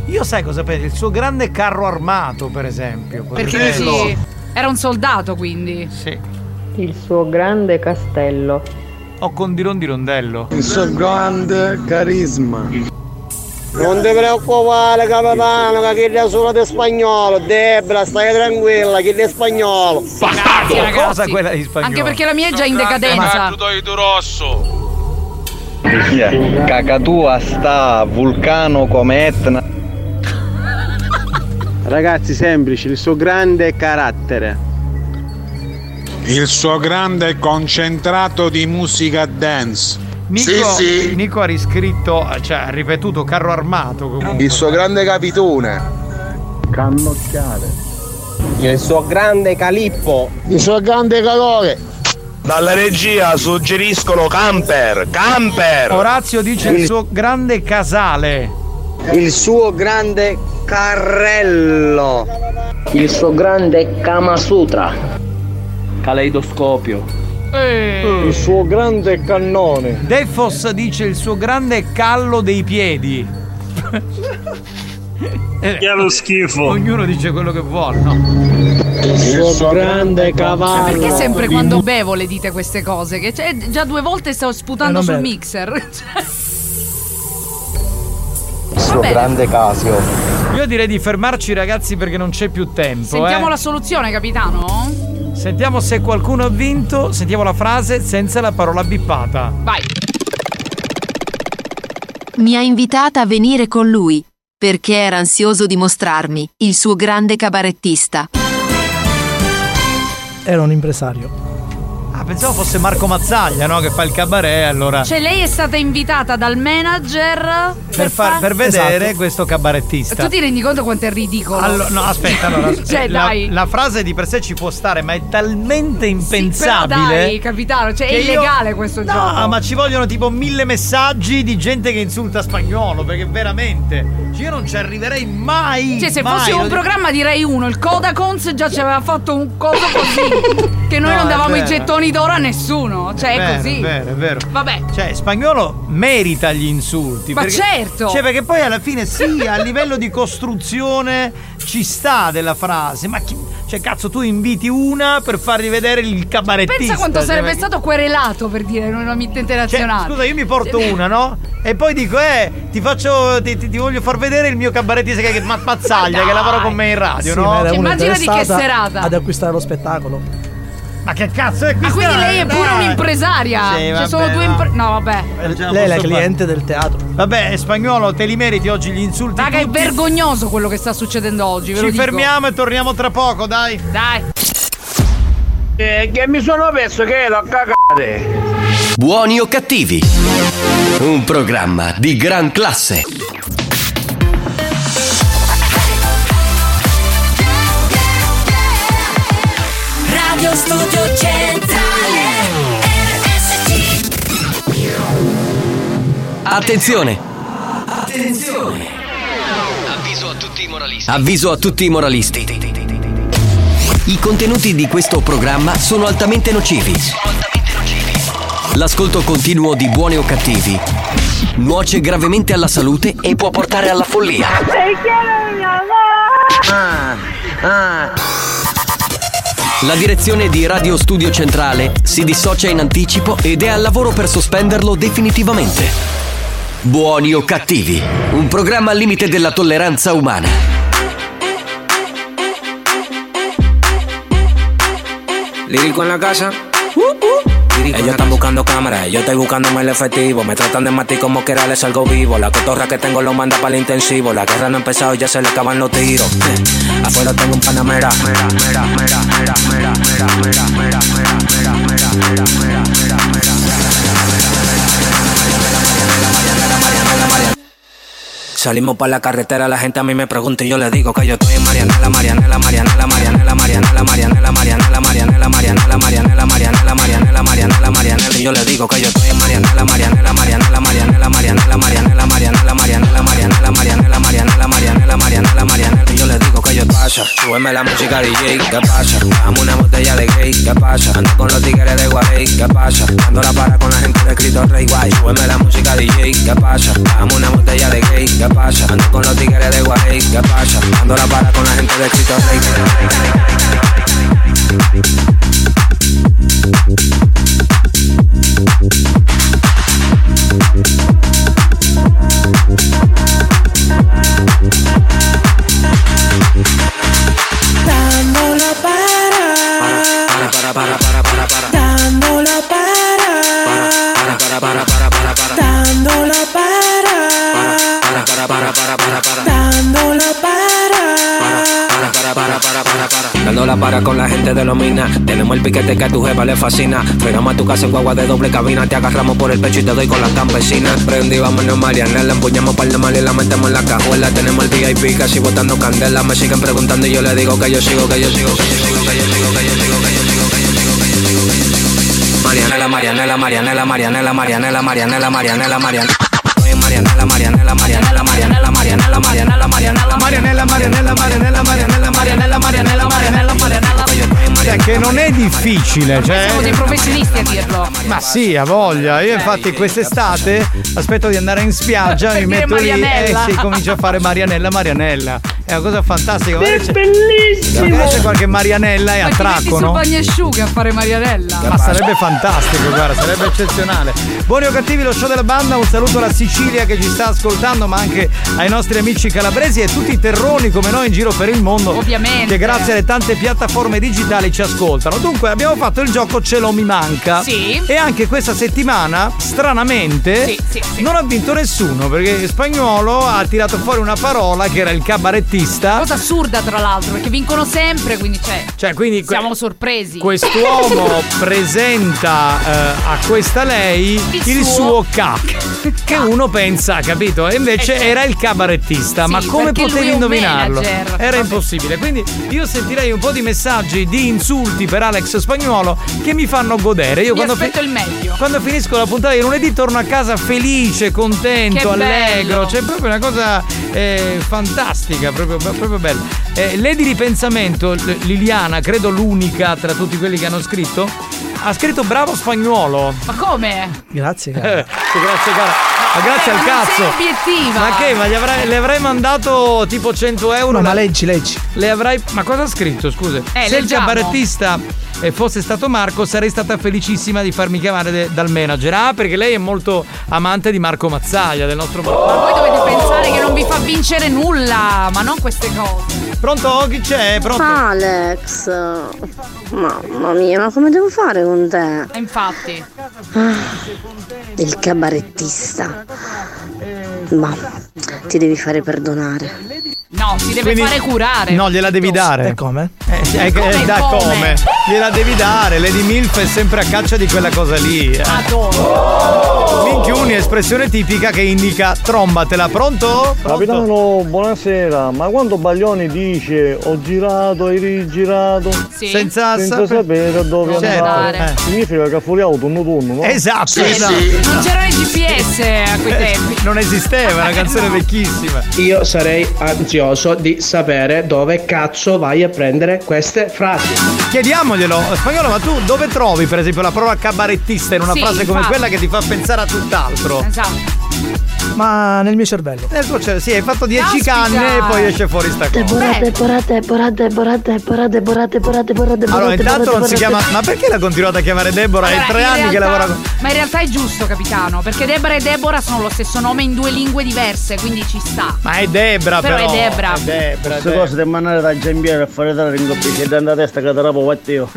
Io sai cosa penso? Il suo grande carro armato, per esempio. Perché sì, era un soldato, quindi. Sì. Il suo grande castello. O con Diron di Rondello. Il suo grande carisma. Non ti preoccupare, capitano, che è solo di spagnolo. Debra, stai tranquilla, che è spagnolo. Grazie, ragazzi. Cosa quella di spagnolo? Anche perché la mia è già in decadenza. Cacatua sta vulcano come Etna. Ragazzi, semplici, il suo grande carattere. Il suo grande concentrato di musica dance. Nico, Sì, sì. Nico ha riscritto, cioè ha ripetuto carro armato comunque. Il suo grande capitone. Cannocchiale. Il suo grande calippo. Il suo grande calore. Dalla regia suggeriscono camper, camper. Orazio dice il suo grande casale. Il suo grande carrello. Il suo grande Kama Sutra. Caleidoscopio. Il suo grande cannone. Defos dice il suo grande callo dei piedi. Che è lo schifo. Ognuno dice quello che vuole, no? Il suo grande cavallo. Ma perché sempre quando bevo le dite queste cose? Che cioè, già due volte stavo sputando Eh, sul non mixer. Il suo grande Casio. Io direi di fermarci, ragazzi, perché non c'è più tempo. Sentiamo eh. la soluzione, capitano? Sentiamo se qualcuno ha vinto. Sentiamo la frase senza la parola bippata. Vai. Mi ha invitata a venire con lui perché era ansioso di mostrarmi il suo grande cabarettista. Era un impresario. Ah, pensavo fosse Marco Mazzaglia, no? Che fa il cabaret, allora. Cioè lei è stata invitata dal manager per, Per, far, far- per vedere Esatto. questo cabarettista. Tu ti rendi conto quanto è ridicolo? Allora, no, aspetta, allora. Cioè, la, dai. la frase di per sé ci può stare, ma è talmente Sì, impensabile. però dai, capitano, cioè è che io- illegale questo no, gioco. ma ci vogliono tipo mille messaggi di gente che insulta spagnolo, perché veramente cioè, io non ci arriverei mai. Cioè, se mai, fosse lo un dico- programma di Rai uno, il Codacons già ci aveva fatto un coso così. Che noi No, non è davamo i vero. gettoni d'oro a nessuno. Cioè, è, vero, così. È vero, è vero. Vabbè. Cioè, spagnolo merita gli insulti. Ma perché- certo. Cioè, perché poi alla fine sì, a livello di costruzione ci sta della frase. Ma chi, cioè, cazzo, tu inviti una per fargli vedere il cabarettista. Pensa quanto cioè, sarebbe perché- stato querelato per dire in una mitta Cioè, internazionale. scusa, io mi porto una, no? E poi dico, eh, ti faccio. Ti, ti- ti voglio far vedere il mio cabarettista che è Ma- Mazzaglia, che lavora con me in radio, Sì, no? ma era Cioè, una immaginati che interessata serata. ad acquistare lo spettacolo. Ma che cazzo è Ma questa? quindi lei è pure Dai. un'impresaria. Sì, Cioè, vabbè, sono due no. impre- No, vabbè. Eh, ce la Lei è la posso cliente del teatro. fare. Vabbè, spagnolo, te li meriti oggi gli insulti. Raga, è tutti. vergognoso quello che sta succedendo oggi. Ve lo Ci dico. fermiamo e torniamo tra poco, dai. Dai. Eh, che mi sono perso che l'ho cagate. Buoni o cattivi? Un programma di gran classe. Radio Studio Centrale R S C. Attenzione! Attenzione! Avviso a tutti i moralisti. Avviso a tutti i moralisti. I contenuti di questo programma sono altamente nocivi. L'ascolto continuo di buoni o cattivi nuoce gravemente alla salute e può portare alla follia. Ah, ah. La direzione di Radio Studio Centrale si dissocia in anticipo ed è al lavoro per sospenderlo definitivamente. Buoni o cattivi, un programma al limite della tolleranza umana. Lírico en la casa. Ellos están buscando cámaras, yo estoy buscándome el efectivo. Me tratan de matar como quiera les salgo vivo. La cotorra que tengo lo manda para el intensivo. La guerra no ha empezado y ya se le acaban los tiros. Afuera tengo un panamera. Mera, mera, mera, mera, mera, mera, mera, mera, mera, mera, mera, mera, mera. Salimos para la carretera, la gente a mí me pregunta y yo le digo que yo estoy en Marianela, Marianela, Marianela, Marianela, Marianela, Marianela, Marianela, Marianela, Marianela, Marianela, Marianela, Marianela, Marianela, Marianela, y yo le digo que yo estoy en Marianela, Marianela, Marianela, Marianela, Marianela, Marianela, Marianela, Marianela, Marianela, Marianela, Marianela, Marianela, Marianela, Marianela, y yo le digo que yo pasa. súbeme la música D J, ¿qué pasa? Dame una botella de gay, ¿qué pasa? Ando con los tigres de Guarey, ¿qué pasa? Ando la para con la gente de Cristo Rey, guay. Súbeme la música D J, ¿qué pasa? Dame una botella de gay, ¿qué pasa? Ando con los tigres de Guarey, ¿qué pasa? Ando la para con la gente de Cristo Rey. Dándolo para, para, para, para, para, para. dándolo para, Para, para, para, para, para. dándolo para, Para, para, para, para, para, para. dándolo para. Para, para, para, para, para, para. Dando la para con la gente de los minas. Tenemos el piquete que a tu jefa le fascina. Frenamos a tu casa en guagua de doble cabina. Te agarramos por el pecho y te doy con las campesinas. Prendí, vámonos Marianela. Empuñamos par de mal y la metemos en la cajuela. Tenemos el V I P casi botando candela. Me siguen preguntando y yo le digo que yo sigo, que yo sigo, que yo sigo, que yo sigo, que yo sigo, que yo sigo, que yo sigo, que yo sigo, que yo sigo. Marianela, Marianela, Marianela, Marianela, Marianela, Marianela, Marianela, Marianela. Marianela, Marianela, Marianela, Marianela, Marianela, Marianela, Marianela, Marianela, Marianella, Marianella, Marianella, Marianella, Marianella, Marianella, Marianella, Marianella. Cioè, che non è difficile, cioè. Siamo dei professionisti a dirlo. Ma sì, ha voglia. Io infatti quest'estate aspetto di andare in spiaggia, mi metto lì e si comincia a fare Marianella, Marianella. È una cosa fantastica. È c'è, bellissimo. magari c'è qualche Marianella e Ma ti metti attracco, sul no? bagnasciuga a fare Marianella. Ma sarebbe fantastico, guarda, sarebbe eccezionale. Buoni o cattivi, lo show della banda, un saluto alla Sicilia che ci sta ascoltando, ma anche ai nostri amici calabresi e tutti i terroni come noi in giro per il mondo. Ovviamente. Che grazie alle tante piattaforme digitali ci ascoltano. Dunque abbiamo fatto il gioco Ce lo mi manca. Sì. E anche questa settimana, stranamente, sì, sì, sì. non ha vinto nessuno, perché Spagnuolo ha tirato fuori una parola che era il cabarettista. Cosa assurda tra l'altro, perché vincono sempre, quindi c'è. Cioè, quindi siamo sorpresi. Quest'uomo presenta eh, a questa lei il, Il suo, suo ca, che uno pensa, capito? E invece era il cabarettista. Sì, ma come perché lui potevi è un indovinarlo? manager. Era Vabbè. impossibile. Quindi io sentirei un po' di messaggi di insulti per Alex Spagnuolo che mi fanno godere. Io Mi quando, aspetto il meglio. quando finisco la puntata di lunedì torno a casa felice, contento, Che allegro. bello. C'è proprio una cosa eh, fantastica, proprio, proprio bella. Eh, Lady di Pensamento, L- Liliana, credo l'unica tra tutti quelli che hanno scritto, ha scritto bravo Spagnuolo. Ma come? Grazie, cara. Eh, grazie, cara. Ma grazie Eh, al ma non cazzo. sei obiettiva. Ma che? Ma gli avrai, le avrei mandato tipo cento euro? No, la- ma leggi, leggi. Le avrai. Ma cosa ha scritto? Scusa. Eh, Se il leggiamo. cabarettista eh, fosse stato Marco, sarei stata felicissima di farmi chiamare de- dal manager. Ah, perché lei è molto amante di Marco Mazzaia, del nostro Ma voi dovete pensare che non vi fa vincere nulla, ma non queste cose. Pronto? Chi c'è? Pronto? Alex, mamma mia, ma come devo fare con te? E infatti. Ah, il cabarettista. Ma ti devi fare perdonare. No, si deve Quindi- fare curare. No, gliela devi dare. E come? Eh, sì, è che- Come, da come? come? Gliela devi dare. Lady Milf è sempre a caccia di quella cosa lì. eh. Adoro. Minchiuni, espressione tipica che indica trombatela. Pronto? Pronto? Capitano, buonasera. Ma quando Baglioni dice ho girato e rigirato Sì. Senza, senza sapere dove Certo. andare, Eh. significa che fuori auto un turno, no? Esatto, Sì, esatto. Non c'erano i G P S a quei tempi. Non esisteva, è una canzone No. vecchissima. Io sarei ansioso di sapere dove cazzo vai a prendere queste frasi. Chiediamoglielo, Spagnolo, ma tu dove trovi per esempio la parola cabarettista in una Sì, frase come infatti. quella che ti fa pensare a tutt'altro? Esatto. Ma nel mio cervello. Nel tuo cervello, sì, hai fatto dieci Caspita. canne e poi esce fuori sta cosa. Deborah, Deborah, Deborah, Deborah, Deborah, Deborah, Deborah, Deborah, Deborah. Allora, intanto non si chiama. Ma perché l'ha continuata a chiamare Deborah? Allora, È tre in anni che realtà- lavora con. Ma in realtà è giusto, capitano, perché Deborah e Deborah sono lo stesso nome in due lingue diverse, quindi ci sta. Ma è Debra, Però però. è Debra. È Debra, Queste Debra. cose devo mandare da Giambiere a fare dare in coppia che dà testa che darà poi io.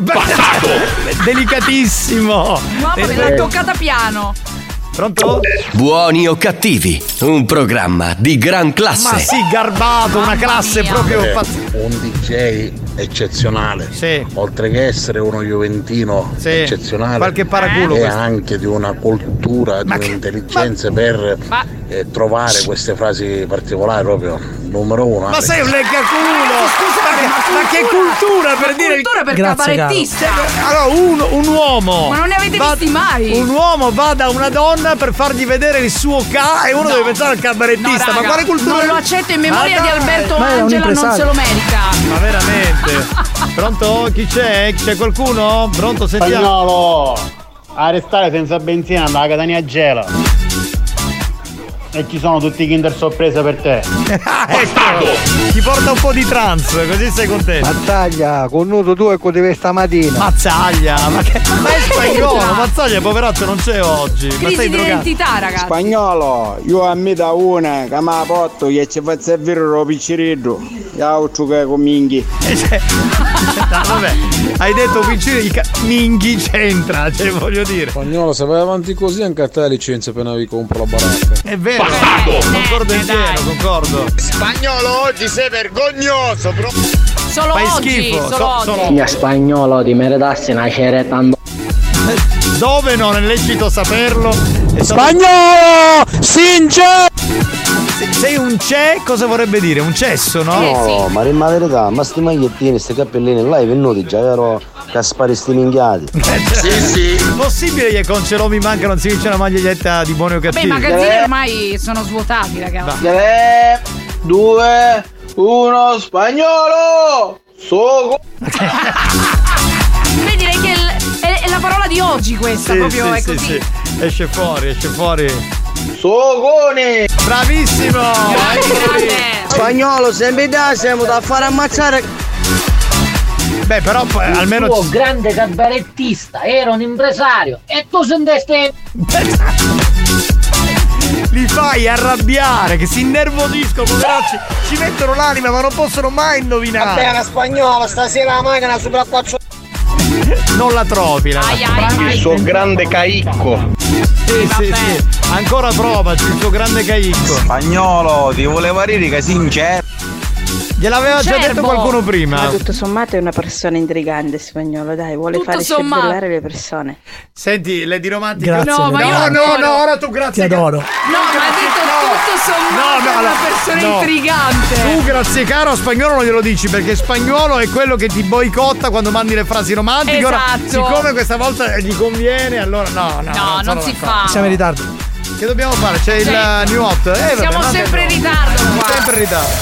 Delicatissimo. Mamma Eh, me l'ha toccata piano. Pronto? Buoni o cattivi, un programma di gran classe. Ma sì, garbato, una classe mia. proprio Eh, pazz- un D J eccezionale. Sì. Oltre che essere uno juventino Sì. eccezionale, Qualche paraculo è questo. anche di una cultura, di Ma che- un'intelligenza per Ma- eh, trovare queste frasi particolari proprio. numero uno. Ma Alex. sei un leggaculo! Scusa, ma, che, ma ma che cultura per dire cultura per Grazie, cabarettista. Allora, un, un uomo. Ma non ne avete va, visti mai? Un uomo va da una donna per fargli vedere il suo ca e uno No. deve pensare al cabarettista. No, raga, ma quale cultura? non lo accetto in memoria Ma di dai. Alberto Ma è un Angela, non impresario. se lo merita. Ma veramente? Pronto? Chi c'è? C'è qualcuno? Pronto? Sentiamo. Spagnolo, arrestare senza benzina alla Catania Gela. E ci sono tutti i Kinder sorpresa per te. Ecco, ti porta un po' di trance, così sei contento. Mazzaglia, con nudo tu e con te stamattina. Mazzaglia, ma, che, ma è spagnolo, Mazzaglia poveraccio non c'è oggi. Ma Crisi sei di drogato. identità, ragazzi. Spagnolo, io a me da una che mi ha portato che ci fa servire lo picciriddo. Ciao, che con minghi. No, vabbè, hai detto piccino, minghi c'entra, cioè voglio dire. Spagnolo, se vai avanti così anche a te la licenza appena vi compro la baracca. È vero, concordo in pieno, concordo. Spagnolo, oggi sei vergognoso, bro. Solo Fai oggi, schifo, solo so- oggi. solo- Io spagnolo ti meritassi una ceretta. Dove non è lecito saperlo? È stato- Spagnolo, sincero. Se- Sei un c'è, cosa vorrebbe dire? Un cesso, no? No, ma in verità, ma sti magliettini, sti cappellini, là è venuti già vero Caspari sti minchiati. Sì, sì. Possibile che con Celò mi manca non si vince una maglietta di buoni o Beh, cattivi? i magazzini ormai sono svuotati, ragazzi. tre, due, uno, spagnolo. Sogo. Beh, direi che il- è, è la parola di oggi questa, Sì, proprio sì, è sì, così. sì. Esce fuori, esce fuori. Sogone. Bravissimo. Spagnolo, sempre da siamo da fare ammazzare. Beh, però poi almeno Il tuo ci- grande cabarettista era un impresario e tu sentiste. li fai arrabbiare, che si innervosiscono, poveracci, ci mettono l'anima ma non possono mai indovinare. Vabbè, spagnolo, stasera la macchina sopra quattro. Non la trovi la Ai, ai, Il suo grande caicco. Sì, sì, sì. Ancora provaci il tuo grande caicco. Spagnolo, ti voleva dire che sincero. Gliel'aveva già detto qualcuno prima. Ma tutto sommato è una persona intrigante, Spagnolo, dai, vuole Tutto fare sommato. scervellare le persone. Senti, Lady Romantica. Grazie, No, ma no, io no, adoro. no, ora tu grazie. Ti adoro. No, ma ha detto tutto sommato No, no, è una no, persona no. intrigante. Tu grazie caro a Spagnolo non glielo dici perché Spagnolo è quello che ti boicotta quando mandi le frasi romantiche. Ora, Esatto. siccome questa volta gli conviene, allora no, no. No, non sono si d'accordo. fa. Siamo in ritardo. Che dobbiamo fare? C'è Sì. il New Hot. Eh, vabbè, Siamo vabbè, sempre no. in ritardo qua. Sempre in ritardo.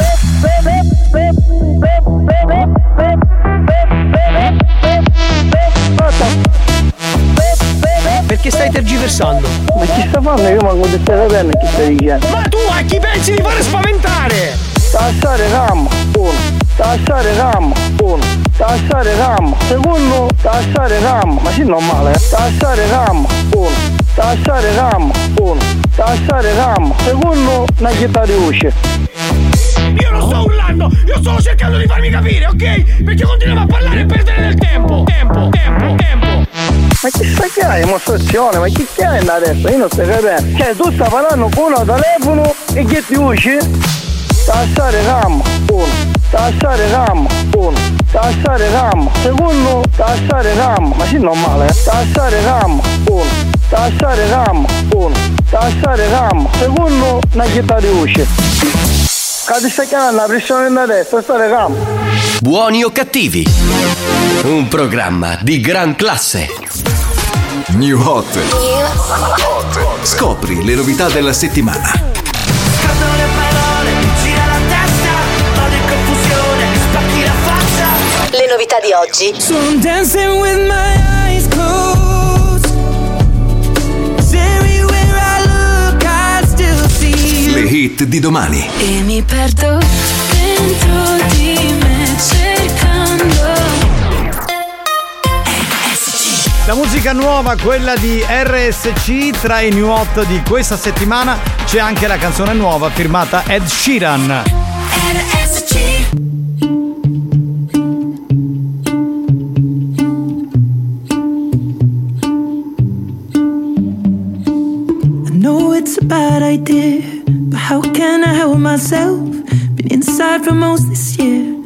Perché stai tergiversando? Ma chi sta fanno? Io manco di stai capendo chi stai dicendo. Ma tu a chi pensi di fare spaventare? Tassare RAM, uno. Tassare RAM, uno. Tassare RAM, secondo. Tassare RAM, ma sì normale, eh. Tassare RAM, uno. Tassare RAM, uno. Tassare RAM, secondo. Una chitarra di voce. Io non sto urlando, io sto cercando di farmi capire, ok? Perché continuiamo a parlare e perdere del tempo. Tempo, tempo, tempo. Ma chi sta che hai dimostrazione? Ma chi che hai adesso? Io non sto capendo. Cioè tu stai parlando con uno telefono e che ti usci? Tassare RAM, uno. Tassare RAM, uno. Tassare RAM, secondo. Tassare RAM, ma sì normale, eh. Tassare RAM, uno. Tassare RAM, uno. Tassare RAM, secondo. Una chitarra di voce. Che ti stai chiamando la pressione da destra, stare RAM. Buoni o cattivi? Un programma di gran classe. New Hot. Scopri le novità della settimana. Scordo le parole, gira la testa, vado in confusione, spacchi la faccia. Le novità di oggi. So I'm dancing with my eyes closed. Everywhere I look, I still see Le you. hit di domani. E mi perdo dentro di me cercando. La musica nuova, quella di R S C, tra i new hot di questa settimana c'è anche la canzone nuova firmata Ed Sheeran. R S C. I know it's a bad idea, but how can I help myself? Been inside for most this year, and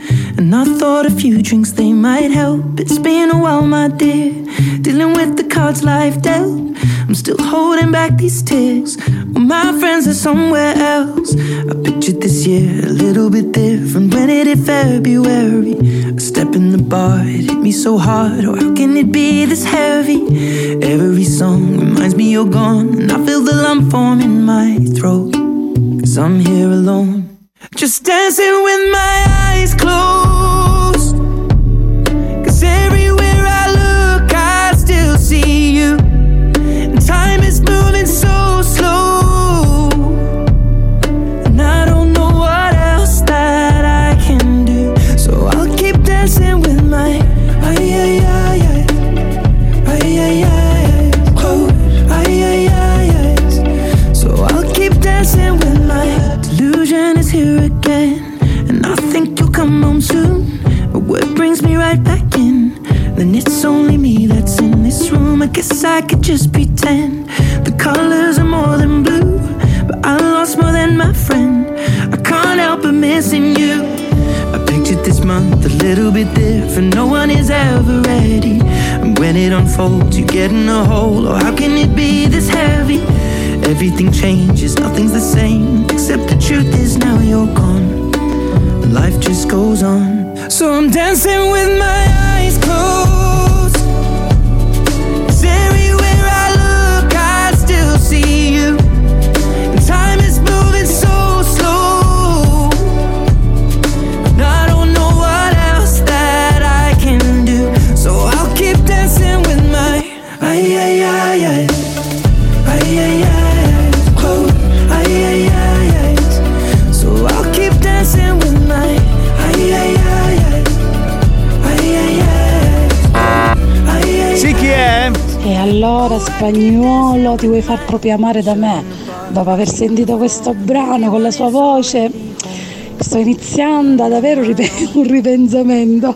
And I thought a few drinks, they might help. It's been a while, my dear, dealing with the cards life dealt. I'm still holding back these tears when my friends are somewhere else. I pictured this year a little bit different. When it hit February, a step in the bar, it hit me so hard. Oh, how can it be this heavy? Every song reminds me you're gone, and I feel the lump form in my throat. Cause I'm here alone, just dancing with my eyes closed. Cause everywhere I look I still see you. And time is moving so slow, and I don't know what else that I can do. So I'll keep dancing with my ay ay ay ay ay ay ay close ay ay ay ay. So I'll keep dancing with my delusion is here again, and I think you'll come home soon. But what brings me right back in? Then it's only me that's in this room. I guess I could just pretend the colors are more than blue, but I lost more than my friend. I can't help but missing you. I pictured this month a little bit different. No one is ever ready, and when it unfolds you get in a hole. Oh, how can it be this heavy? Everything changes, nothing's the same, except the truth is now you're gone. Life just goes on. So I'm dancing with my eyes closed. 'Cause everywhere I look I still see you. And time is moving so slow, and I don't know what else that I can do. So I'll keep dancing with my ay ay ay ay ay ay ay. So I'll keep dancing with my ay ay ay ay ay ay. Sì, chi è? E allora Spagnuolo, ti vuoi far proprio amare da me? Dopo aver sentito questo brano con la sua voce, sto iniziando ad avere un, rip- un ripensamento.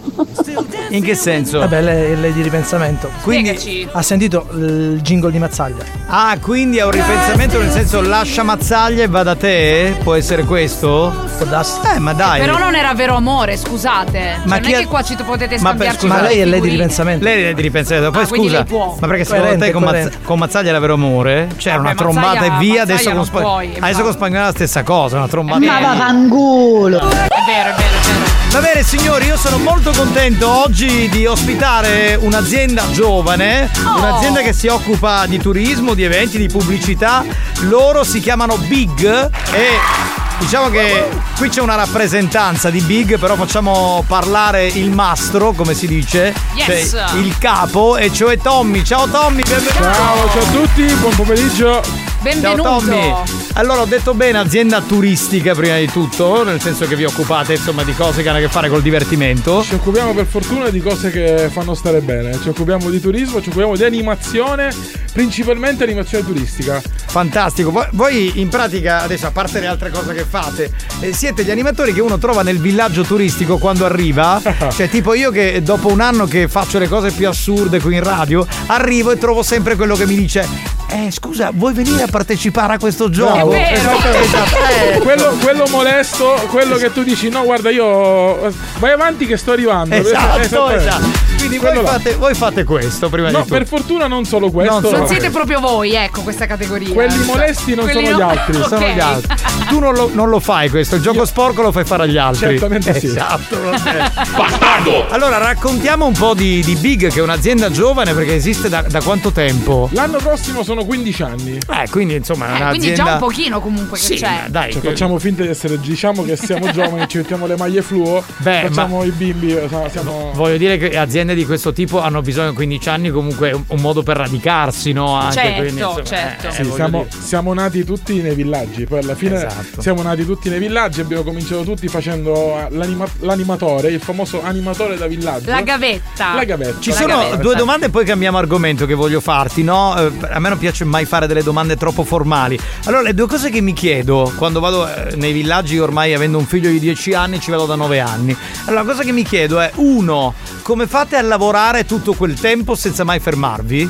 In che senso? Vabbè, lei, lei di ripensamento. Quindi Spiegaci. ha sentito il jingle di Mazzaglia. Ah, quindi è un ripensamento nel senso lascia Mazzaglia e va da te? Può essere questo? Può darsi. Eh, ma dai. Però non era vero amore, scusate. Ma Cioè, chi non ha- è che qua ci potete Ma, per, scambiarci. scusa, Ma lei è lei di figurine. ripensamento. Lei è di ripensamento. Poi Ah, quindi scusa, lei può. ma perché secondo Coerente, te con, Mazz- coerente. con Mazzaglia era vero amore? C'era Vabbè, una trombata Mazzaglia- e via, adesso Mazzaglia con, non Spa- puoi, adesso infatti. con Spagnolo è la stessa cosa, una trombata. Ma va- fanculo. È vero, è vero, è vero. Va bene signori, io sono molto contento oggi di ospitare un'azienda giovane, Oh. un'azienda che si occupa di turismo, di eventi, di pubblicità. Loro si chiamano Big e diciamo che qui c'è una rappresentanza di Big, però facciamo parlare il mastro, come si dice, Yes. cioè il capo, e cioè Tommy. Ciao Tommy, benvenuto. Ciao, ciao a tutti, buon pomeriggio. Benvenuto. Ciao Tommy. Allora ho detto bene, azienda turistica prima di tutto, nel senso che vi occupate insomma di cose che hanno a che fare col divertimento. Ci occupiamo per fortuna di cose che fanno stare bene. Ci occupiamo di turismo, ci occupiamo di animazione, principalmente animazione turistica. Fantastico. Voi, voi in pratica, adesso a parte le altre cose che fate, eh, siete gli animatori che uno trova nel villaggio turistico quando arriva. Cioè tipo io che dopo un anno che faccio le cose più assurde qui in radio, arrivo e trovo sempre quello che mi dice Eh scusa, vuoi venire a partecipare a questo gioco? Bravo, vero. esattamente. Eh, quello, quello molesto, quello che tu dici no guarda io vai avanti che sto arrivando. Esatto, Esattamente. esatto. Quindi voi Quello là. fate, voi fate questo prima No, di tutto. per fortuna non solo questo. Non Non siete proprio voi, ecco, questa categoria. Quelli molesti non Quelli sono no- gli altri, Ok. Sono gli altri. Tu non lo, non lo fai questo, il gioco sporco lo fai fare agli altri. Certamente sì. Esatto, vabbè. Bastardo! Allora raccontiamo un po' di, di Big, che è un'azienda giovane perché esiste da, da quanto tempo? L'anno prossimo sono quindici anni. Eh, quindi insomma è Eh, quindi un'azienda. già un pochino comunque che Sì, c'è. ma dai. Cioè, que- facciamo finta di essere, diciamo che siamo giovani, ci mettiamo le maglie fluo, Beh, facciamo i bimbi, siamo- siamo... Voglio dire che aziende di questo tipo hanno bisogno di quindici anni comunque un, un modo per radicarsi, no? Anche, Certo, quindi, insomma, certo. eh, Sì, voglio siamo, dire. siamo nati tutti nei villaggi, poi alla fine Esatto. siamo nati tutti nei villaggi, abbiamo cominciato tutti facendo l'anima- l'animatore, il famoso animatore da villaggio. La gavetta. La gavetta. Ci La sono gavetta. due domande e poi cambiamo argomento che voglio farti, no? Eh, a me non piace mai fare delle domande troppo formali. Allora, le due cose che mi chiedo quando vado eh, nei villaggi, ormai avendo un figlio di dieci anni, ci vado da nove anni. Allora, la cosa che mi chiedo è, uno, come fate a lavorare tutto quel tempo senza mai fermarvi?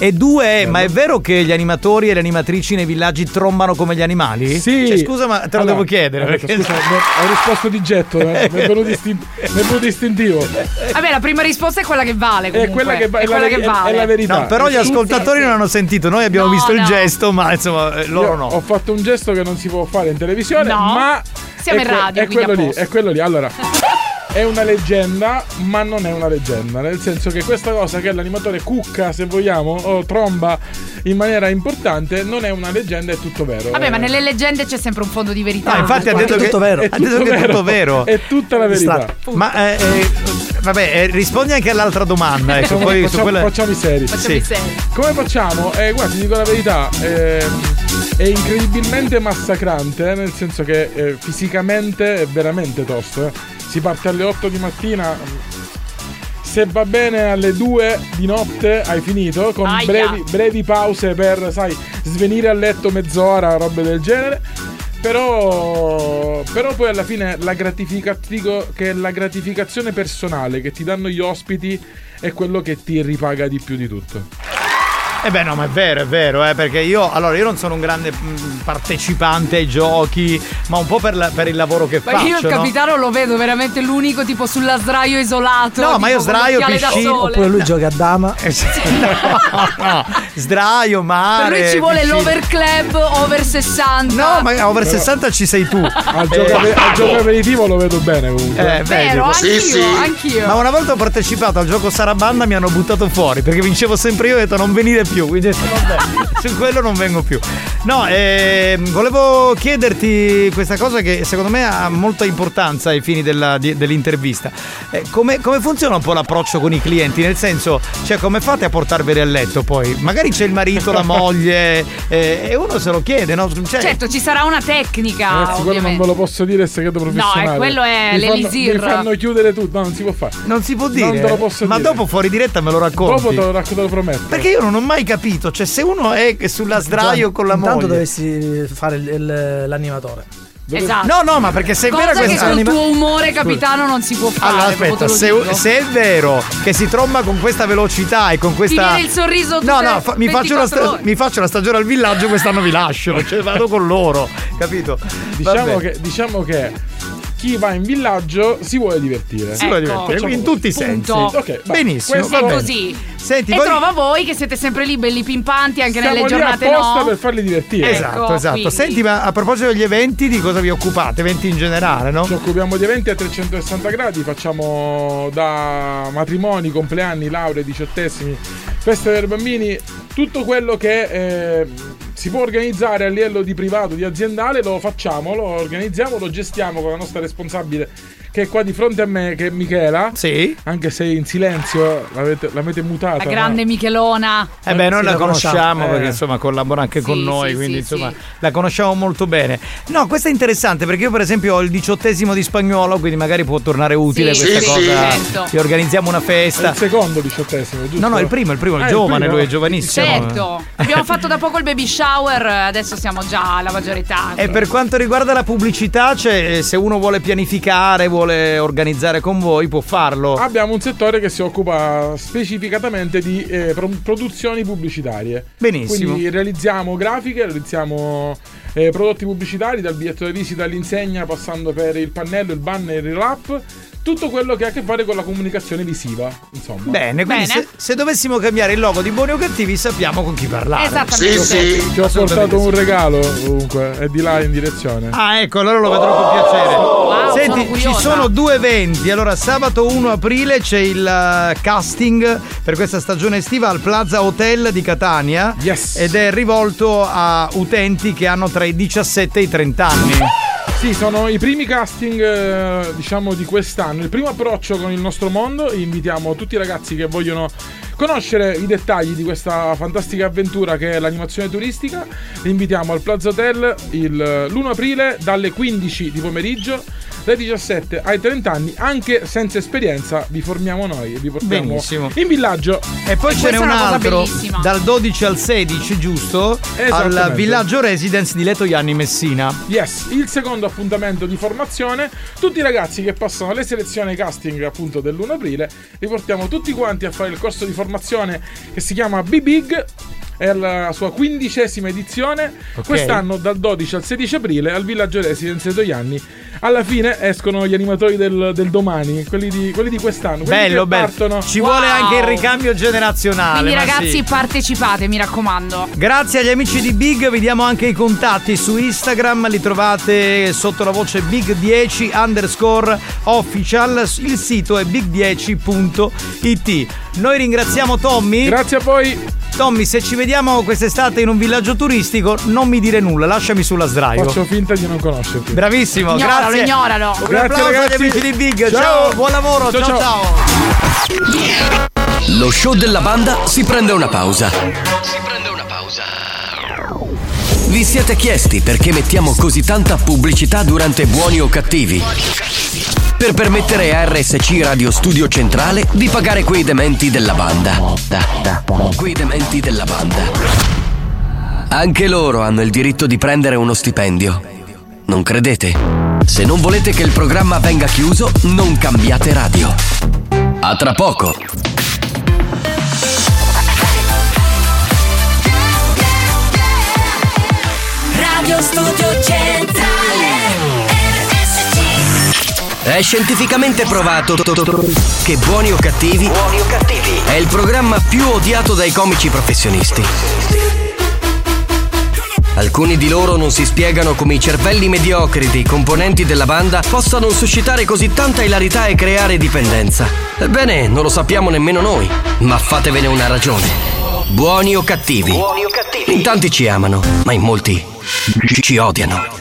E due, ma è vero che gli animatori e le animatrici nei villaggi trombano come gli animali? Sì. Cioè, scusa, ma te lo Allora, devo chiedere. eh, Perché... Scusa, ho risposto di getto, eh. mi è venuto istin- mi è venuto istintivo. Vabbè, la prima risposta è quella che vale. Comunque. È quella che, va- è è quella la, che è- vale. è la verità. No, però gli ascoltatori non hanno sentito. Noi abbiamo No, visto il no. gesto, ma insomma, eh, loro Io no. Ho fatto un gesto che non si può fare in televisione, No. ma Siamo è in que- radio, è quindi quello a lì, posto. è quello lì. Allora, è una leggenda, ma non è una leggenda, nel senso che questa cosa che l'animatore cucca, se vogliamo, o tromba in maniera importante, non è una leggenda, è tutto vero. Vabbè, Eh, ma nelle leggende c'è sempre un fondo di verità. No, infatti ha detto, È che, tutto vero. ha detto che è tutto vero. È tutta la verità. Ma eh, eh, vabbè, eh, rispondi anche all'altra domanda. Ecco, Facciamo, poi su facciamo, quella... facciamo i seri. Facciamo i seri. Come facciamo? Eh, guarda, ti dico la verità, ehm, è incredibilmente massacrante, eh, nel senso che eh, fisicamente è veramente tosto. eh. Si parte alle otto di mattina, se va bene alle due di notte hai finito, con Aia. brevi, brevi pause per, sai, svenire a letto mezz'ora, robe del genere. Però, però poi alla fine la gratificativo, che la gratificazione personale che ti danno gli ospiti è quello che ti ripaga di più di tutto. Eh beh no, ma è vero, è vero, eh, perché io allora io non sono un grande mh, partecipante ai giochi, ma un po' per, la- per il lavoro che Ma faccio. io il no? capitano lo vedo veramente l'unico tipo sulla sdraio isolato. No, ma io tipo con sdraio, l'occhiale da piscina, sole. Oppure lui gioca a dama. Eh, sì, no, no, sdraio, mare. Per lui ci vuole piscina. l'over club over sessanta. No, ma over sessanta ci sei tu. Al gioco, ave- al gioco aperitivo lo vedo bene comunque. Eh, Vero, vedi. anch'io, anch'io. Ma una volta ho partecipato al gioco Sarabanda, mi hanno buttato fuori perché vincevo sempre io e ho detto non venire più. Quindi ho detto, vabbè, su quello non vengo più. No, ehm, volevo chiederti questa cosa che secondo me ha molta importanza ai fini della- di- dell'intervista. Eh, come, come funziona un po' l'approccio con i clienti? Nel senso, cioè, come fate a portarveli a letto poi? Magari c'è il marito, la moglie, eh, e uno se lo chiede, no? Cioè, Certo, ci sarà una tecnica. Ragazzi, quello non ovviamente. ve lo posso dire, è segreto professionale. eh, quello è Mi fanno- l'elisir. Mi fanno chiudere tutto, no, non si può fare. non si può dire. Non te lo posso ma dire. dopo fuori diretta me lo racconti. Dopo te lo racconto, te lo prometto. Perché io non ho mai capito, cioè se uno è sulla sdraio con la Intanto moglie. dovessi fare il- il- l'animatore. Esatto. No, no, ma perché se è Cosa vera che questa col anima- tuo umore, capitano, non si può fare. Allora proprio aspetta, te lo se, dico. se è vero che si tromba con questa velocità e con questa. Ti viene il sorriso tutte No, no, fa- mi, faccio una ventiquattro sta- ore. mi faccio una stagione al villaggio, quest'anno vi lascio, cioè vado con loro, capito? Diciamo Vabbè. che, diciamo che chi va in villaggio si vuole divertire. Si vuole Ecco. divertire, Facciamo in così. tutti i sensi. Punto. Ok, va. Benissimo, Questo va È bene. così. Senti, e voi- trova voi che siete sempre lì belli pimpanti anche Siamo nelle lì giornate apposta no. per farli divertire. Esatto, Ecco, esatto. quindi. Senti, ma a proposito degli eventi, di cosa vi occupate? Eventi in generale, no? Ci occupiamo di eventi a trecentosessanta gradi, facciamo da matrimoni, compleanni, lauree, diciottesimi, feste per bambini, tutto quello che eh, si può organizzare a livello di privato, di aziendale, lo facciamo, lo organizziamo, lo gestiamo con la nostra responsabile che è qua di fronte a me, che è Michela. Sì. Anche se in silenzio l'avete, l'avete mutata. La grande Michelona. Eh beh, noi Sì, la la conosciamo, conosciamo, perché eh. insomma collabora anche con Sì, noi, sì, quindi sì, insomma sì. la conosciamo molto bene. No, questo è interessante perché io per esempio ho il diciottesimo di spagnolo, quindi magari può tornare utile Sì, questa sì, cosa. certo. Che organizziamo una È festa. il secondo diciottesimo, giusto? No, no, il primo, il primo, il Ah, giovane, primo? lui è giovanissimo. Certo. Abbiamo fatto da poco il baby shower, adesso siamo già alla maggiore età. E per quanto riguarda la pubblicità, cioè se uno vuole pianificare, vuole organizzare con voi, può farlo. Abbiamo un settore che si occupa specificatamente di eh, pro- produzioni pubblicitarie. Benissimo. Quindi realizziamo grafiche, realizziamo eh, prodotti pubblicitari, dal biglietto da visita all'insegna, passando per il pannello, il banner, il wrap. Tutto quello che ha a che fare con la comunicazione visiva, insomma. Bene, quindi Bene. Se, se dovessimo cambiare il logo di Buoni o Cattivi sappiamo con chi parlare. Esattamente. Sì, sì. Ti ho portato un sì. regalo, comunque, è di là in direzione. Ah, ecco, allora lo vedrò con piacere. Wow, Senti, sono ci curiosa. sono due eventi. Allora, sabato primo aprile c'è il eh, casting per questa stagione estiva al Plaza Hotel di Catania. Yes. Ed è rivolto a utenti che hanno tra i diciassette e i trenta anni. Sì, sono i primi casting, eh, diciamo, di quest'anno. Il primo approccio con il nostro mondo. Invitiamo tutti i ragazzi che vogliono conoscere i dettagli di questa fantastica avventura che è l'animazione turistica. Li invitiamo al Plaza Hotel il, l'primo aprile dalle quindici di pomeriggio. Dai diciassette ai trenta anni, anche senza esperienza, vi formiamo noi e vi portiamo Benissimo. in villaggio. E poi E ce n'è questa un è una cosa altro bellissima. dal dodici al sedici, giusto? Esattamente. Al Villaggio Residence di Letojanni Messina. Yes, il secondo appuntamento di formazione. Tutti i ragazzi che passano le selezioni e casting appunto dell'primo aprile, li portiamo tutti quanti a fare il corso di formazione formazione che si chiama Be Big. È la sua quindicesima edizione. Okay. Quest'anno dal dodici al sedici aprile al Villaggio Residence di Togliani. Alla fine escono gli animatori del, del domani, quelli di, quelli di quest'anno. Quelli bello, che bello. Partono. Ci wow. vuole anche il ricambio generazionale. Quindi ragazzi sì. partecipate, mi raccomando. Grazie agli amici di Big, vi diamo anche i contatti su Instagram, li trovate sotto la voce Big dieci underscore official, il sito è big dieci punto it. Noi ringraziamo Tommy. Grazie a voi. Tommy, se ci vediamo quest'estate in un villaggio turistico, non mi dire nulla, lasciami sulla sdraio. Faccio finta di non conoscerti. Bravissimo, ignoralo, grazie. ignoralo. Un Grazie, applauso ragazzi. agli amici di Big. Ciao, Ciao. buon lavoro, ciao ciao. ciao. Lo show della banda si prende una pausa. Si prende una pausa. Vi siete chiesti perché mettiamo così tanta pubblicità durante Buoni o Cattivi? Per permettere a R S C Radio Studio Centrale di pagare quei dementi della banda. Da, da, quei dementi della banda. Anche loro hanno il diritto di prendere uno stipendio. Non credete? Se non volete che il programma venga chiuso, non cambiate radio. A tra poco. Radio Studio Centrale. È scientificamente provato che Buoni o Cattivi è il programma più odiato dai comici professionisti. Alcuni di loro non si spiegano come i cervelli mediocri dei componenti della banda possano suscitare così tanta ilarità e creare dipendenza. Ebbene, non lo sappiamo nemmeno noi, ma fatevene una ragione. Buoni o Cattivi. In tanti ci amano, ma in molti ci odiano.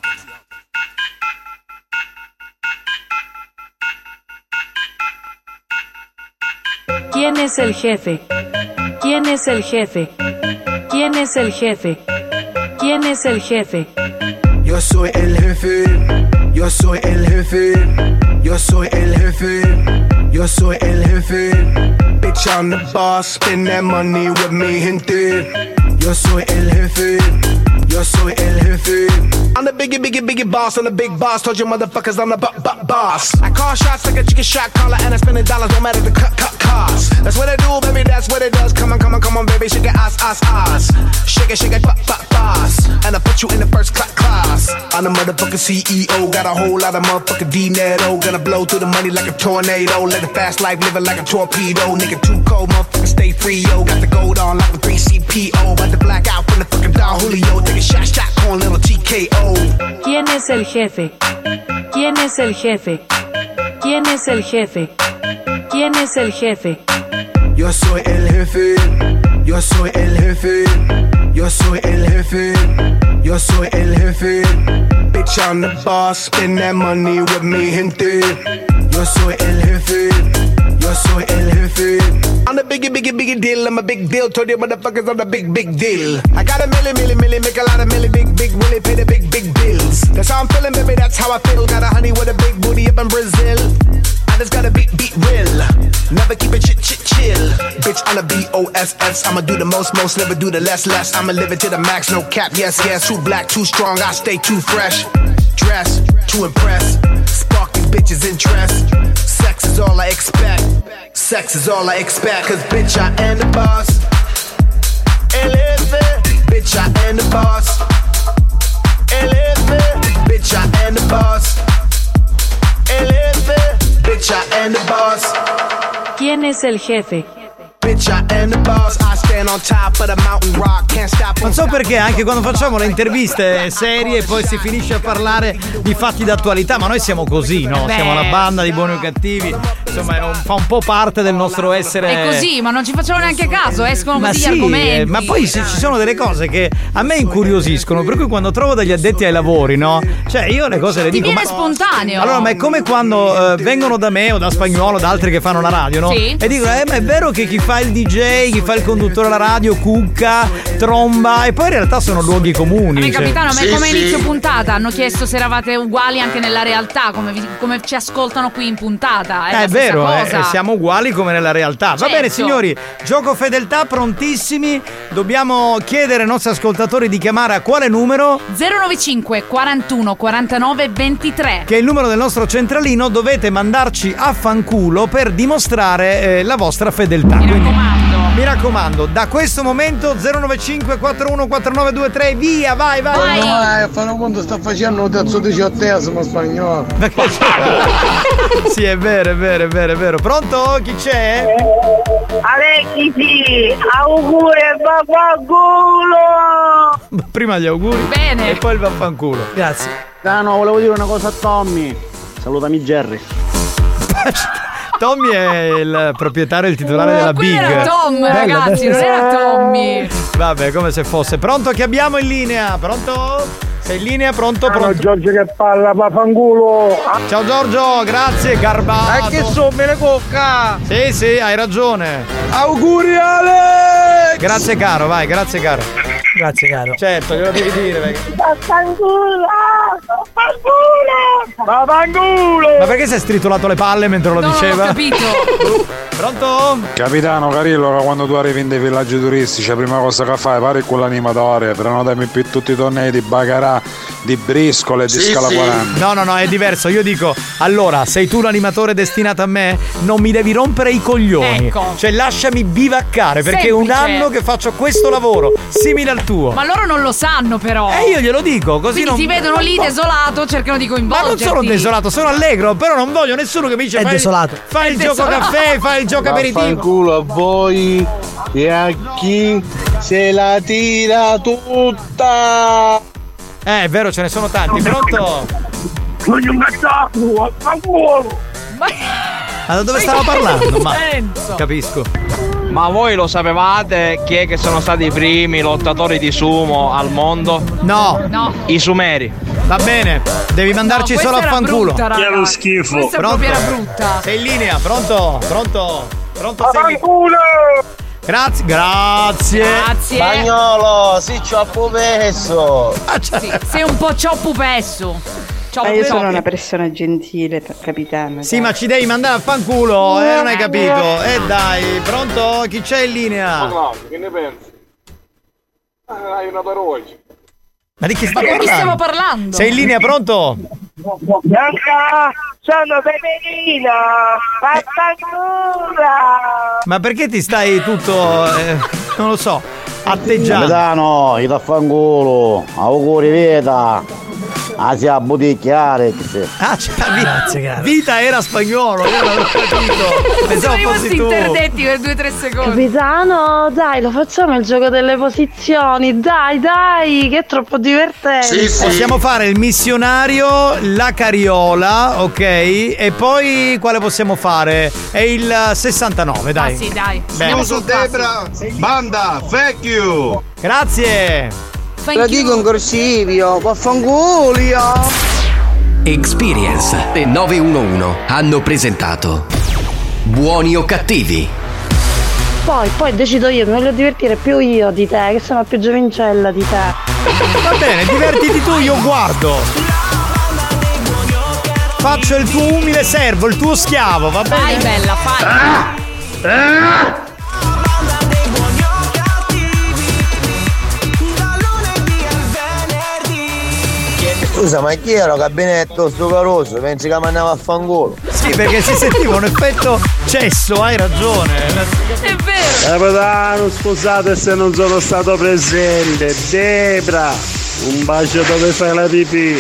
¿Quién es el jefe? ¿Quién es el jefe? ¿Quién es el jefe? ¿Quién es el jefe? Yo soy el jefe, yo soy el jefe, yo soy el jefe, yo soy el jefe. Bitch, I'm the boss, spend that money with me, gente. Yo soy el jefe, yo soy el jefe. I'm the biggie, biggie, biggie boss, I'm the big boss. Told you motherfuckers I'm the b- b- boss. I call shots like a chicken shot caller, and I spend the dollars no matter the cut, cut cost. That's what I do, baby, that's what it does. Come on, come on, come on, baby, shake it, ass, ass, ass. Shake it, shake it, pop, pop, boss. And I put you in the first cl- class. I'm the motherfucking C E O, got a whole lot of motherfucking dinero. Gonna blow through the money like a tornado. Let the fast life, living like a torpedo. Nigga too cold, motherfucker stay free, yo. Got the gold on like a three C P O. About to black out from the fucking Don Julio. Take a shot, shot, corn, little T K O. ¿Quién es el jefe? ¿Quién es el jefe? ¿Quién es el jefe? ¿Quién es el jefe? Yo soy el jefe, yo soy el jefe, yo soy el jefe, yo soy el jefe. Bitch, I'm the boss, spend that money with me, gente. Yo soy el jefe, yo soy el jefe. I'm the biggie, biggie, biggie deal, I'm a big deal. Told you motherfuckers I'm the big, big deal. I got a milli, milli, milli, make a lot of milli, big, big, willy, pay the big, big bills. That's how I'm feeling, baby, that's how I feel. Got a honey with a big booty up in Brazil. I just gotta beat, beat real. Never keep it chit, chit, chill. Bitch, I'm a B O S S. I'ma do the most, most, never do the less, less. I'ma live it to the max, no cap, yes, yes. Too black, too strong, I stay too fresh. Dress, to impress. Spark these bitches' interest. Sex is all I expect. Sex is all I expect. Cause bitch, I am the boss. Elevate. Bitch, I am the boss. Elevate. Bitch, I am the boss. Elevate. Bitch, I am the boss. ¿Quién es el jefe? Bitch, I am the boss. I stand on top of the mountain rock. Can't stop. Non so perché anche quando facciamo le interviste serie poi si finisce a parlare di fatti d'attualità, ma noi siamo così, no? Beh. Siamo la banda di Buoni o Cattivi. Insomma, è un, fa un po' parte del nostro essere. È così, ma non ci facciamo neanche caso, escono Ma così sì, gli argomenti. eh, ma poi se ci sono delle cose che a me incuriosiscono, per cui quando trovo degli addetti ai lavori, no? Cioè io le cose le Ti dico. viene ma... spontaneo. Allora, ma è come quando eh, vengono da me o da Spagnuolo, da altri che fanno la radio, no? Sì. E dicono, eh, ma è vero che chi fa il D J, chi fa il conduttore alla radio, cucca, tromba, e poi in realtà sono luoghi comuni. Vabbè, cioè. capitano, ma Sì, come sì. inizio puntata hanno chiesto se eravate uguali anche nella realtà, come, vi- come ci ascoltano qui in puntata. È, Eh, la è stessa vero, eh, cosa. siamo uguali come nella realtà. Va Certo. bene, signori, gioco fedeltà, prontissimi. Dobbiamo chiedere ai nostri ascoltatori di chiamare a quale numero? zero nove cinque quarantuno quarantanove ventitré. Che è il numero del nostro centralino. Dovete mandarci a fanculo per dimostrare eh, la vostra fedeltà. Quindi Mi raccomando, da questo momento zero nove cinque quattro uno quattro nove due tre, via, vai, vai. Vai. No, eh, fanno conto sta facendo un terzo diciottesimo spagnolo. Sì, è vero, è vero, è vero, è vero. Pronto? Chi c'è? Alexi, sì, auguri e vaffanculo. Prima gli auguri. Bene. E poi il vaffanculo. Grazie. Ah no, volevo dire una cosa a Tommy. Salutami Jerry. Tommy è il proprietario e il titolare della Big. Era Tom, ragazzi, non era Tommy. Vabbè, come se fosse. Pronto, che abbiamo in linea? Pronto? Sei in linea? Pronto? Pronto? Ciao Giorgio che parla, vaffanculo. Ciao Giorgio, grazie, garbato. E che so, me ne cocca. Sì, sì, hai ragione. Auguri Alex. Grazie caro, vai, grazie caro. Grazie caro. Certo, glielo devi dire perché... Vaffanculo. Vaffanculo. Vaffanculo. Ma perché si è stritolato le palle mentre lo No, diceva? non ho capito. Pronto? Capitano Carillo, che quando tu arrivi in dei villaggi turistici, la prima cosa che fai, pari con l'animatore, prenotami più tutti i tornei di bagarà, di briscole e di Sì, scala sì. quaranta. No, no, no, è diverso. Io dico, allora, sei tu l'animatore destinato a me? Non mi devi rompere i coglioni. Ecco. Cioè, lasciami bivaccare, perché è un Semplice. anno che faccio questo lavoro, simile al tuo. Ma loro non lo sanno però. E io glielo dico, così Quindi non... ti vedono lì desolato, cercano di Ma coinvolgerti. non sono desolato, sono allegro, però non voglio nessuno che mi dice È fai, desolato. fai È il gioco desolato. caffè, fai il gioco aperitivo. Vaffanculo a voi e a chi se la tira tutta. Eh, è vero, ce ne sono tanti. Pronto? Voglio un cazzo, vaffanculo. Ma da dove stavo parlando? Ma Senso. capisco. Ma voi lo sapevate chi è che sono stati i primi lottatori di sumo al mondo? No. No. I Sumeri. Va bene, devi mandarci No, solo a questa era fanculo. brutta, raga. Che è lo schifo. Questa Pronto? proprio era brutta. Sei in linea, pronto? Pronto? Pronto? Sei in linea? Vaffanculo. Grazie, grazie. Grazie. Spagnolo, si ci ho messo. Sì, sei un po' cioppu pesso. Ma io sono una persona gentile, capitano. Sì, ma ci devi mandare a fanculo, eh, non hai capito? Eh dai, pronto? Chi c'è in linea? Claudio, che ne pensi? Hai una paroglia. Ma di chi sta Ma di chi stiamo parlando? parlando? Sei in linea, pronto? Bianca, sono Peperina. Vaffanculo. Ma perché ti stai tutto, eh, non lo so, atteggiando? Capitano, il vaffanculo, auguri vita. Asia a bottiglia Alex. Ah, cioè, Grazie, caro. Vita era spagnolo, io non l'ho capito. Pensavo Siamo fossi rimasti tu. interdetti per due o tre secondi. Capitano, dai, lo facciamo il gioco delle posizioni. Dai, dai, che è troppo divertente. Possiamo fare il missionario, la cariola, ok? E poi quale possiamo fare? È il sessantanove, dai. Ah sì, dai. Bene. Andiamo sul Debra, banda, thank you. Grazie. Thank La you. dico in corsivo, vaffanculo. Experience e nove uno uno hanno presentato Buoni o cattivi? Poi, poi decido io, mi voglio divertire più io di te, che sono più giovincella di te. Va bene, divertiti tu, io guardo. Faccio il tuo umile servo, il tuo schiavo, va bene? Vai bella, fai. Ah! Scusa, ma chi era gabinetto sto caroso? Pensi che mi andava a fanculo? Sì, perché si sentiva un effetto cesso, hai ragione. È vero. Capitano, scusate se non sono stato presente. Debra, un bacio dove fai la pipì.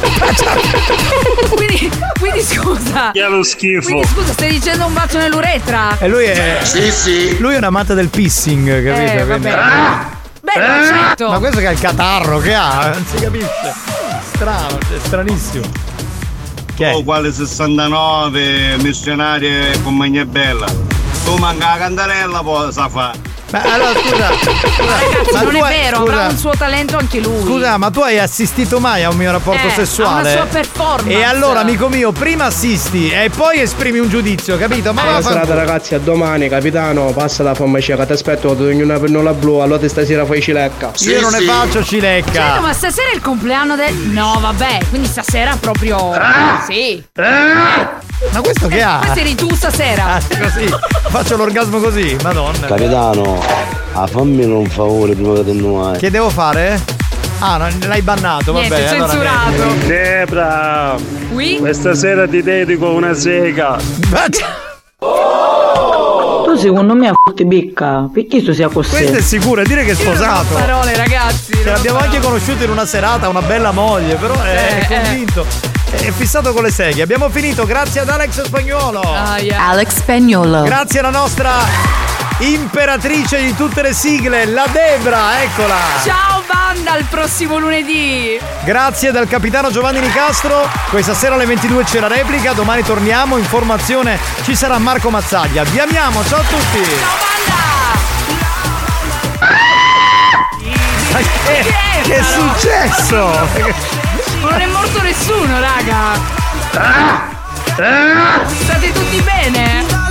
quindi, quindi scusa. Che è lo schifo. Quindi scusa, stai dicendo un bacio nell'uretra? E lui è. Sì, sì. Lui è un amante del pissing, capito? Eh, Quindi- vabbè. Beh, ma certo. Ma questo che è il catarro che ha, non si capisce. Strano, è stranissimo. Che è? Oh, quale sessantanove, missionarie e compagnia bella. Tu manca la cantarella, poi sa fa. Ma allora scusa, scusa Ragazzi, ma non tu è hai- vero, scusa, avrà un suo talento anche lui. Scusa, ma tu hai assistito mai a un mio rapporto Eh, sessuale? a una sua performance. E allora, amico mio, prima assisti e poi esprimi un giudizio, capito? Ma Buona va serata ragazzi, a domani, capitano, passa da farmacia che ti aspetto in una pennola blu, allora stasera fai cilecca. Io non ne faccio cilecca. Certo, ma stasera è il compleanno del. No, vabbè, quindi stasera proprio. Ah! Sì. Ma questo che ha? Questo eri tu stasera. Ah, così. Faccio l'orgasmo così, madonna. Capitano, a fammi un favore prima che te ne vai. Che devo fare? Ah, non l'hai bannato, vabbè. Niente, allora censurato. niente. Debra, Oui? questa sera ti dedico una sega. Tu Tu secondo me a fotti becca, perché tu sia così? Questo è sicuro, è dire che è sposato. Non ho parole, ragazzi. Ce l'abbiamo anche conosciuto in una serata, una bella moglie, però è Eh, convinto. È fissato con le seghe. Abbiamo finito, grazie ad Alex Spagnuolo. Ah, yeah. Alex Spagnuolo. Grazie alla nostra imperatrice di tutte le sigle, la Debra, eccola. Ciao banda, al prossimo lunedì. Grazie dal capitano Giovanni Nicastro. Questa sera alle ventidue c'è la replica, domani torniamo, informazione ci sarà Marco Mazzaglia. Vi amiamo, ciao a tutti. Ciao banda. Che, che, che è successo? Non è morto nessuno, raga. State tutti bene?